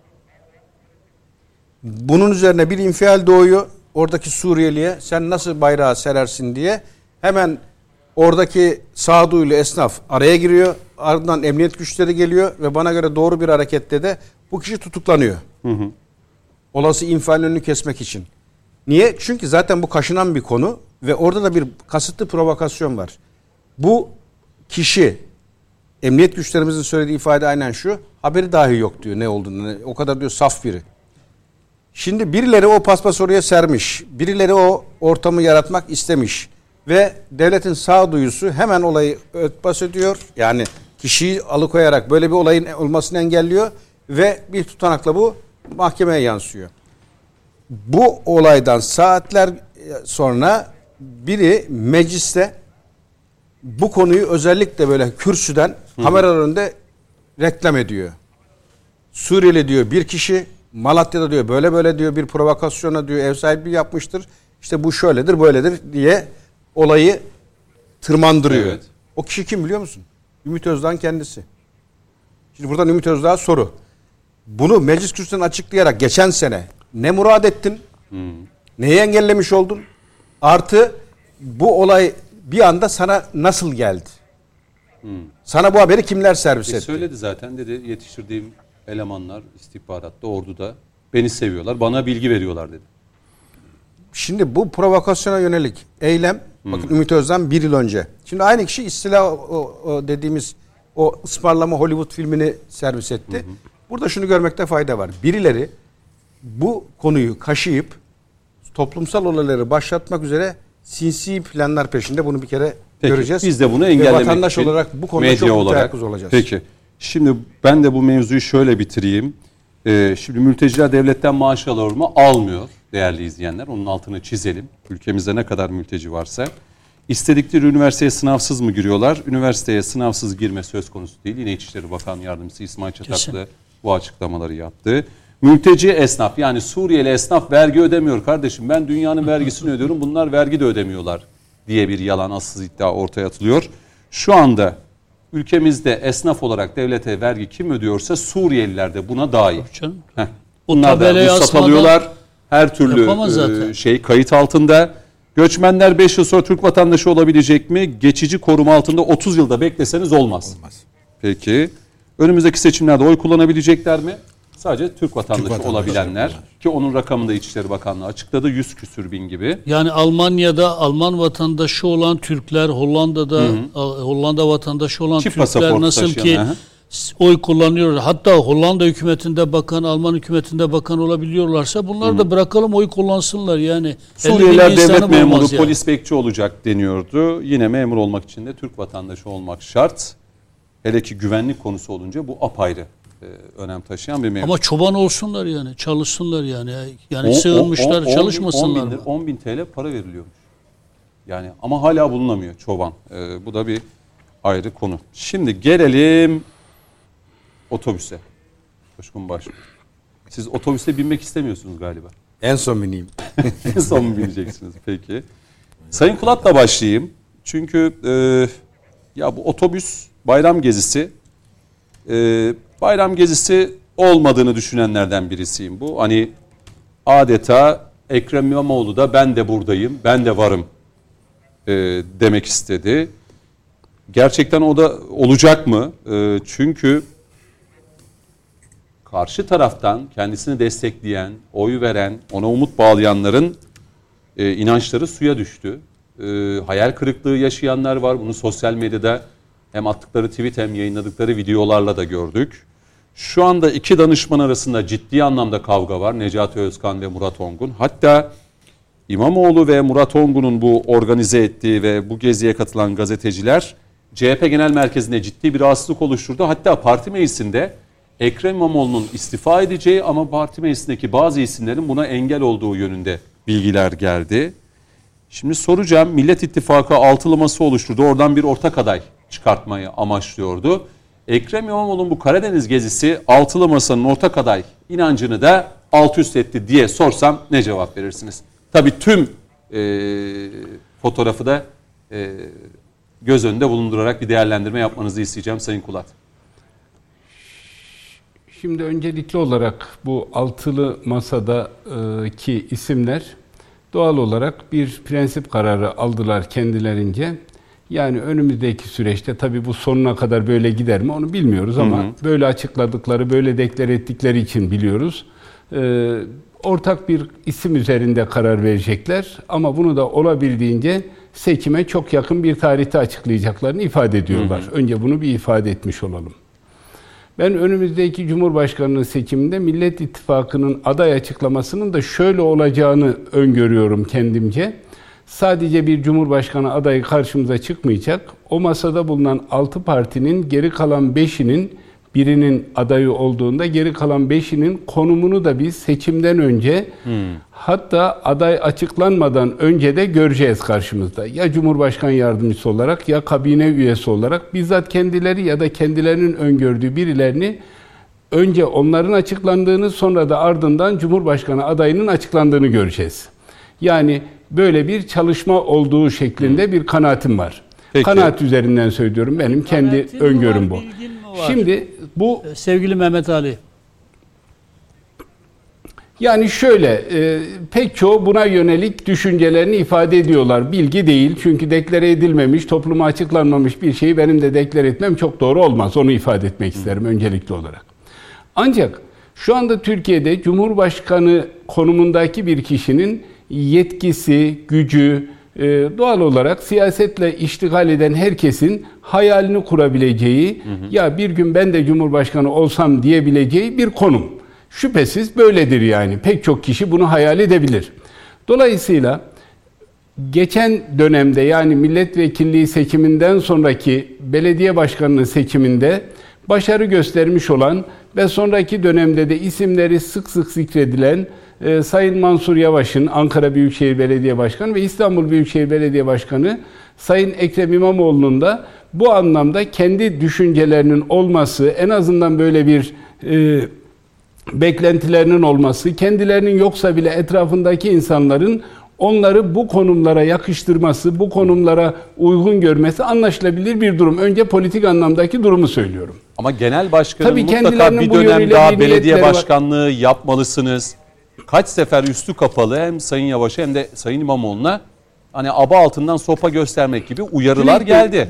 Bunun üzerine bir infial doğuyor. Oradaki Suriyeliye sen nasıl bayrağı serersin diye hemen oradaki sağduyulu esnaf araya giriyor. Ardından emniyet güçleri geliyor ve bana göre doğru bir harekette de bu kişi tutuklanıyor. Olası infialin önünü kesmek için. Niye? Çünkü zaten bu kaşınan bir konu ve orada da bir kasıtlı provokasyon var. Bu kişi emniyet güçlerimizin söylediği ifade aynen şu. Haberi dahi yok diyor ne olduğunu. O kadar diyor saf biri. Şimdi birileri o paspası oraya sermiş. Birileri o ortamı yaratmak istemiş. Ve devletin sağduyusu hemen olayı örtbas ediyor. Yani kişiyi alıkoyarak böyle bir olayın olmasını engelliyor. Ve bir tutanakla bu mahkemeye yansıyor. Bu olaydan saatler sonra biri mecliste bu konuyu özellikle böyle kürsüden kameralar önünde reklam ediyor. Suriyeli diyor bir kişi, Malatya'da diyor böyle diyor bir provokasyona diyor ev sahipliği yapmıştır. İşte bu şöyledir böyledir diye olayı tırmandırıyor. Evet. O kişi kim biliyor musun? Ümit Özdağ'ın kendisi. Şimdi buradan Ümit Özdağ'a soru. Bunu meclis kürsüsünden açıklayarak geçen sene ne murad ettin? Neyi engellemiş oldun? Artı bu olay bir anda sana nasıl geldi? Sana bu haberi kimler servis etti? Söyledi zaten, dedi yetiştirdiğim elemanlar istihbaratta, orduda beni seviyorlar, bana bilgi veriyorlar dedi. Şimdi bu provokasyona yönelik eylem, bakın Ümit Özdağ bir yıl önce. Şimdi aynı kişi istila o dediğimiz o ısmarlama Hollywood filmini servis etti. Burada şunu görmekte fayda var. Birileri bu konuyu kaşıyıp toplumsal olayları başlatmak üzere sinsi planlar peşinde, bunu bir kere Peki, göreceğiz. biz de bunu Ve engellemek vatandaş için olarak bu konuda medya çok olarak müteyakkız olacağız. Peki. Şimdi ben de bu mevzuyu şöyle bitireyim. Şimdi mülteciler devletten maaş alıyor mu? Almıyor değerli izleyenler. Onun altını çizelim. Ülkemizde ne kadar mülteci varsa. İstedikleri üniversiteye sınavsız mı giriyorlar? Üniversiteye sınavsız girme söz konusu değil. Yine İçişleri Bakan Yardımcısı İsmail Çataklı bu açıklamaları yaptı. Mülteci esnaf, yani Suriyeli esnaf vergi ödemiyor kardeşim. Ben dünyanın vergisini ödüyorum, bunlar vergi de ödemiyorlar diye bir yalan, asıl iddia ortaya atılıyor. Şu anda ülkemizde esnaf olarak devlete vergi kim ödüyorsa Suriyeliler de buna dahil. Bunlar da ruhsat alıyorlar. Her türlü kayıt altında. Göçmenler 5 yıl sonra Türk vatandaşı olabilecek mi? Geçici koruma altında 30 yılda bekleseniz olmaz. Peki. Önümüzdeki seçimlerde oy kullanabilecekler mi? Sadece Türk vatandaşı olabilenler, ki onun rakamını da İçişleri Bakanlığı açıkladı, 100 küsür bin gibi. Yani Almanya'da Alman vatandaşı olan Türkler, Hollanda'da Hollanda vatandaşı olan Çift Türkler nasıl ki oy kullanıyor. Hatta Hollanda hükümetinde bakan, Alman hükümetinde bakan olabiliyorlarsa bunlar da bırakalım oy kullansınlar yani. Suriyeliler devlet memuru, polis bekçi olacak deniyordu. Yine memur olmak için de Türk vatandaşı olmak şart. Hele ki güvenlik konusu olunca bu apayrı önem taşıyan bir memur. Ama çoban olsunlar yani, çalışsınlar yani. Yani sığınmışlar, çalışmasınlar mı? 10 bin TL para veriliyormuş. Yani ama hala bulunamıyor çoban. Bu da bir ayrı konu. Şimdi gelelim otobüse. Coşkun Başbuğ. Siz otobüse binmek istemiyorsunuz galiba. En son bineyim. En son mu bineceksiniz? Peki. Sayın Kulat'la başlayayım. Çünkü ya bu otobüs bayram gezisi olmadığını düşünenlerden birisiyim bu. Hani adeta Ekrem İmamoğlu da ben de buradayım, ben de varım demek istedi. Gerçekten o da olacak mı? Çünkü karşı taraftan kendisini destekleyen, oy veren, ona umut bağlayanların inançları suya düştü. Hayal kırıklığı yaşayanlar var. Bunu sosyal medyada hem attıkları tweet hem yayınladıkları videolarla da gördük. Şu anda iki danışman arasında ciddi anlamda kavga var. Necati Özkan ve Murat Ongun. Hatta İmamoğlu ve Murat Ongun'un bu organize ettiği ve bu geziye katılan gazeteciler CHP Genel Merkezi'nde ciddi bir rahatsızlık oluşturdu. Hatta parti meclisinde Ekrem İmamoğlu'nun istifa edeceği ama parti meclisindeki bazı isimlerin buna engel olduğu yönünde bilgiler geldi. Şimdi soracağım, Millet İttifakı altılı masa oluşturdu. Oradan bir ortak aday çıkartmayı amaçlıyordu. Ekrem İmamoğlu'nun bu Karadeniz gezisi altılı masanın ortak aday inancını da alt üst etti diye sorsam ne cevap verirsiniz? Tabii tüm fotoğrafı da göz önünde bulundurarak bir değerlendirme yapmanızı isteyeceğim Sayın Kulat. Şimdi öncelikli olarak bu altılı masadaki isimler doğal olarak bir prensip kararı aldılar kendilerince. Yani önümüzdeki süreçte tabii bu sonuna kadar böyle gider mi onu bilmiyoruz ama böyle açıkladıkları, böyle deklar ettikleri için biliyoruz. Ortak bir isim üzerinde karar verecekler ama bunu da olabildiğince seçime çok yakın bir tarihte açıklayacaklarını ifade ediyorlar. Önce bunu bir ifade etmiş olalım. Ben önümüzdeki Cumhurbaşkanlığı seçiminde Millet İttifakı'nın aday açıklamasının da şöyle olacağını öngörüyorum kendimce. Sadece bir Cumhurbaşkanı adayı karşımıza çıkmayacak. O masada bulunan 6 partinin geri kalan 5'inin birinin adayı olduğunda geri kalan 5'inin konumunu da biz seçimden önce hatta aday açıklanmadan önce de göreceğiz karşımızda. Ya Cumhurbaşkanı Yardımcısı olarak ya kabine üyesi olarak bizzat kendileri ya da kendilerinin öngördüğü birilerini önce onların açıklandığını sonra da ardından Cumhurbaşkanı adayının açıklandığını göreceğiz. Yani böyle bir çalışma olduğu şeklinde bir kanaatim var. Peki. Kanaat üzerinden söylüyorum. Benim kendi öngörüm bu. Şimdi bu Sevgili Mehmet Ali. yani şöyle pek çoğu buna yönelik düşüncelerini ifade ediyorlar. Bilgi değil çünkü deklare edilmemiş, topluma açıklanmamış bir şeyi benim de deklare etmem çok doğru olmaz. Onu ifade etmek isterim öncelikli olarak. Ancak şu anda Türkiye'de Cumhurbaşkanı konumundaki bir kişinin yetkisi, gücü, doğal olarak siyasetle iştigal eden herkesin hayalini kurabileceği, ya bir gün ben de Cumhurbaşkanı olsam diyebileceği bir konum. Şüphesiz böyledir yani. Pek çok kişi bunu hayal edebilir. Dolayısıyla geçen dönemde yani milletvekilliği seçiminden sonraki belediye başkanlığı seçiminde başarı göstermiş olan ve sonraki dönemde de isimleri sık sık zikredilen Sayın Mansur Yavaş'ın Ankara Büyükşehir Belediye Başkanı ve İstanbul Büyükşehir Belediye Başkanı Sayın Ekrem İmamoğlu'nun da bu anlamda kendi düşüncelerinin olması, en azından böyle bir beklentilerinin olması, kendilerinin yoksa bile etrafındaki insanların onları bu konumlara yakıştırması, bu konumlara uygun görmesi anlaşılabilir bir durum. Önce politik anlamdaki durumu söylüyorum. Ama genel başkanın Tabii mutlaka bir bu dönem yönüyle daha bir belediye niyetleri var. başkanlığı yapmalısınız. Kaç sefer üstü kapalı hem Sayın Yavaş'a hem de Sayın İmamoğlu'na hani aba altından sopa göstermek gibi uyarılar geldi.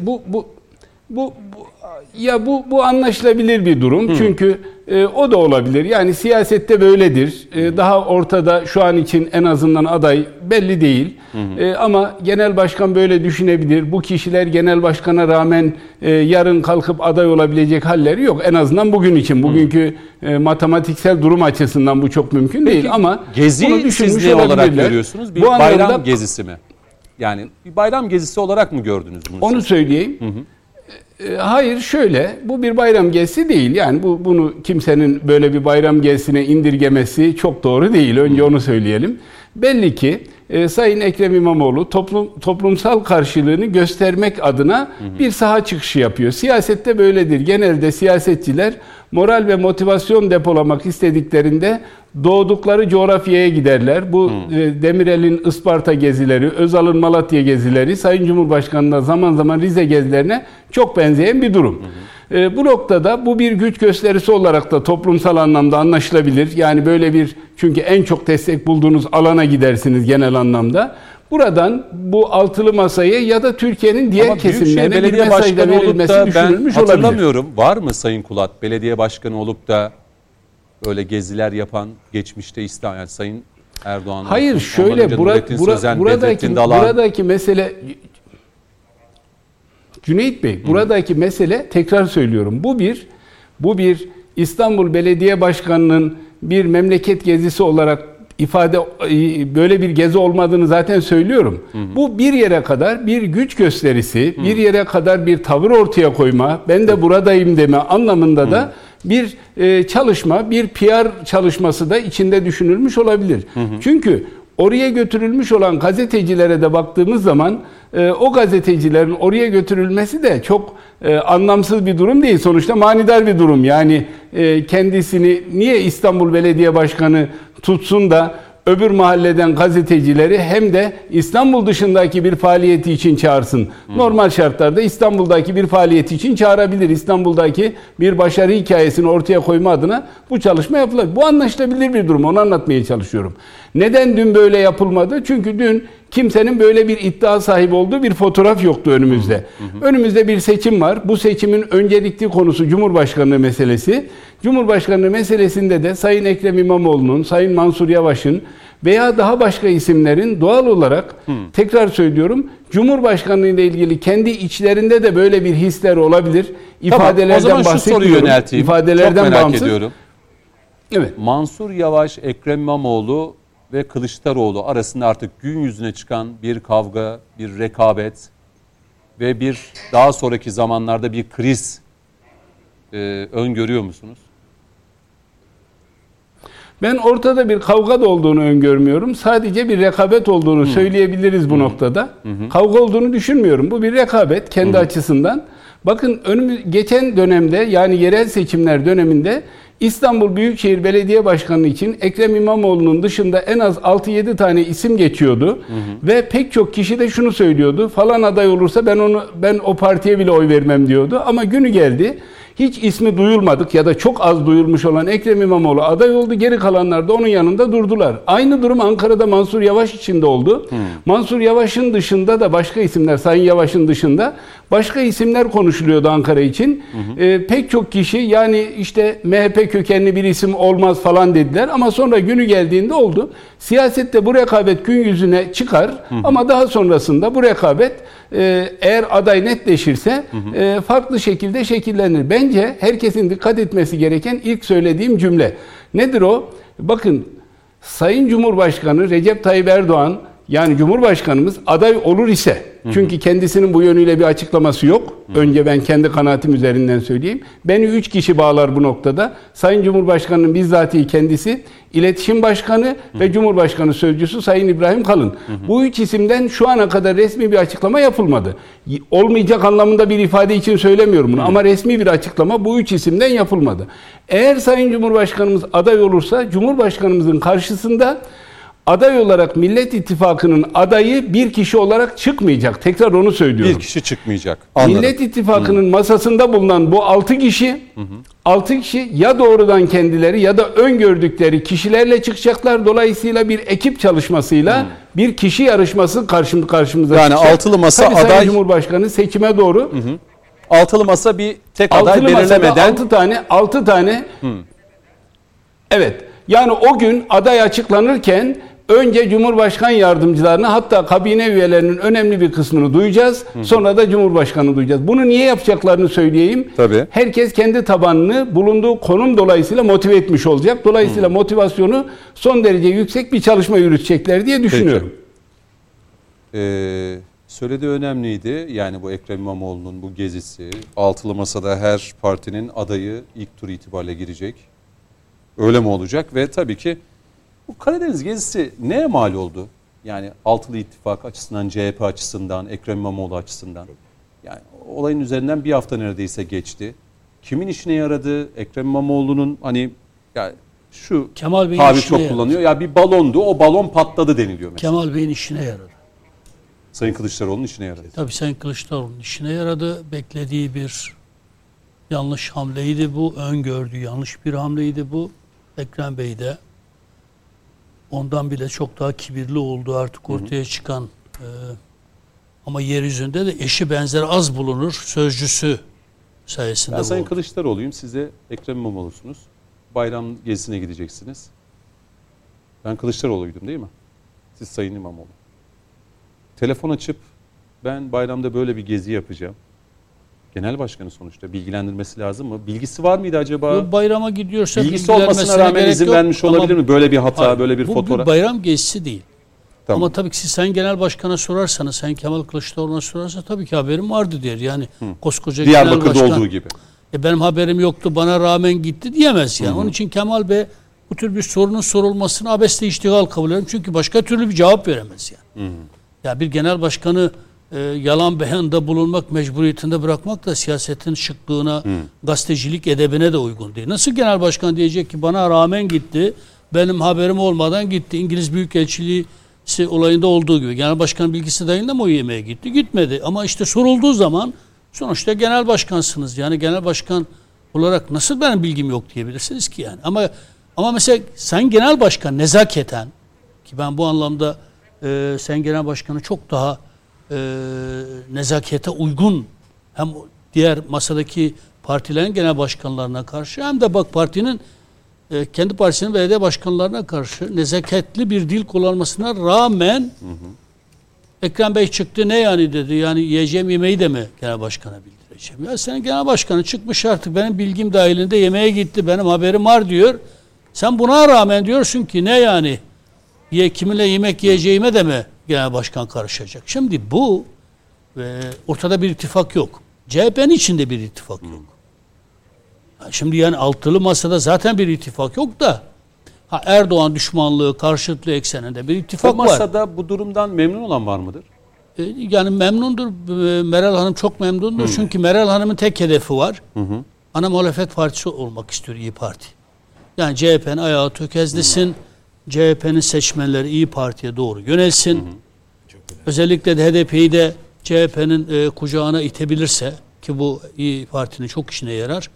Bu anlaşılabilir bir durum. Çünkü o da olabilir. Yani siyasette böyledir. Daha ortada şu an için en azından aday belli değil. Ama genel başkan böyle düşünebilir. Bu kişiler genel başkana rağmen yarın kalkıp aday olabilecek halleri yok. En azından bugün için. Bugünkü matematiksel durum açısından bu çok mümkün değil. Ama Gezi siz ne olarak görüyorsunuz? Bir bayram gezisi mi? Yani bir bayram gezisi olarak mı gördünüz bunu? Onu söyleyeyim. Hayır şöyle, bu bir bayram gezisi değil. Yani bunu kimsenin böyle bir bayram gezisine indirgemesi çok doğru değil. Önce onu söyleyelim. Belli ki Sayın Ekrem İmamoğlu toplumsal karşılığını göstermek adına bir saha çıkışı yapıyor. Siyasette böyledir. Genelde siyasetçiler moral ve motivasyon depolamak istediklerinde doğdukları coğrafyaya giderler. Bu Demirel'in Isparta gezileri, Özal'ın Malatya gezileri, Sayın Cumhurbaşkanı'na zaman zaman Rize gezilerine çok benzeyen bir durum. Bu noktada bu bir güç gösterisi olarak da toplumsal anlamda anlaşılabilir. Yani böyle bir, çünkü en çok destek bulduğunuz alana gidersiniz genel anlamda. Buradan bu altılı masaya ya da Türkiye'nin diğer kesimlerine bir mesaj da verilmesi düşünülmüş olabilir. Hatırlamıyorum. Var mı Sayın Kulat belediye başkanı olup da öyle geziler yapan geçmişte yani Sayın Erdoğan? Hayır şöyle buradaki mesele Cüneyt Bey, buradaki mesele, tekrar söylüyorum, bu bir İstanbul Belediye Başkanı'nın bir memleket gezisi olarak böyle bir gezi olmadığını zaten söylüyorum. Bu bir yere kadar bir güç gösterisi, bir yere kadar bir tavır ortaya koyma, ben de buradayım deme anlamında da bir çalışma, bir PR çalışması da içinde düşünülmüş olabilir. Çünkü oraya götürülmüş olan gazetecilere de baktığımız zaman o gazetecilerin oraya götürülmesi de çok anlamsız bir durum değil. Sonuçta manidar bir durum. Yani kendisini niye İstanbul Belediye Başkanı tutsun da öbür mahalleden gazetecileri hem de İstanbul dışındaki bir faaliyeti için çağırsın. Normal şartlarda İstanbul'daki bir faaliyeti için çağırabilir. İstanbul'daki bir başarı hikayesini ortaya koyma adına bu çalışma yapılır. Bu anlaşılabilir bir durum. Onu anlatmaya çalışıyorum. Neden dün böyle yapılmadı? Çünkü dün kimsenin böyle bir iddia sahibi olduğu bir fotoğraf yoktu önümüzde. Önümüzde bir seçim var. Bu seçimin öncelikli konusu Cumhurbaşkanlığı meselesi. Cumhurbaşkanlığı meselesinde de Sayın Ekrem İmamoğlu'nun, Sayın Mansur Yavaş'ın veya daha başka isimlerin doğal olarak, tekrar söylüyorum, Cumhurbaşkanlığı ile ilgili kendi içlerinde de böyle bir hisler olabilir. İfadelerden tamam, o zaman şu soruyu yönelteyim. İfadelerden çok merak bağımsız. ediyorum. Evet. Mansur Yavaş, Ekrem İmamoğlu ve Kılıçdaroğlu arasında artık gün yüzüne çıkan bir kavga, bir rekabet ve bir daha sonraki zamanlarda bir kriz öngörüyor musunuz? Ben ortada bir kavga da olduğunu öngörmüyorum. Sadece bir rekabet olduğunu söyleyebiliriz bu noktada. Kavga olduğunu düşünmüyorum. Bu bir rekabet kendi açısından. Bakın geçen dönemde, yani yerel seçimler döneminde İstanbul Büyükşehir Belediye Başkanı için Ekrem İmamoğlu'nun dışında en az 6-7 tane isim geçiyordu. Ve pek çok kişi de şunu söylüyordu: falan aday olursa ben o partiye bile oy vermem diyordu. Ama günü geldi, hiç ismi duyulmadık ya da çok az duyulmuş olan Ekrem İmamoğlu aday oldu. Geri kalanlar da onun yanında durdular. Aynı durum Ankara'da Mansur Yavaş için de oldu. Mansur Yavaş'ın dışında da başka isimler, Sayın Yavaş'ın dışında başka isimler konuşuluyordu Ankara için. Pek çok kişi yani işte MHP kökenli bir isim olmaz falan dediler ama sonra günü geldiğinde oldu. Siyasette bu rekabet gün yüzüne çıkar ama daha sonrasında bu rekabet eğer aday netleşirse farklı şekilde şekillenir. Bence herkesin dikkat etmesi gereken ilk söylediğim cümle. Nedir o? Bakın Sayın Cumhurbaşkanı Recep Tayyip Erdoğan yani Cumhurbaşkanımız aday olur ise çünkü kendisinin bu yönüyle bir açıklaması yok. Önce ben kendi kanaatim üzerinden söyleyeyim. Beni 3 kişi bağlar bu noktada. Sayın Cumhurbaşkanı'nın bizzatihi kendisi, İletişim Başkanı ve Cumhurbaşkanı Sözcüsü Sayın İbrahim Kalın. Bu 3 isimden şu ana kadar resmi bir açıklama yapılmadı. Olmayacak anlamında bir ifade için söylemiyorum bunu ama resmi bir açıklama bu 3 isimden yapılmadı. Eğer Sayın Cumhurbaşkanımız aday olursa Cumhurbaşkanımızın karşısında aday olarak Millet İttifakı'nın adayı bir kişi olarak çıkmayacak. Tekrar onu söylüyorum. Bir kişi çıkmayacak. Anladım. Millet İttifakı'nın masasında bulunan bu 6 kişi, 6 kişi ya doğrudan kendileri ya da öngördükleri kişilerle çıkacaklar. Dolayısıyla bir ekip çalışmasıyla bir kişi yarışması karşımıza yani çıkacak. altılı masa Tabii aday... Sayın Cumhurbaşkanı seçime doğru... Altılı masa bir tek aday Altılı belirlemeden... 6 tane evet. Yani o gün aday açıklanırken önce Cumhurbaşkan yardımcılarını hatta kabine üyelerinin önemli bir kısmını duyacağız. Sonra da Cumhurbaşkanı duyacağız. Bunu niye yapacaklarını söyleyeyim. Tabii. Herkes kendi tabanını bulunduğu konum dolayısıyla motive etmiş olacak. Dolayısıyla motivasyonu son derece yüksek bir çalışma yürütecekler diye düşünüyorum. Söylediği önemliydi. Yani bu Ekrem İmamoğlu'nun bu gezisi, altılı masada her partinin adayı ilk tur itibariyle girecek. Öyle mi olacak? Ve tabii ki bu Karadeniz gezisi neye mal oldu? Yani altılı ittifak açısından, CHP açısından, Ekrem İmamoğlu açısından. Yani olayın üzerinden bir hafta neredeyse geçti. Kimin işine yaradı? Ekrem İmamoğlu'nun hani yani şu Kemal Bey'in tabir işine çok kullanıyor. Ya bir balondu, o balon patladı deniliyor mesela. Kemal Bey'in işine yaradı. Sayın Kılıçdaroğlu'nun işine yaradı. Tabii Sayın Kılıçdaroğlu'nun işine yaradı. Beklediği bir yanlış hamleydi bu. Öngördüğü yanlış bir hamleydi bu. Ekrem Bey de ondan bile çok daha kibirli olduğu artık ortaya çıkan ama yeryüzünde de eşi benzeri az bulunur sözcüsü sayesinde. Ben Sayın oldu. Kılıçdaroğlu'yum. Siz de Ekrem İmamoğlu'sunuz. Bayram gezisine gideceksiniz. Ben Kılıçdaroğlu'ydum değil mi? Siz Sayın İmamoğlu. Telefon açıp ben bayramda böyle bir gezi yapacağım. Genel başkanı sonuçta bilgilendirmesi lazım mı? Bilgisi var mıydı acaba? Bu bayrama gidiyorsa Bilgisi olmasına rağmen izin vermiş olabilir mi? Böyle bir hata, hayır, böyle bir bu fotoğraf. Bu bayram gezisi değil. Tamam. Ama tabii ki siz Sayın Genel Başkan'a sorarsanız, Sayın Kemal Kılıçdaroğlu'na sorarsa tabii ki haberim vardı der. Yani koskoca Genel Diyarbakır'da Başkan, olduğu gibi. Benim haberim yoktu, bana rağmen gitti diyemez yani. Onun için Kemal Bey bu tür bir sorunun sorulmasını abesle iştigal kabul ederim. Çünkü başka türlü bir cevap veremez yani. Ya bir genel başkanı yalan beyanda bulunmak mecburiyetinde bırakmak da siyasetin şıklığına, gazetecilik edebine de uygun değil. Nasıl genel başkan diyecek ki bana rağmen gitti, benim haberim olmadan gitti. İngiliz Büyükelçiliği olayında olduğu gibi. Genel başkanın bilgisi dahilinde mi o yemeğe gitti? Gitmedi. Ama işte sorulduğu zaman sonuçta genel başkansınız. Yani genel başkan olarak nasıl benim bilgim yok diyebilirsiniz ki yani. Ama mesela sen genel başkan nezaketen ki ben bu anlamda sen genel başkanı çok daha nezakete uygun hem diğer masadaki partilerin genel başkanlarına karşı hem de bak partinin kendi partisinin belediye başkanlarına karşı nezaketli bir dil kullanmasına rağmen Ekrem Bey çıktı ne yani dedi. Yani yiyeceğim yemeği de mi genel başkana bildireceğim? Ya senin genel başkanı çıkmış artık benim bilgim dahilinde yemeğe gitti. Benim haberim var diyor. Sen buna rağmen diyorsun ki ne yani? Kiminle yemek yiyeceğime de mi genel başkan karışacak? Şimdi bu ortada bir ittifak yok. CHP'nin içinde bir ittifak yok. Şimdi yani altılı masada zaten bir ittifak yok da Erdoğan düşmanlığı, karşıtlığı ekseninde bir ittifak var. Bu masada bu durumdan memnun olan var mıdır? Yani memnundur. Meral Hanım çok memnundur. Çünkü Meral Hanım'ın tek hedefi var. Ana muhalefet partisi olmak istiyor İYİ Parti. Yani CHP'nin ayağı tökezlesin. CHP'nin seçmenleri İYİ Parti'ye doğru yönelsin. Özellikle de HDP'yi de CHP'nin kucağına itebilirse ki bu İYİ Parti'nin çok işine yarar.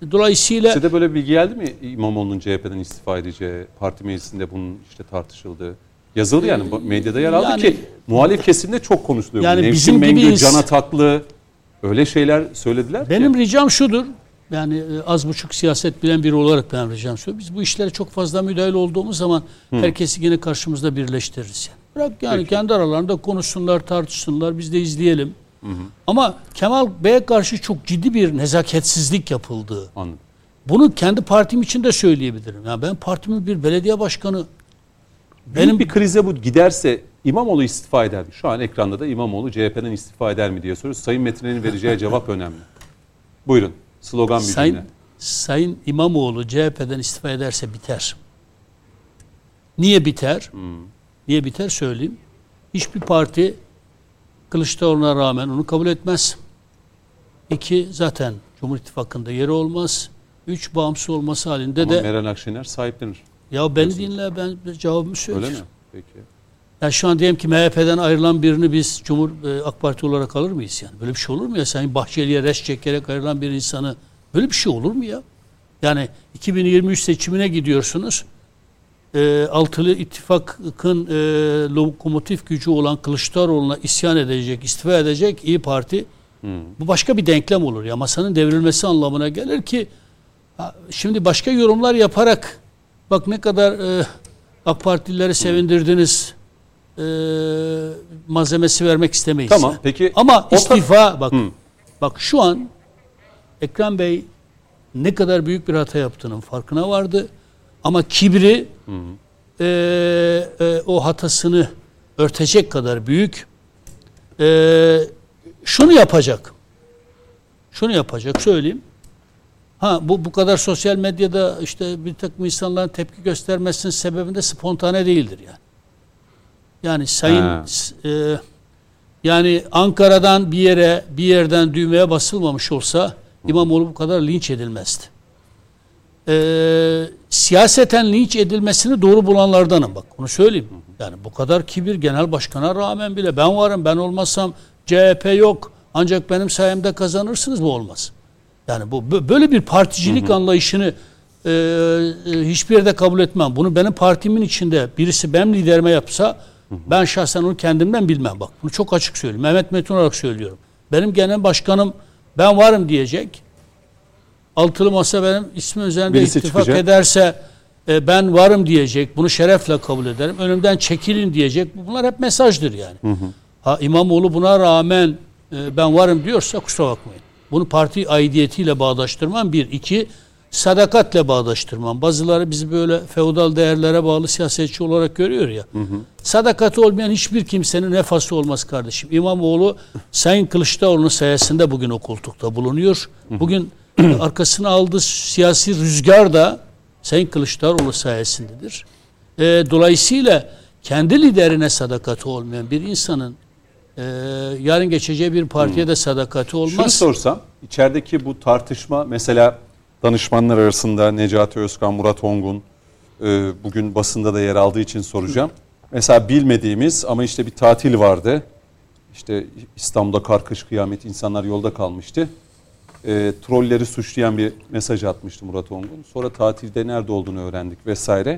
Dolayısıyla Size de böyle bir bilgi geldi mi İmamoğlu'nun CHP'den istifa edeceği, parti meclisinde bunun işte tartışıldığı? Yazıldı yani medyada yer aldı yani- ki muhalif kesimde çok konuşuluyor. Yani Nevşin bizim Mengü, gibi Can Ataklı öyle şeyler söylediler benim ki. ricam şudur. Yani az buçuk siyaset bilen biri olarak ben ricam şu. Biz bu işlere çok fazla müdahil olduğumuz zaman herkesi yine karşımızda birleştiririz. Yani. Bırak yani Peki. kendi aralarında konuşsunlar, tartışsınlar, biz de izleyelim. Ama Kemal Bey'e karşı çok ciddi bir nezaketsizlik yapıldı. Anladım. Bunu kendi partim için de söyleyebilirim. Yani ben partimin bir belediye başkanı, Benim bir krize bu giderse İmamoğlu istifa eder mi? Şu an ekranda da İmamoğlu CHP'den istifa eder mi diye soruyoruz. Sayın Metin'in vereceği cevap önemli. Buyurun. Slogan bir cümle. Sayın İmamoğlu CHP'den istifa ederse biter. Niye biter? Niye biter söyleyeyim. Hiçbir parti Kılıçdaroğlu'na rağmen onu kabul etmez. 2 zaten Cumhur İttifakı'nda yeri olmaz. 3 bağımsız olması halinde Ama de Meral Akşener sahiplenir. ya beni dinle, ben cevabımı söyleyeyim. Öyle mi? Peki. Yani şu an diyelim ki MHP'den ayrılan birini biz AK Parti olarak alır mıyız yani? Böyle bir şey olur mu ya? Sayın Bahçeli'ye res çekerek ayrılan bir insanı, böyle bir şey olur mu ya? Yani 2023 seçimine gidiyorsunuz. Altılı İttifak'ın lokomotif gücü olan Kılıçdaroğlu'na isyan edecek, istifa edecek İyi Parti. Bu başka bir denklem olur ya. Masanın devrilmesi anlamına gelir ki şimdi başka yorumlar yaparak bak ne kadar AK Partilileri sevindirdiniz malzemesi vermek istemeyiz. Tamam. Yani. Peki Ama istifa bak şu an Ekrem Bey ne kadar büyük bir hata yaptığının farkına vardı. Ama kibri o hatasını örtecek kadar büyük. Şunu yapacak. Şunu yapacak söyleyeyim. Bu kadar sosyal medyada işte bir takım insanların tepki göstermesinin sebebinde spontane değildir yani. Yani yani Ankara'dan bir yerden düğmeye basılmamış olsa İmamoğlu bu kadar linç edilmezdi. Siyaseten linç edilmesini doğru bulanlardanım bak. Onu söyleyeyim. Yani bu kadar kibir genel başkana rağmen bile ben varım, ben olmazsam CHP yok. Ancak benim sayemde kazanırsınız, bu olmaz. Yani bu böyle bir particilik anlayışını hiçbir yerde kabul etmem. Bunu benim partimin içinde birisi benim liderime yapsa ben şahsen onu kendimden bilmem. Bak bunu çok açık söylüyorum. Mehmet Metin olarak söylüyorum. Benim genel başkanım ben varım diyecek. Altılı Masa benim ismi üzerinde birisi ittifak çıkacak. ederse ben varım diyecek. Bunu şerefle kabul ederim. Önümden çekilin diyecek. Bunlar hep mesajdır yani. İmamoğlu buna rağmen ben varım diyorsa kusura bakmayın. Bunu parti aidiyetiyle bağdaştırmam. 1. 2. Sadakatle bağdaştırmam. Bazıları bizi böyle feodal değerlere bağlı siyasetçi olarak görüyor ya. Sadakati olmayan hiçbir kimsenin nefası olmaz kardeşim. İmamoğlu Sayın Kılıçdaroğlu'nun sayesinde bugün o koltukta bulunuyor. Bugün arkasına aldığı siyasi rüzgar da Sayın Kılıçdaroğlu sayesindedir. Dolayısıyla kendi liderine sadakati olmayan bir insanın yarın geçeceği bir partiye de sadakati olmaz. Şunu sorsam, içerideki bu tartışma mesela danışmanlar arasında Necati Özkan, Murat Ongun bugün basında da yer aldığı için soracağım. Mesela bilmediğimiz ama işte bir tatil vardı. İşte İstanbul'da kar kış kıyamet, insanlar yolda kalmıştı. Trolleri suçlayan bir mesaj atmıştı Murat Ongun. Sonra tatilde nerede olduğunu öğrendik vesaire.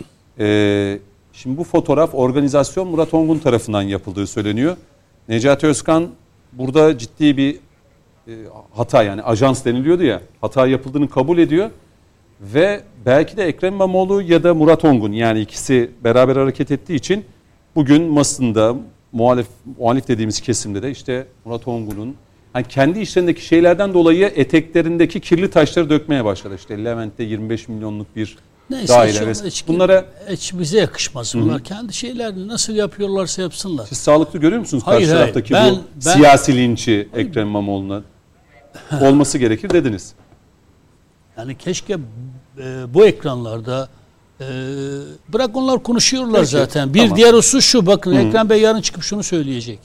Şimdi bu fotoğraf organizasyon Murat Ongun tarafından yapıldığı söyleniyor. Necati Özkan burada ciddi bir hata, yani ajans deniliyordu ya, hata yapıldığını kabul ediyor. Ve belki de Ekrem İmamoğlu ya da Murat Ongun, yani ikisi beraber hareket ettiği için bugün masında muhalif dediğimiz kesimde de işte Murat Ongun'un hani kendi işlerindeki şeylerden dolayı eteklerindeki kirli taşları dökmeye başladı. İşte Levent'te 25 milyonluk bir daire. Bunlara hiç bize yakışmaz. Bunlar kendi şeylerini nasıl yapıyorlarsa yapsınlar. siz sağlıklı görüyor musunuz Hayır, karşı taraftaki hayır. bu siyasi linçi Ekrem İmamoğlu'na? Olması gerekir dediniz. Yani keşke bu ekranlarda bırak onlar konuşuyorlar Peki, zaten. Bir tamam. diğer husus şu, bakın Ekrem Bey yarın çıkıp şunu söyleyecek.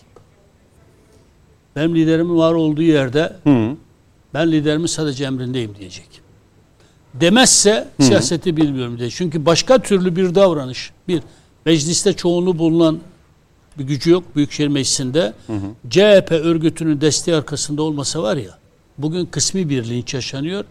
Benim liderimin var olduğu yerde ben liderimin sadece emrindeyim diyecek. Demezse siyaseti bilmiyorum diye. Çünkü başka türlü bir davranış. Mecliste çoğunluğu bulunan bir gücü yok Büyükşehir Meclisi'nde. CHP örgütünün desteği arkasında olmasa var ya, bugün kısmi bir linç yaşanıyor.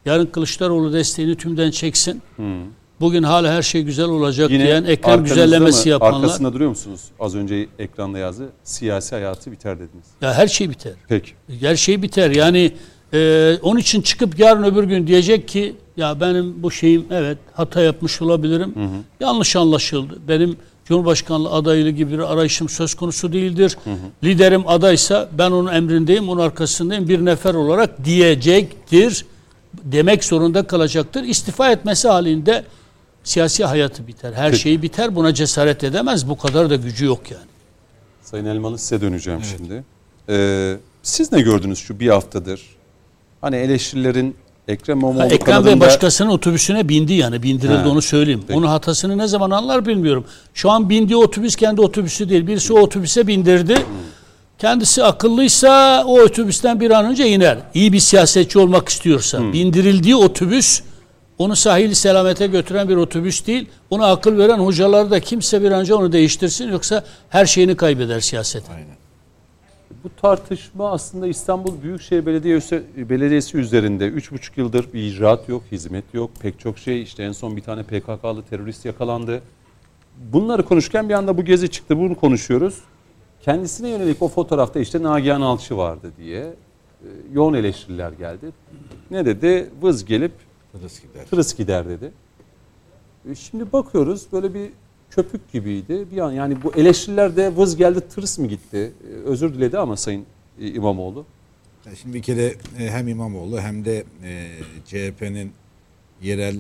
Yarın Kılıçdaroğlu desteğini tümden çeksin. Bugün hala her şey güzel olacak Yine diyen, Ekrem arkanızda güzellemesi mı, yapanlar. arkasında duruyor musunuz? Az önce ekranda yazdı. Siyasi hayatı biter dediniz. Ya her şey biter. Peki. Her şey biter. Yani onun için çıkıp yarın öbür gün diyecek ki ya benim bu şeyim evet hata yapmış olabilirim. Yanlış anlaşıldı. Benim Cumhurbaşkanlığı adaylığı gibi bir arayışım söz konusu değildir. Liderim adaysa ben onun emrindeyim, onun arkasındayım bir nefer olarak diyecektir. Demek zorunda kalacaktır. İstifa etmesi halinde siyasi hayatı biter. Her şey biter. Buna cesaret edemez. Bu kadar da gücü yok yani. Sayın Elmalı size döneceğim şimdi. Siz ne gördünüz şu bir haftadır? Hani eleştirilerin Ekrem İmamoğlu Ekrem kanadında... Bey başkasının otobüsüne bindi yani. Bindirildi onu söyleyeyim. Peki. Onun hatasını ne zaman anlar bilmiyorum. Şu an bindiği otobüs kendi otobüsü değil. Birisi o otobüse bindirdi. Kendisi akıllıysa o otobüsten bir an önce iner. İyi bir siyasetçi olmak istiyorsa. Bindirildiği otobüs onu sahil selamete götüren bir otobüs değil. Ona akıl veren hocalar da kimse bir an önce onu değiştirsin. Yoksa her şeyini kaybeder siyaset. Aynen. Bu tartışma aslında İstanbul Büyükşehir Belediyesi üzerinde 3,5 yıldır bir icraat yok, hizmet yok, pek çok şey. İşte en son bir tane PKK'lı terörist yakalandı. Bunları konuşurken bir anda bu gezi çıktı, bunu konuşuyoruz. Kendisine yönelik o fotoğrafta işte Nagihan Alçı vardı diye yoğun eleştiriler geldi. Ne dedi? Vız gelip tırıs gider dedi. Şimdi bakıyoruz böyle bir köpük gibiydi. Bir an yani bu eleştirilerde vız geldi tırıs mı gitti? Özür diledi ama Sayın İmamoğlu. Şimdi bir kere hem İmamoğlu hem de CHP'nin yerel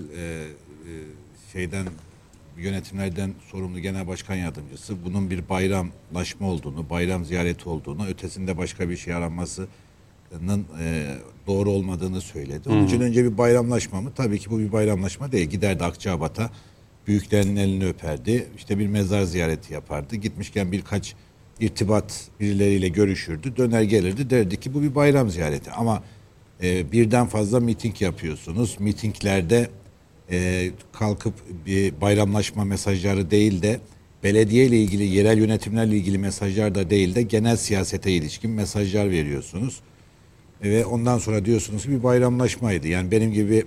yönetimlerden sorumlu genel başkan yardımcısı bunun bir bayramlaşma olduğunu, bayram ziyareti olduğunu, ötesinde başka bir şey aranmasının doğru olmadığını söyledi. Onun için önce bir bayramlaşma mı? Tabii ki bu bir bayramlaşma değil. Giderdi Akçabat'a, büyüklerin elini öperdi, işte bir mezar ziyareti yapardı. Gitmişken birkaç irtibat birileriyle görüşürdü, döner gelirdi, derdi ki bu bir bayram ziyareti. Ama birden fazla miting yapıyorsunuz. Mitinglerde kalkıp bir bayramlaşma mesajları değil de belediye ile ilgili, yerel yönetimlerle ilgili mesajlar da değil de genel siyasete ilişkin mesajlar veriyorsunuz. Ve ondan sonra diyorsunuz ki bir bayramlaşmaydı. Yani benim gibi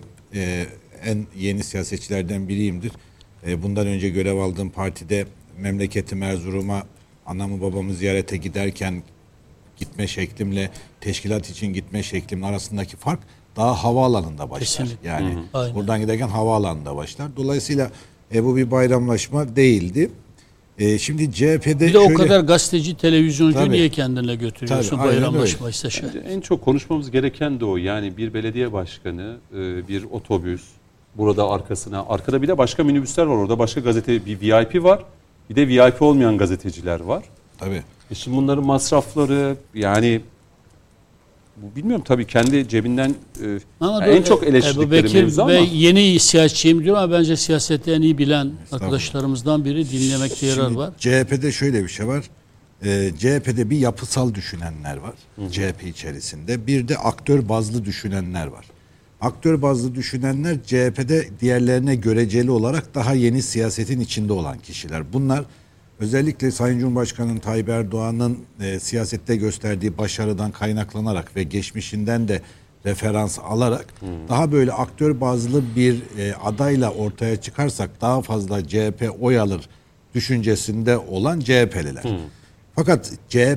en yeni siyasetçilerden biriyimdir. Bundan önce görev aldığım partide memleketim Erzurum'a anamı babamı ziyarete giderken gitme şeklimle teşkilat için gitme şeklimin arasındaki fark daha havaalanında başlar. Kesinlikle. Yani Aynen. buradan giderken havaalanında başlar. Dolayısıyla bu bir bayramlaşma değildi. Şimdi CHP'de bir de o kadar gazeteci, televizyoncu Tabii. niye kendine götürüyorsun Tabii, aynen bayramlaşma ise şey. En çok konuşmamız gereken de o. Yani bir belediye başkanı, bir otobüs, burada arkada bir de başka minibüsler var. Orada başka gazete, bir VIP var. Bir de VIP olmayan gazeteciler var. tabii. Şimdi bunların masrafları yani bilmiyorum tabii kendi cebinden Ama en çok eleştirdikleri Bekir mevzu ama. Bey yeni siyasetçiyim diyor ama bence siyaseti en iyi bilen arkadaşlarımızdan biri, dinlemekte yarar Şimdi var. CHP'de şöyle bir şey var. CHP'de bir yapısal düşünenler var. CHP içerisinde. Bir de aktör bazlı düşünenler var. Aktör bazlı düşünenler CHP'de diğerlerine göreceli olarak daha yeni siyasetin içinde olan kişiler. Bunlar özellikle Sayın Cumhurbaşkanı Tayyip Erdoğan'ın siyasette gösterdiği başarıdan kaynaklanarak ve geçmişinden de referans alarak daha böyle aktör bazlı bir adayla ortaya çıkarsak daha fazla CHP oy alır düşüncesinde olan CHP'liler. Fakat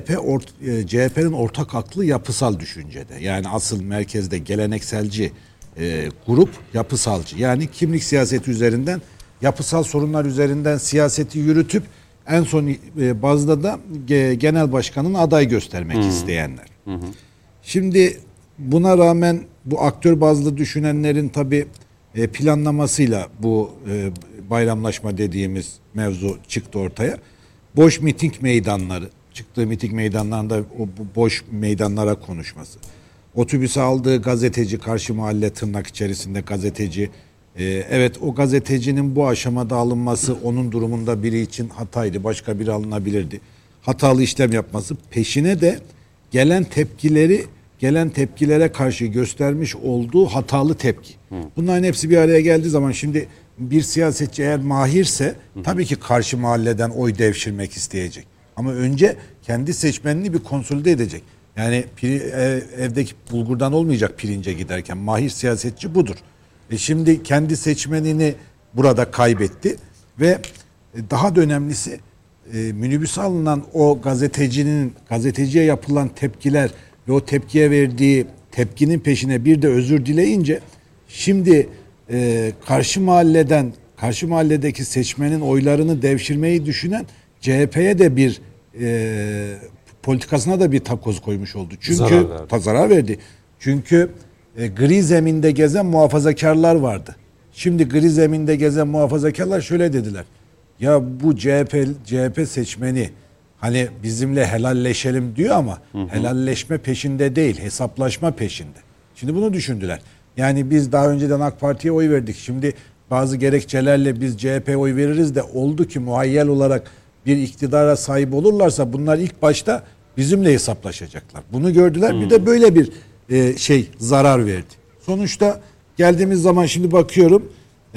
CHP'nin ortak aklı yapısal düşüncede. Yani asıl merkezde gelenekselci grup yapısalcı. Yani kimlik siyaseti üzerinden, yapısal sorunlar üzerinden siyaseti yürütüp en son bazda da genel başkanın aday göstermek isteyenler. Şimdi buna rağmen bu aktör bazlı düşünenlerin tabii planlamasıyla bu bayramlaşma dediğimiz mevzu çıktı ortaya. Boş miting meydanları, çıktığı miting meydanlarında o boş meydanlara konuşması. Otobüse aldığı gazeteci, karşı mahalle tırnak içerisinde gazeteci. Evet, o gazetecinin bu aşamada alınması onun durumunda biri için hataydı. Başka biri alınabilirdi. Hatalı işlem yapması. Peşine de gelen tepkilere karşı göstermiş olduğu hatalı tepki. Bunların hepsi bir araya geldiği zaman şimdi bir siyasetçi eğer mahirse tabii ki karşı mahalleden oy devşirmek isteyecek. Ama önce kendi seçmenini bir konsolide edecek. Yani evdeki bulgurdan olmayacak pirince giderken. Mahir siyasetçi budur. Şimdi kendi seçmenini burada kaybetti ve daha da önemlisi minibüse alınan o gazeteciye yapılan tepkiler ve o tepkiye verdiği tepkinin peşine bir de özür dileyince şimdi karşı mahalledeki seçmenin oylarını devşirmeyi düşünen CHP'ye de bir politikasına da bir takoz koymuş oldu. Çünkü zarar verdi. Çünkü gri zeminde gezen muhafazakarlar vardı. Şimdi gri zeminde gezen muhafazakarlar şöyle dediler. Ya bu CHP seçmeni hani bizimle helalleşelim diyor ama helalleşme peşinde değil, hesaplaşma peşinde. Şimdi bunu düşündüler. Yani biz daha önceden AK Parti'ye oy verdik. Şimdi bazı gerekçelerle biz CHP'ye oy veririz de oldu ki muhayyel olarak bir iktidara sahip olurlarsa bunlar ilk başta bizimle hesaplaşacaklar. Bunu gördüler. Bir de böyle bir zarar verdi. Sonuçta geldiğimiz zaman şimdi bakıyorum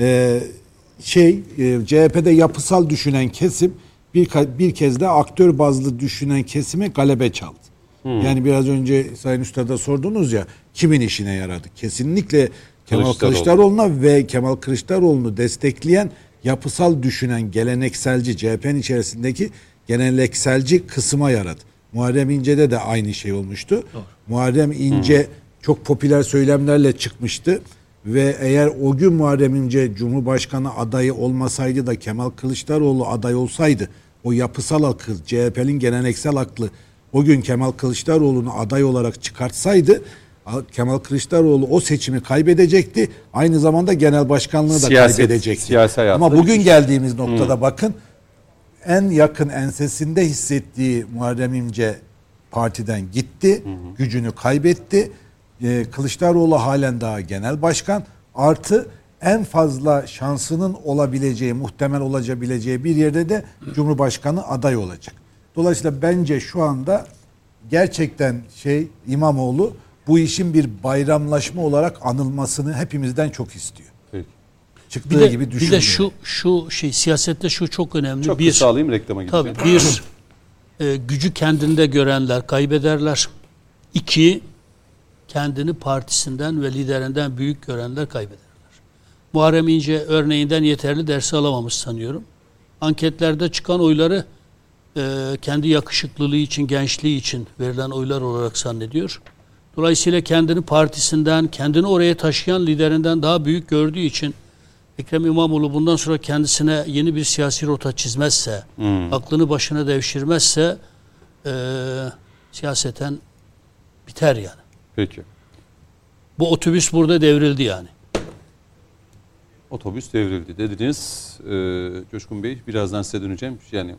CHP'de yapısal düşünen kesim bir kez de aktör bazlı düşünen kesime galebe çaldı. Yani biraz önce Sayın Üstad'a sordunuz ya kimin işine yaradı? Kesinlikle Kemal Kılıçdaroğlu'na ve Kemal Kılıçdaroğlu'nu destekleyen yapısal düşünen gelenekselci CHP'nin içerisindeki gelenekselci kısma yaradı. Muharrem İnce'de de aynı şey olmuştu. Doğru. Muharrem İnce çok popüler söylemlerle çıkmıştı ve eğer o gün Muharrem İnce Cumhurbaşkanı adayı olmasaydı da Kemal Kılıçdaroğlu aday olsaydı o yapısal akıl, CHP'nin geleneksel aklı o gün Kemal Kılıçdaroğlu'nu aday olarak çıkartsaydı Kemal Kılıçdaroğlu o seçimi kaybedecekti. Aynı zamanda genel başkanlığı da kaybedecekti. Ama bugün geldiğimiz noktada bakın en yakın ensesinde hissettiği Muharrem İnce partiden gitti. Gücünü kaybetti. Kılıçdaroğlu halen daha genel başkan. Artı en fazla şansının olabileceği, muhtemel olabileceği bir yerde de Cumhurbaşkanı aday olacak. Dolayısıyla bence şu anda gerçekten İmamoğlu bu işin bir bayramlaşma olarak anılmasını hepimizden çok istiyor. Peki. Çıktığı gibi düşünüyor. Bir de şu siyasette şu çok önemli. Çok kısa alayım reklama gideceğim. Tabii gücü kendinde görenler kaybederler. 2 kendini partisinden ve liderinden büyük görenler kaybederler. Muharrem İnce örneğinden yeterli dersi alamamış sanıyorum. Anketlerde çıkan oyları kendi yakışıklılığı için, gençliği için verilen oylar olarak zannediyor. Dolayısıyla kendini partisinden, kendini oraya taşıyan liderinden daha büyük gördüğü için Ekrem İmamoğlu bundan sonra kendisine yeni bir siyasi rota çizmezse, aklını başına devşirmezse siyaseten biter yani. Peki. Bu otobüs burada devrildi yani. Otobüs devrildi dediniz. Coşkun Bey birazdan size döneceğim. Yani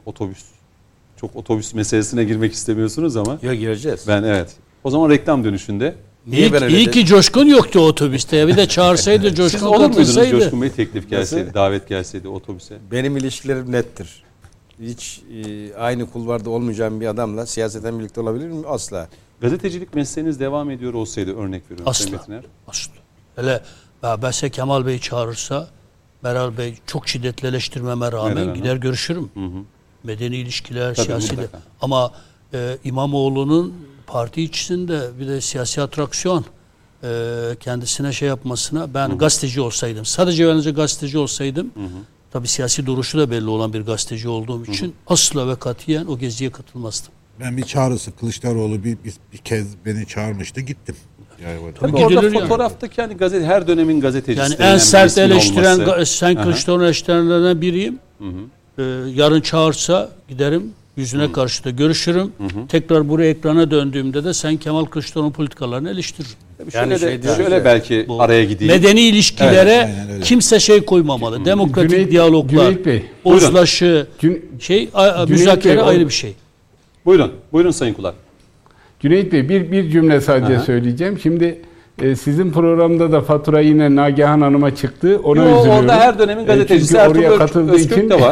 otobüs meselesine girmek istemiyorsunuz ama. Yok gireceğiz. Evet. O zaman reklam dönüşünde. İyi ki Coşkun yoktu otobüste. Bir de çağırsaydı Coşkun Siz olur muydunuz katılsaydı. Coşkun Bey teklif gelseydi, davet gelseydi otobüse? Benim ilişkilerim nettir. Hiç aynı kulvarda olmayacağım bir adamla siyaseten birlikte olabilir miyim? Asla. Gazetecilik mesleğiniz devam ediyor olsaydı örnek veriyorum. Asla. Hele Bese Kemal Bey çağırırsa Meral Bey çok şiddetle eleştirmeme rağmen gider görüşürüm. Medeni ilişkiler, siyasi de. Ama İmamoğlu'nun parti içinde bir de siyasi atraksiyon kendisine yapmasına ben gazeteci olsaydım, sadece yalnızca gazeteci olsaydım, tabii siyasi duruşu da belli olan bir gazeteci olduğum için asla ve katiyen o geziye katılmazdım. Ben bir çağrısı Kılıçdaroğlu bir kez beni çağırmıştı, gittim. Tabii orada fotoğraftaki yani her dönemin gazetecisi. Yani en sert eleştiren sen Kılıçdaroğlu eleştirenlerden biriyim. Yarın çağırsa giderim. Yüzüne karşı da görüşürüm. Tekrar buraya ekrana döndüğümde de sen Kemal Kılıçdaroğlu politikalarını eleştiririm. Yani şöyle belki araya gideyim. Medeni ilişkilere kimse koymamalı. Demokratik diyaloglar, uzlaşı, müzakere ayrı bir şey. Buyurun Sayın Kulak. Cüneyt Bey bir cümle sadece söyleyeceğim. Şimdi sizin programda da fatura yine Nagihan Hanım'a çıktı. Ona üzülüyorum. Orada her dönemin gazetecisi Ertuğrul Özkök de var.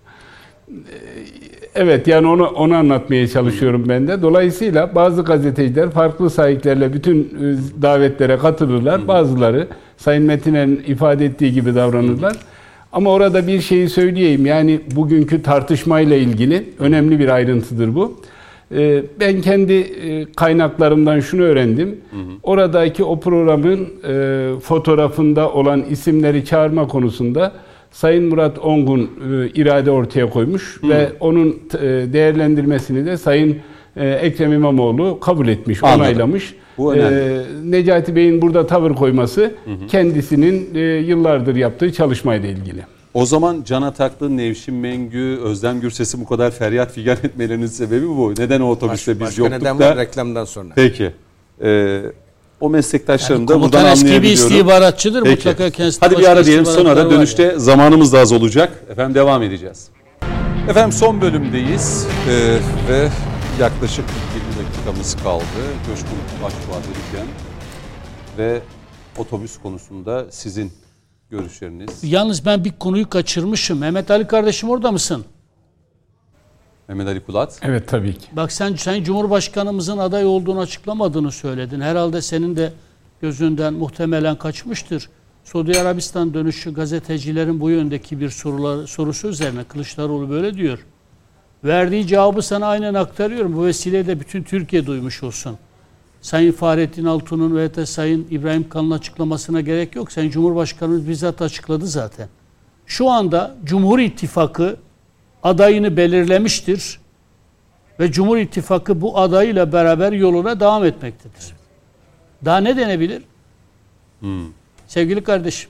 Evet, yani onu anlatmaya çalışıyorum ben de. Dolayısıyla bazı gazeteciler farklı sahiplerle bütün davetlere katılırlar. Bazıları Sayın Metin'in ifade ettiği gibi davranırlar. Ama orada bir şeyi söyleyeyim. Yani bugünkü tartışmayla ilgili önemli bir ayrıntıdır bu. Ben kendi kaynaklarımdan şunu öğrendim. Oradaki o programın fotoğrafında olan isimleri çağırma konusunda Sayın Murat Ongun irade ortaya koymuş ve onun değerlendirmesini de Sayın Ekrem İmamoğlu kabul etmiş, onaylamış. Bu önemli. Necati Bey'in burada tavır koyması kendisinin yıllardır yaptığı çalışmayla ilgili. O zaman Can Ataklı, Nevşin Mengü, Özlem Gürses'i bu kadar feryat figan etmelerinin sebebi bu. Neden o otobüste biz yoktuk neden da? var reklamdan sonra. Peki. O meslektaşlarım da buradan Komutan eski bir anlayabiliyorum. istihbaratçıdır. Peki. Mutlaka kendisi. Hadi bir ara diyelim, istihbaratlar sonra var dönüşte yani. zamanımız da az olacak. Efendim devam edeceğiz. Efendim son bölümdeyiz ve yaklaşık 20 dakikamız kaldı. Coşkun Başbuğ'a verirken ve otobüs konusunda sizin görüşleriniz. Yalnız ben bir konuyu kaçırmışım. Mehmet Ali kardeşim orada mısın? Mehmet Ali Kulat. Evet, tabii ki. Bak sen Cumhurbaşkanımızın aday olduğunu açıklamadığını söyledin. Herhalde senin de gözünden muhtemelen kaçmıştır. Suudi Arabistan dönüşü gazetecilerin bu yöndeki bir sorusu üzerine Kılıçdaroğlu böyle diyor. Verdiği cevabı sana aynen aktarıyorum. Bu vesileyle de bütün Türkiye duymuş olsun. Sayın Fahrettin Altun'un ve de Sayın İbrahim Kalın'ın açıklamasına gerek yok. Sayın Cumhurbaşkanımız bizzat açıkladı zaten. Şu anda Cumhur İttifakı adayını belirlemiştir ve Cumhur İttifakı bu adayıyla beraber yoluna devam etmektedir. Daha ne denebilir? Sevgili kardeşim.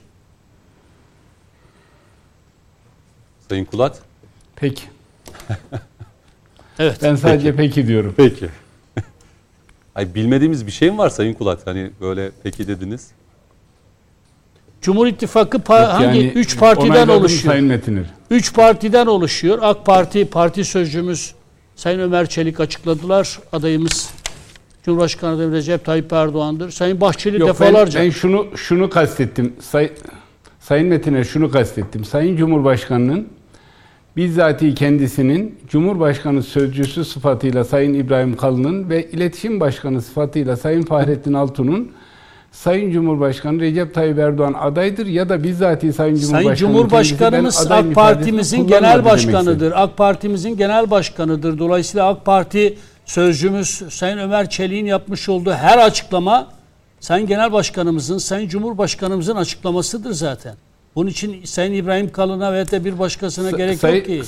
Sayın Kulat. Peki. Evet. Ben sadece peki diyorum. Peki. Ay, bilmediğimiz bir şey mi var Sayın Kulat? Hani böyle peki dediniz. Cumhur İttifakı hangi? Yani 3 partiden onayladım oluşuyor. Sayın Metiner. 3 partiden oluşuyor. AK Parti sözcümüz Sayın Ömer Çelik açıkladılar. Adayımız Cumhurbaşkanı adayı Recep Tayyip Erdoğan'dır. Sayın Bahçeli Yok, defalarca. ben şunu kastettim. Sayın Metiner, şunu kastettim. Sayın Cumhurbaşkanı'nın bizzati kendisinin Cumhurbaşkanı sözcüsü sıfatıyla Sayın İbrahim Kalın'ın ve İletişim Başkanı sıfatıyla Sayın Fahrettin Altun'un Sayın Cumhurbaşkanı Recep Tayyip Erdoğan adaydır ya da bizzati Sayın Cumhurbaşkanımız AK Partimizin genel başkanıdır. AK Partimizin genel başkanıdır. Dolayısıyla AK Parti sözcümüz Sayın Ömer Çelik'in yapmış olduğu her açıklama Sayın Genel Başkanımızın, Sayın Cumhurbaşkanımızın açıklamasıdır zaten. Bunun için Sayın İbrahim Kalın'a ve de bir başkasına gerek yok ki.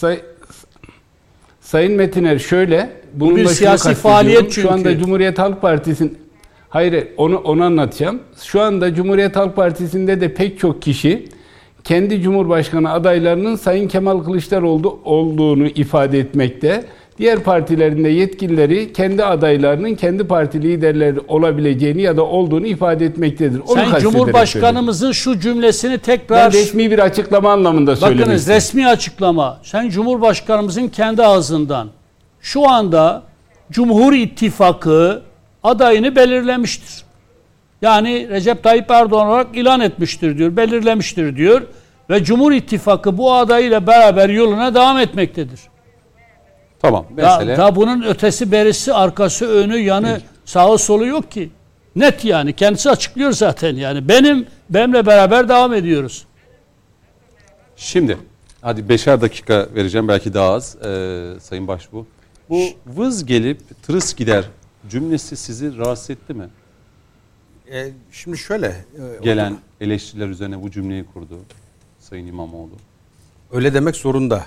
Sayın Metiner şöyle, bunun bir da şunu siyasi kastediyorum. faaliyet çünkü. Şu anda Cumhuriyet Halk Partisi'nin, hayır onu anlatacağım. Şu anda Cumhuriyet Halk Partisi'nde de pek çok kişi kendi Cumhurbaşkanı adaylarının Sayın Kemal Kılıçdaroğlu olduğunu ifade etmekte. Diğer partilerinde yetkilileri kendi adaylarının kendi parti liderleri olabileceğini ya da olduğunu ifade etmektedir. Onu Sayın Cumhurbaşkanımızın şu cümlesini tekrar... Ben resmi bir açıklama anlamında söylemek Bakınız, istedim. resmi açıklama. Sayın Cumhurbaşkanımızın kendi ağzından şu anda Cumhur İttifakı adayını belirlemiştir. Yani Recep Tayyip Erdoğan olarak ilan etmiştir diyor, belirlemiştir diyor ve Cumhur İttifakı bu adayıyla beraber yoluna devam etmektedir. Tamam. Mesele. Daha bunun ötesi berisi, arkası, önü, yanı, sağı solu yok ki. Net yani. Kendisi açıklıyor zaten yani. Benimle beraber devam ediyoruz. Şimdi hadi 5'er dakika vereceğim, belki daha az Sayın Başbuğ. Bu vız gelip tırıs gider cümlesi sizi rahatsız etti mi? Şimdi şöyle. Gelen eleştiriler üzerine bu cümleyi kurdu Sayın İmamoğlu. Öyle demek zorunda.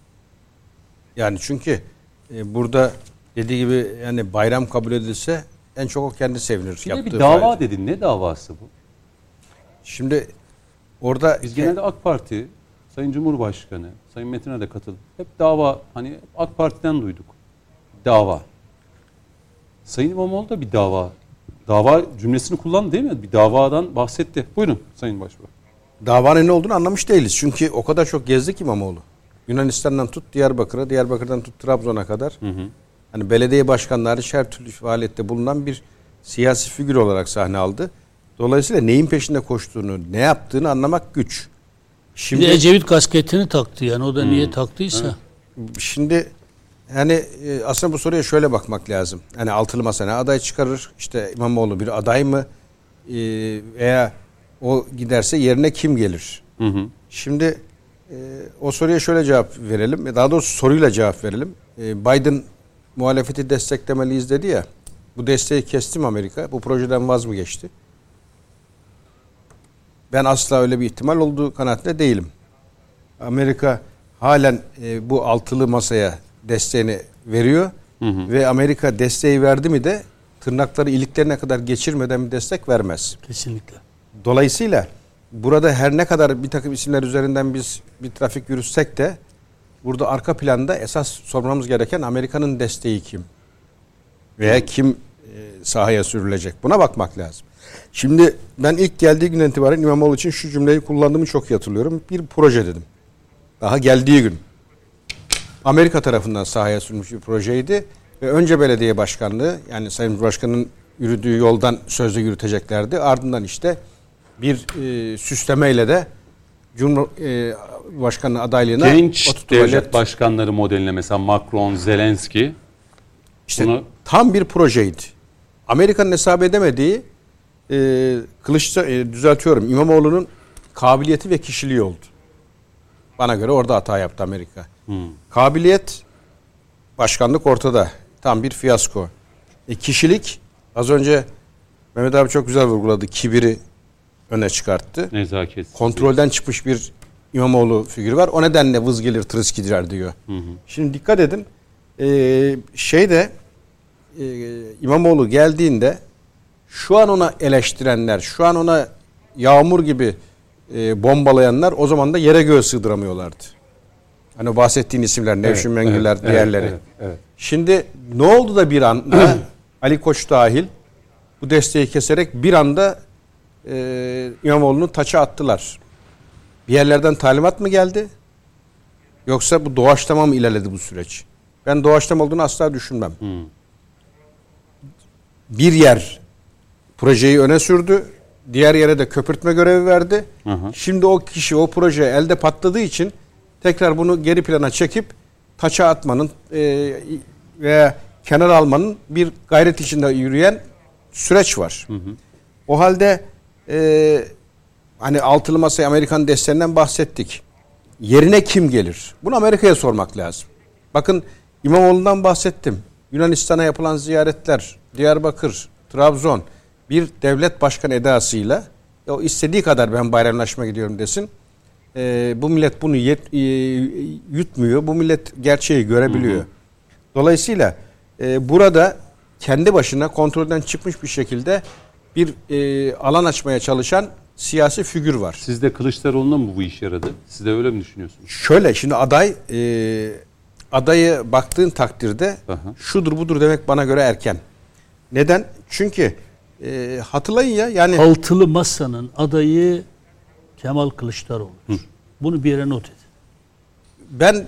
Yani çünkü burada dediği gibi yani bayram kabul edilse en çok o kendi sevinir. Şimdi bir dava fayda. Dedin. Ne davası bu? Şimdi orada biz genelde AK Parti, Sayın Cumhurbaşkanı, Sayın Metin'e de katıldı. Hep dava, hani AK Parti'den duyduk. Dava. Sayın İmamoğlu da bir dava. Dava cümlesini kullandı değil mi? Bir davadan bahsetti. Buyurun Sayın Başbuğ. Davanın ne olduğunu anlamış değiliz. Çünkü o kadar çok gezdik İmamoğlu. Yunanistan'dan tut Diyarbakır'a, Diyarbakır'dan tut Trabzon'a kadar. Hani belediye başkanları her türlü faaliyette bulunan bir siyasi figür olarak sahne aldı. Dolayısıyla neyin peşinde koştuğunu, ne yaptığını anlamak güç. Şimdi bir de Ecevit kasketini taktı yani. O da niye taktıysa. Şimdi yani aslında bu soruya şöyle bakmak lazım. Hani altılı masa ne aday çıkarır? İşte İmamoğlu bir aday mı? Veya o giderse yerine kim gelir? Şimdi o soruya şöyle cevap verelim. Daha doğrusu soruyla cevap verelim. Biden muhalefeti desteklemeliyiz dedi ya. Bu desteği kesti mi Amerika? Bu projeden vaz mı geçti? Ben asla öyle bir ihtimal olduğu kanaatinde değilim. Amerika halen bu altılı masaya desteğini veriyor. Ve Amerika desteği verdi mi de tırnakları iliklerine kadar geçirmeden bir destek vermez. Kesinlikle. Dolayısıyla burada her ne kadar bir takım isimler üzerinden biz bir trafik yürütsek de burada arka planda esas sormamız gereken Amerika'nın desteği kim? Veya kim sahaya sürülecek? Buna bakmak lazım. Şimdi ben ilk geldiği günden itibaren İmamoğlu için şu cümleyi kullandığımı çok iyi hatırlıyorum. Bir proje dedim. Daha geldiği gün. Amerika tarafından sahaya sürülmüş bir projeydi. Ve önce belediye başkanlığı, yani Sayın Cumhurbaşkanı'nın yürüdüğü yoldan sözde yürüteceklerdi. Ardından işte bir süslemeyle de Cumhurbaşkanı adaylığına genç devlet başkanları modeline mesela Macron, Zelenski işte tam bir projeydi. Amerika'nın hesap edemediği düzeltiyorum, İmamoğlu'nun kabiliyeti ve kişiliği oldu. Bana göre orada hata yaptı Amerika. Kabiliyet, başkanlık ortada. Tam bir fiyasko. Kişilik, az önce Mehmet abi çok güzel vurguladı. Kibiri öne çıkarttı. Nezaket. Kontrolden çıkmış bir İmamoğlu figürü var. O nedenle vız gelir tırıs gider diyor. Şimdi dikkat edin. İmamoğlu geldiğinde şu an ona eleştirenler, şu an ona yağmur gibi bombalayanlar o zaman da yere göğe sığdıramıyorlardı. Hani bahsettiğin isimler, Nevşin Mengüler, diğerleri. Evet. Şimdi ne oldu da bir anda Ali Koç dahil bu desteği keserek bir anda İmamoğlu'nu taça attılar? Bir yerlerden talimat mı geldi? Yoksa bu doğaçlama mı ilerledi bu süreç? Ben doğaçlama olduğunu asla düşünmem. Bir yer projeyi öne sürdü. Diğer yere de köpürtme görevi verdi. Şimdi o kişi o proje elde patladığı için tekrar bunu geri plana çekip taça atmanın veya kenar almanın bir gayret içinde yürüyen süreç var. O halde hani altılı masaya Amerikan desteğinden bahsettik. Yerine kim gelir? Bunu Amerika'ya sormak lazım. Bakın İmamoğlu'ndan bahsettim. Yunanistan'a yapılan ziyaretler, Diyarbakır, Trabzon bir devlet başkanı edasıyla o istediği kadar ben bayramlaşma gidiyorum desin. Bu millet bunu yutmuyor. Bu millet gerçeği görebiliyor. Dolayısıyla burada kendi başına kontrolden çıkmış bir şekilde bir alan açmaya çalışan siyasi figür var. Sizde Kılıçdaroğlu'na mı bu iş yaradı? Siz de öyle mi düşünüyorsunuz? Şöyle şimdi adayı baktığın takdirde şudur budur demek bana göre erken. Neden? Çünkü hatırlayın ya yani altılı masanın adayı Kemal Kılıçdaroğlu'dur. Bunu bir yere not edin. Ben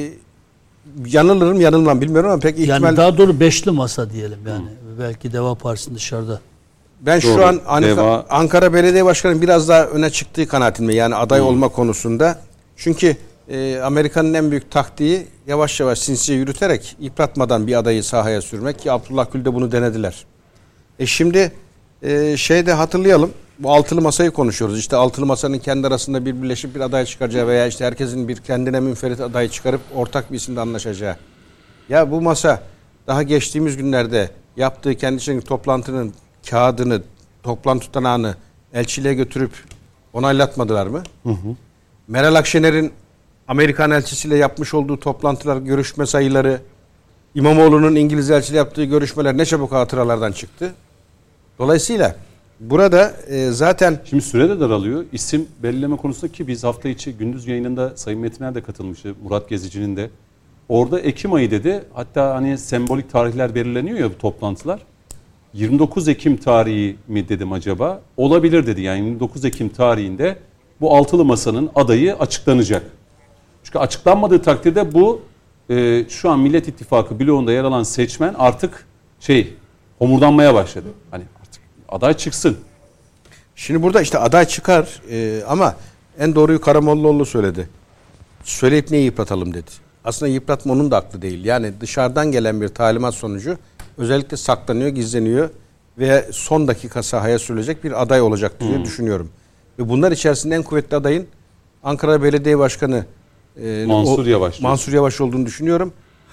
yanılırım yanılmam bilmiyorum ama pek ihtimal... Yani daha doğru beşli masa diyelim yani. Belki Deva Partisi'nin dışarıda. Ben doğru. Şu an Ankara Belediye Başkanı'nın biraz daha öne çıktığı kanaatinde yani aday olma konusunda. Çünkü Amerika'nın en büyük taktiği yavaş yavaş sinsice yürüterek yıpratmadan bir adayı sahaya sürmek ki Abdullah Gül de bunu denediler. Şimdi hatırlayalım. Bu altılı masayı konuşuyoruz. İşte altılı masanın kendi arasında bir birleşip bir aday çıkaracağı veya işte herkesin bir kendine münferit aday çıkarıp ortak bir isimde anlaşacağı. Ya bu masa daha geçtiğimiz günlerde yaptığı kendi içindeki toplantının kağıdını, toplantı tutanağını elçiliğe götürüp onaylatmadılar mı? Meral Akşener'in Amerikan elçisiyle yapmış olduğu toplantılar, görüşme sayıları, İmamoğlu'nun İngiliz elçisiyle yaptığı görüşmeler ne çabuk hatıralardan çıktı. Dolayısıyla burada zaten... Şimdi süre de daralıyor. İsim belirleme konusunda ki biz hafta içi gündüz yayınında Sayın Metiner de katılmıştı. Murat Gezici'nin de. Orada Ekim ayı dedi. Hatta hani sembolik tarihler belirleniyor ya bu toplantılar. 29 Ekim tarihi mi dedim acaba? Olabilir dedi. Yani 29 Ekim tarihinde bu altılı masanın adayı açıklanacak. Çünkü açıklanmadığı takdirde bu şu an Millet İttifakı bloğunda yer alan seçmen artık homurdanmaya başladı. Hani artık aday çıksın. Şimdi burada işte aday çıkar ama en doğruyu Karamollaoğlu söyledi. Söyleyip neyi yıpratalım dedi. Aslında yıpratma onun da aklı değil. Yani dışarıdan gelen bir talimat sonucu özellikle saklanıyor, gizleniyor ve son dakika sahaya sürülecek bir aday olacaktır diye düşünüyorum. Ve bunlar içerisinde en kuvvetli adayın Ankara Belediye Başkanı Mansur Yavaş olduğunu düşünüyorum.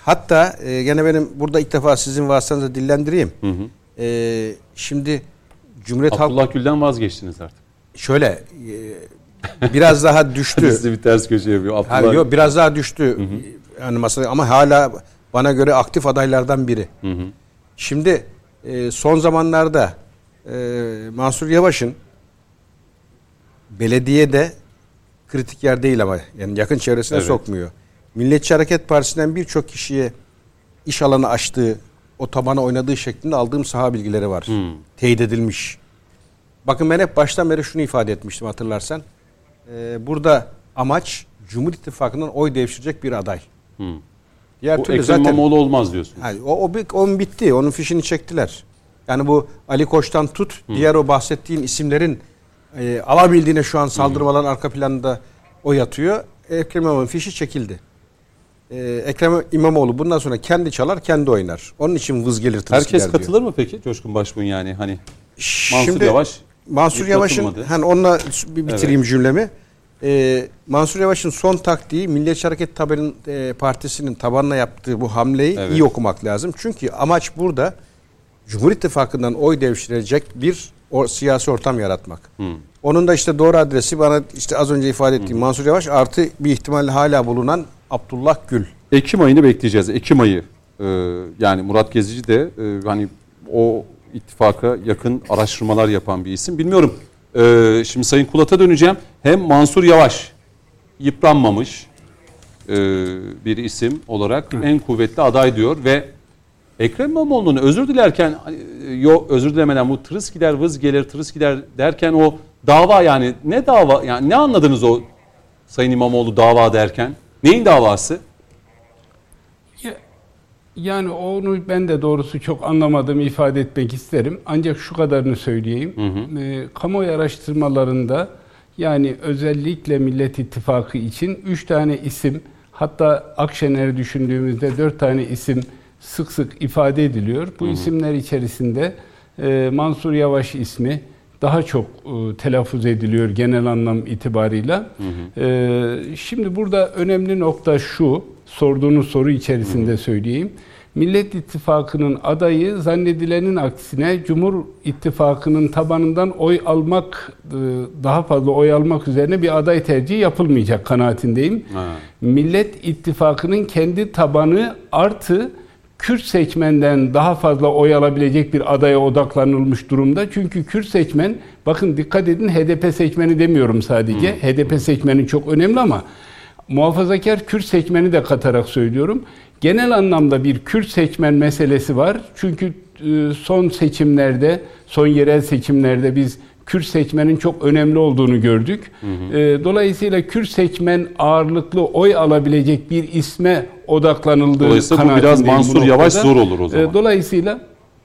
Hatta gene benim burada ilk defa sizin vasıtanızla dillendireyim. Şimdi Cumhuriyet Halk... Abdullah Gül'den vazgeçtiniz artık. Şöyle biraz daha düştü. Sizi bir ters köşe yapıyor. Abdullah... Yok, biraz daha düştü. Yani masada, ama hala bana göre aktif adaylardan biri. Şimdi son zamanlarda Mansur Yavaş'ın belediyede kritik yer değil ama yani yakın çevresine sokmuyor. Milliyetçi Hareket Partisi'nden birçok kişiye iş alanı açtığı, o tabana oynadığı şeklinde aldığım saha bilgileri var. Teyit edilmiş. Bakın ben hep baştan beri şunu ifade etmiştim, hatırlarsan. Burada amaç Cumhur İttifakı'ndan oy devşirecek bir aday. Diğer bu türlü Ekrem İmamoğlu olmaz diyorsun. Yani o bitti. Onun fişini çektiler. Yani bu Ali Koç'tan tut, diğer o bahsettiğin isimlerin alabildiğine şu an saldırmaların arka planında o yatıyor. Ekrem İmamoğlu'nun fişi çekildi. Ekrem İmamoğlu bundan sonra kendi çalar, kendi oynar. Onun için vız gelir, tırıs Herkes gider diyor. katılır mı peki Coşkun Başbuğ'un, yani hani Şimdi, Mansur Yavaş'ın hani onunla bir bitireyim cümlemi. Mansur Yavaş'ın son taktiği Milliyetçi Hareket Partisi'nin tabanına yaptığı bu hamleyi iyi okumak lazım. Çünkü amaç burada Cumhur İttifakı'ndan oy devşirecek bir siyasi ortam yaratmak. Onun da işte doğru adresi bana işte az önce ifade ettiğim Mansur Yavaş artı bir ihtimalle hala bulunan Abdullah Gül. Ekim ayını bekleyeceğiz. Ekim ayı yani Murat Gezici de hani o ittifaka yakın araştırmalar yapan bir isim. Bilmiyorum. Şimdi Sayın Kulat'a döneceğim. Hem Mansur Yavaş yıpranmamış bir isim olarak en kuvvetli aday diyor ve Ekrem İmamoğlu'nun özür dilerken özür dilemeden bu tırıs gider vız gelir tırıs gider derken o dava, yani ne dava, yani ne anladınız o Sayın İmamoğlu dava derken? Neyin davası? Yani onu ben de doğrusu çok anlamadığımı ifade etmek isterim. Ancak şu kadarını söyleyeyim. Kamuoyu araştırmalarında yani özellikle Millet İttifakı için 3 tane isim, hatta Akşener'i düşündüğümüzde 4 tane isim sık sık ifade ediliyor. Bu isimler içerisinde Mansur Yavaş ismi daha çok telaffuz ediliyor genel anlam itibarıyla. Şimdi burada önemli nokta şu, sorduğunuz soru içerisinde söyleyeyim. Millet İttifakı'nın adayı zannedilenin aksine Cumhur İttifakı'nın tabanından oy almak, daha fazla oy almak üzerine bir aday tercihi yapılmayacak kanaatindeyim. Millet İttifakı'nın kendi tabanı artı Kürt seçmenden daha fazla oy alabilecek bir adaya odaklanılmış durumda. Çünkü Kürt seçmen, bakın dikkat edin, HDP seçmeni demiyorum sadece. HDP seçmeni çok önemli ama muhafazakar Kürt seçmeni de katarak söylüyorum. Genel anlamda bir Kürt seçmen meselesi var. Çünkü son seçimlerde, son yerel seçimlerde biz Kürt seçmenin çok önemli olduğunu gördük. Dolayısıyla Kürt seçmen ağırlıklı oy alabilecek bir isme odaklanıldığı dolayısıyla bu biraz Mansur Yavaş zor olur o zaman. Dolayısıyla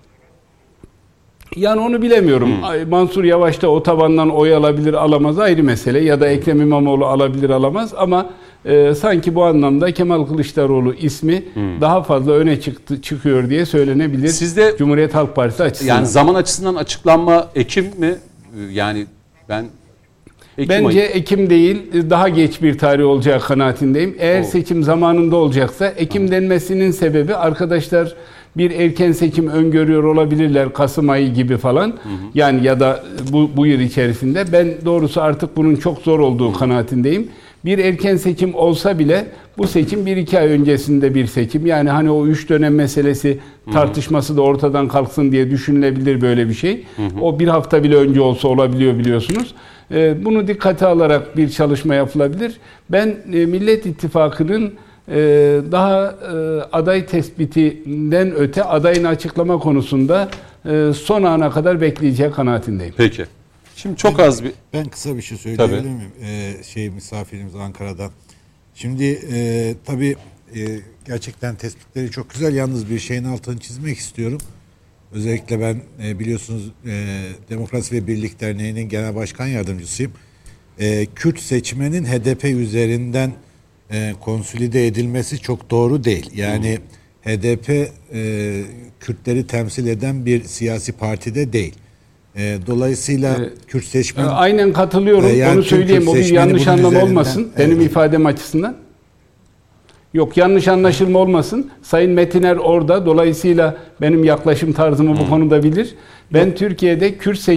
yani onu bilemiyorum. Mansur Yavaş da o tabandan oy alabilir alamaz ayrı mesele. Ya da Ekrem İmamoğlu alabilir alamaz ama sanki bu anlamda Kemal Kılıçdaroğlu ismi daha fazla öne çıkıyor diye söylenebilir. Sizde Cumhuriyet Halk Partisi açısından. Yani zaman açısından açıklanma Ekim mi? Yani ben Bence Ekim değil, daha geç bir tarih olacağı kanaatindeyim. Eğer seçim zamanında olacaksa Ekim denmesinin sebebi arkadaşlar bir erken seçim öngörüyor olabilirler, Kasım ayı gibi falan. Yani ya da bu yıl içerisinde. Ben doğrusu artık bunun çok zor olduğu kanaatindeyim. Bir erken seçim olsa bile bu seçim 1-2 ay öncesinde bir seçim. Yani hani o 3 dönem meselesi tartışması da ortadan kalksın diye düşünülebilir böyle bir şey. O bir hafta bile önce olsa olabiliyor biliyorsunuz. Bunu dikkate alarak bir çalışma yapılabilir. Ben Millet İttifakı'nın daha aday tespitinden öte adayını açıklama konusunda son ana kadar bekleyeceği kanaatindeyim. Peki. Şimdi çok az bir... Ben kısa bir şey söyleyebilir miyim? Misafirimiz Ankara'dan. Şimdi tabii gerçekten tespitleri çok güzel. Yalnız bir şeyin altını çizmek istiyorum. Özellikle ben biliyorsunuz Demokrasi ve Birlik Derneği'nin genel başkan yardımcısıyım. Kürt seçmenin HDP üzerinden konsolide edilmesi çok doğru değil. Yani HDP Kürtleri temsil eden bir siyasi partide değil. Dolayısıyla Kürt seçmen... Aynen katılıyorum. Yani onu söyleyeyim. O bir yanlış anlam olmasın. Benim ifadem açısından. Yok, yanlış anlaşılma olmasın. Sayın Metiner orada. Dolayısıyla benim yaklaşım tarzımı bu konuda bilir. Ben Türkiye'de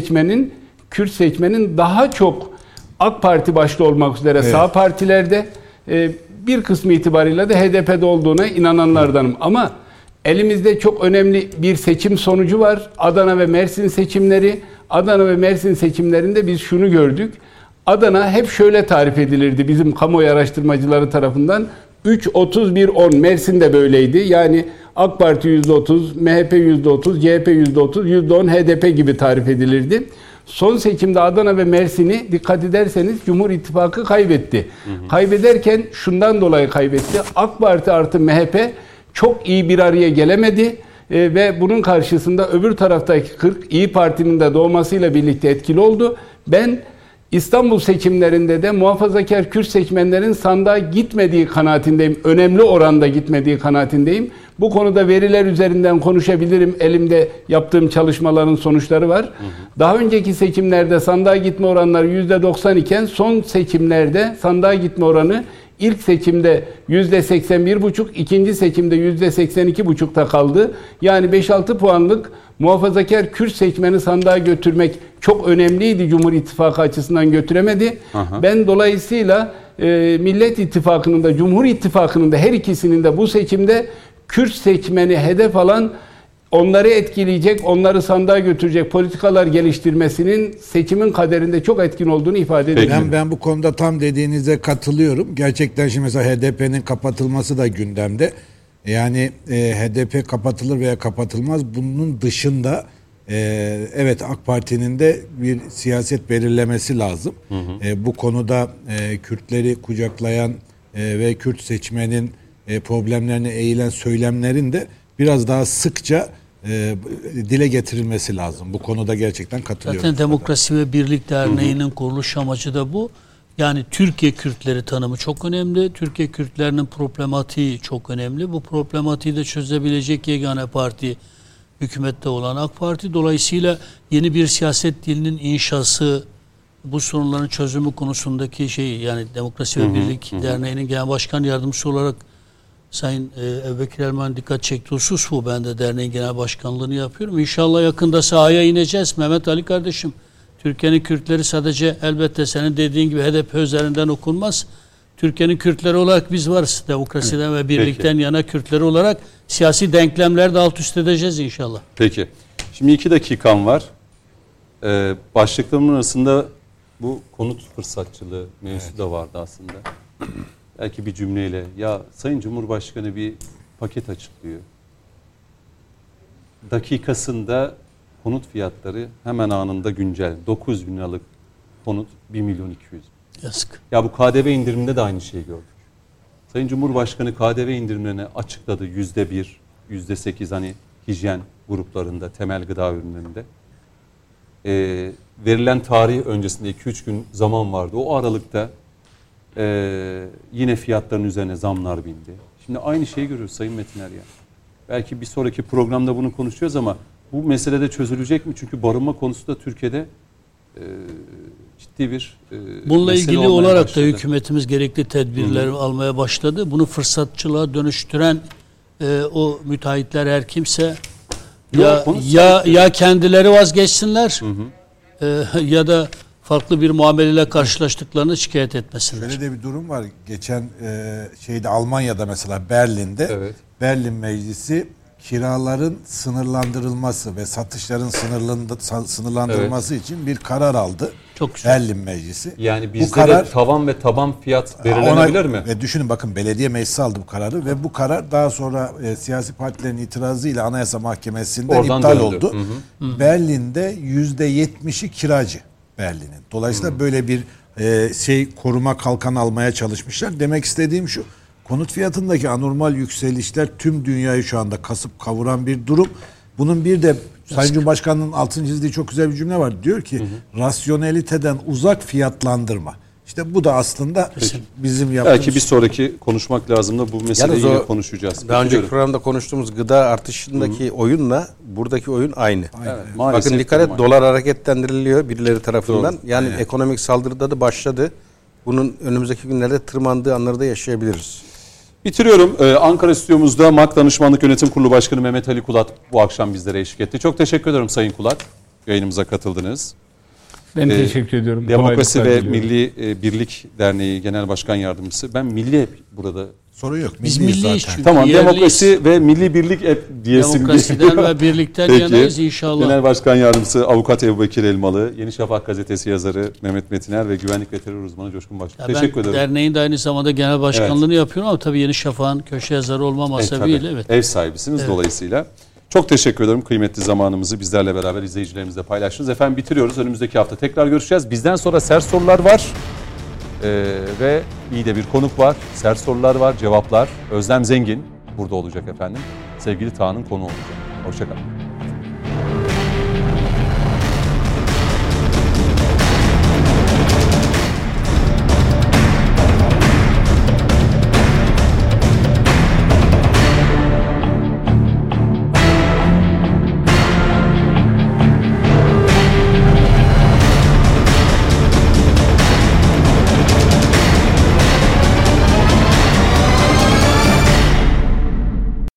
Kürt seçmenin daha çok AK Parti başta olmak üzere sağ partilerde, bir kısmı itibarıyla da HDP'de olduğuna inananlardanım. Ama elimizde çok önemli bir seçim sonucu var. Adana ve Mersin seçimleri. Adana ve Mersin seçimlerinde biz şunu gördük. Adana hep şöyle tarif edilirdi bizim kamuoyu araştırmacıları tarafından. 3-30-1-10. Mersin de böyleydi. Yani AK Parti %30, MHP %30, CHP %30, %10 HDP gibi tarif edilirdi. Son seçimde Adana ve Mersin'i dikkat ederseniz Cumhur İttifakı kaybetti. Kaybederken şundan dolayı kaybetti. AK Parti artı MHP çok iyi bir araya gelemedi. Ve bunun karşısında öbür taraftaki 40 İyi Parti'nin de doğmasıyla birlikte etkili oldu. Ben İstanbul seçimlerinde de muhafazakar Kürt seçmenlerin sandığa gitmediği kanaatindeyim. Önemli oranda gitmediği kanaatindeyim. Bu konuda veriler üzerinden konuşabilirim. Elimde yaptığım çalışmaların sonuçları var. Daha önceki seçimlerde sandığa gitme oranları %90 iken son seçimlerde sandığa gitme oranı ilk seçimde %81,5, ikinci seçimde %82,5'ta kaldı. Yani 5-6 puanlık muhafazakar Kürt seçmeni sandığa götürmek çok önemliydi. Cumhur İttifakı açısından götüremedi. Ben dolayısıyla Millet İttifakı'nın da Cumhur İttifakı'nın da her ikisinin de bu seçimde Kürt seçmeni hedef alan, onları etkileyecek, onları sandığa götürecek politikalar geliştirmesinin seçimin kaderinde çok etkin olduğunu ifade ediyorum. Ben bu konuda tam dediğinize katılıyorum. Gerçekten şimdi mesela HDP'nin kapatılması da gündemde. Yani HDP kapatılır veya kapatılmaz. Bunun dışında evet AK Parti'nin de bir siyaset belirlemesi lazım. Bu konuda Kürtleri kucaklayan ve Kürt seçmenin problemlerine eğilen söylemlerin de biraz daha sıkça dile getirilmesi lazım. Bu konuda gerçekten katılıyorum. Zaten Demokrasi ve Birlik Derneği'nin kuruluş amacı da bu. Yani Türkiye Kürtleri tanımı çok önemli. Türkiye Kürtlerinin problematiği çok önemli. Bu problematiği de çözebilecek yegane parti hükümette olan AK Parti. Dolayısıyla yeni bir siyaset dilinin inşası, bu sorunların çözümü konusundaki yani Demokrasi ve Birlik Derneği'nin Genel Başkan Yardımcısı olarak Sayın Ebubekir Elman dikkat çekti husus bu. Ben de derneğin genel başkanlığını yapıyorum. İnşallah yakında sahaya ineceğiz. Mehmet Ali kardeşim, Türkiye'nin Kürtleri sadece elbette senin dediğin gibi HDP üzerinden okunmaz. Türkiye'nin Kürtleri olarak biz varız. Demokrasiden ve birlikten yana Kürtleri olarak siyasi denklemleri de alt üst edeceğiz inşallah. Peki. Şimdi 2 dakikam var. Başlıklarımın arasında bu konut fırsatçılığı mevzusu da vardı aslında. Belki bir cümleyle, ya Sayın Cumhurbaşkanı bir paket açıklıyor. Dakikasında konut fiyatları hemen anında güncel. 9 bin liralık konut 1 milyon 200. Yazık. Ya bu KDV indiriminde de aynı şeyi gördük. Sayın Cumhurbaşkanı KDV indirimlerini açıkladı. %1, %8 hani hijyen gruplarında, temel gıda ürünlerinde. Verilen tarih öncesinde 2-3 gün zaman vardı. O aralıkta yine fiyatların üzerine zamlar bindi. Şimdi aynı şeyi görüyoruz Sayın Metiner ya. Belki bir sonraki programda bunu konuşacağız ama bu mesele de çözülecek mi? Çünkü barınma konusu da Türkiye'de ciddi bir bununla ilgili olarak başladı. da hükümetimiz gerekli tedbirleri almaya başladı. Bunu fırsatçılığa dönüştüren o müteahhitler her kimse ya kendileri vazgeçsinler ya da farklı bir muameleyle karşılaştıklarını şikayet etmesinler. Şöyle de bir durum var. Geçen Almanya'da mesela Berlin'de Berlin Meclisi kiraların sınırlandırılması ve satışların sınırlandırılması için bir karar aldı. Çok güzel. Berlin Meclisi. Yani bizde de tavan ve taban fiyat belirlenebilir mi? Ve düşünün bakın belediye meclisi aldı bu kararı ve bu karar daha sonra siyasi partilerin itirazıyla Anayasa Mahkemesi'nden oradan iptal döndü. oldu. Berlin'de %70'i kiracı Berlin'in. Dolayısıyla böyle bir koruma kalkan almaya çalışmışlar. Demek istediğim şu. Konut fiyatındaki anormal yükselişler tüm dünyayı şu anda kasıp kavuran bir durum. Bunun bir de Sayın Cumhurbaşkanı'nın altını çizdiği çok güzel bir cümle var. Diyor ki rasyoneliteden uzak fiyatlandırma. İşte bu da aslında bizim yaptığımız... Belki bir sonraki konuşmak lazım da bu meseleyi yine konuşacağız. Daha önceki programda konuştuğumuz gıda artışındaki oyunla buradaki oyun aynı. Evet, bakın dikkat et, dolar hareketlendiriliyor birileri tarafından. Doğru. Yani ekonomik saldırıda da başladı. Bunun önümüzdeki günlerde tırmandığı anları da yaşayabiliriz. Bitiriyorum. Ankara stüdyomuzda MAK Danışmanlık Yönetim Kurulu Başkanı Mehmet Ali Kulat bu akşam bizlere eşlik etti. Çok teşekkür ederim Sayın Kulat. Yayınımıza katıldınız. Ben teşekkür ediyorum. Demokrasi ve Kolaylıklar diliyorum. Milli Birlik Derneği Genel Başkan Yardımcısı. Ben milli burada. Sorun yok. Biz milliyiz milliyiz zaten. çünkü. Tamam, yerliyiz. demokrasi ve milli birlik hep diyesim Demokrasiden geliyor. ve birlikten Peki. yanayız inşallah. Genel Başkan Yardımcısı Avukat Ebubekir Elmalı, Yeni Şafak Gazetesi yazarı Mehmet Metiner ve güvenlik ve terör uzmanı Coşkun Başbuğ. Teşekkür Ben ederim. derneğin de aynı zamanda genel başkanlığını yapıyorum ama tabii Yeni Şafak'ın köşe yazarı olmam hasebiyle tabii. evet. Ev sahibisiniz dolayısıyla. Çok teşekkür ederim. Kıymetli zamanımızı bizlerle beraber izleyicilerimizle paylaştınız. Efendim bitiriyoruz. Önümüzdeki hafta tekrar görüşeceğiz. Bizden sonra sert sorular var. Ve iyi de bir konuk var. Sert sorular var, cevaplar. Özlem Zengin burada olacak efendim. Sevgili Tağ'ın konu olacak. Hoşçakalın.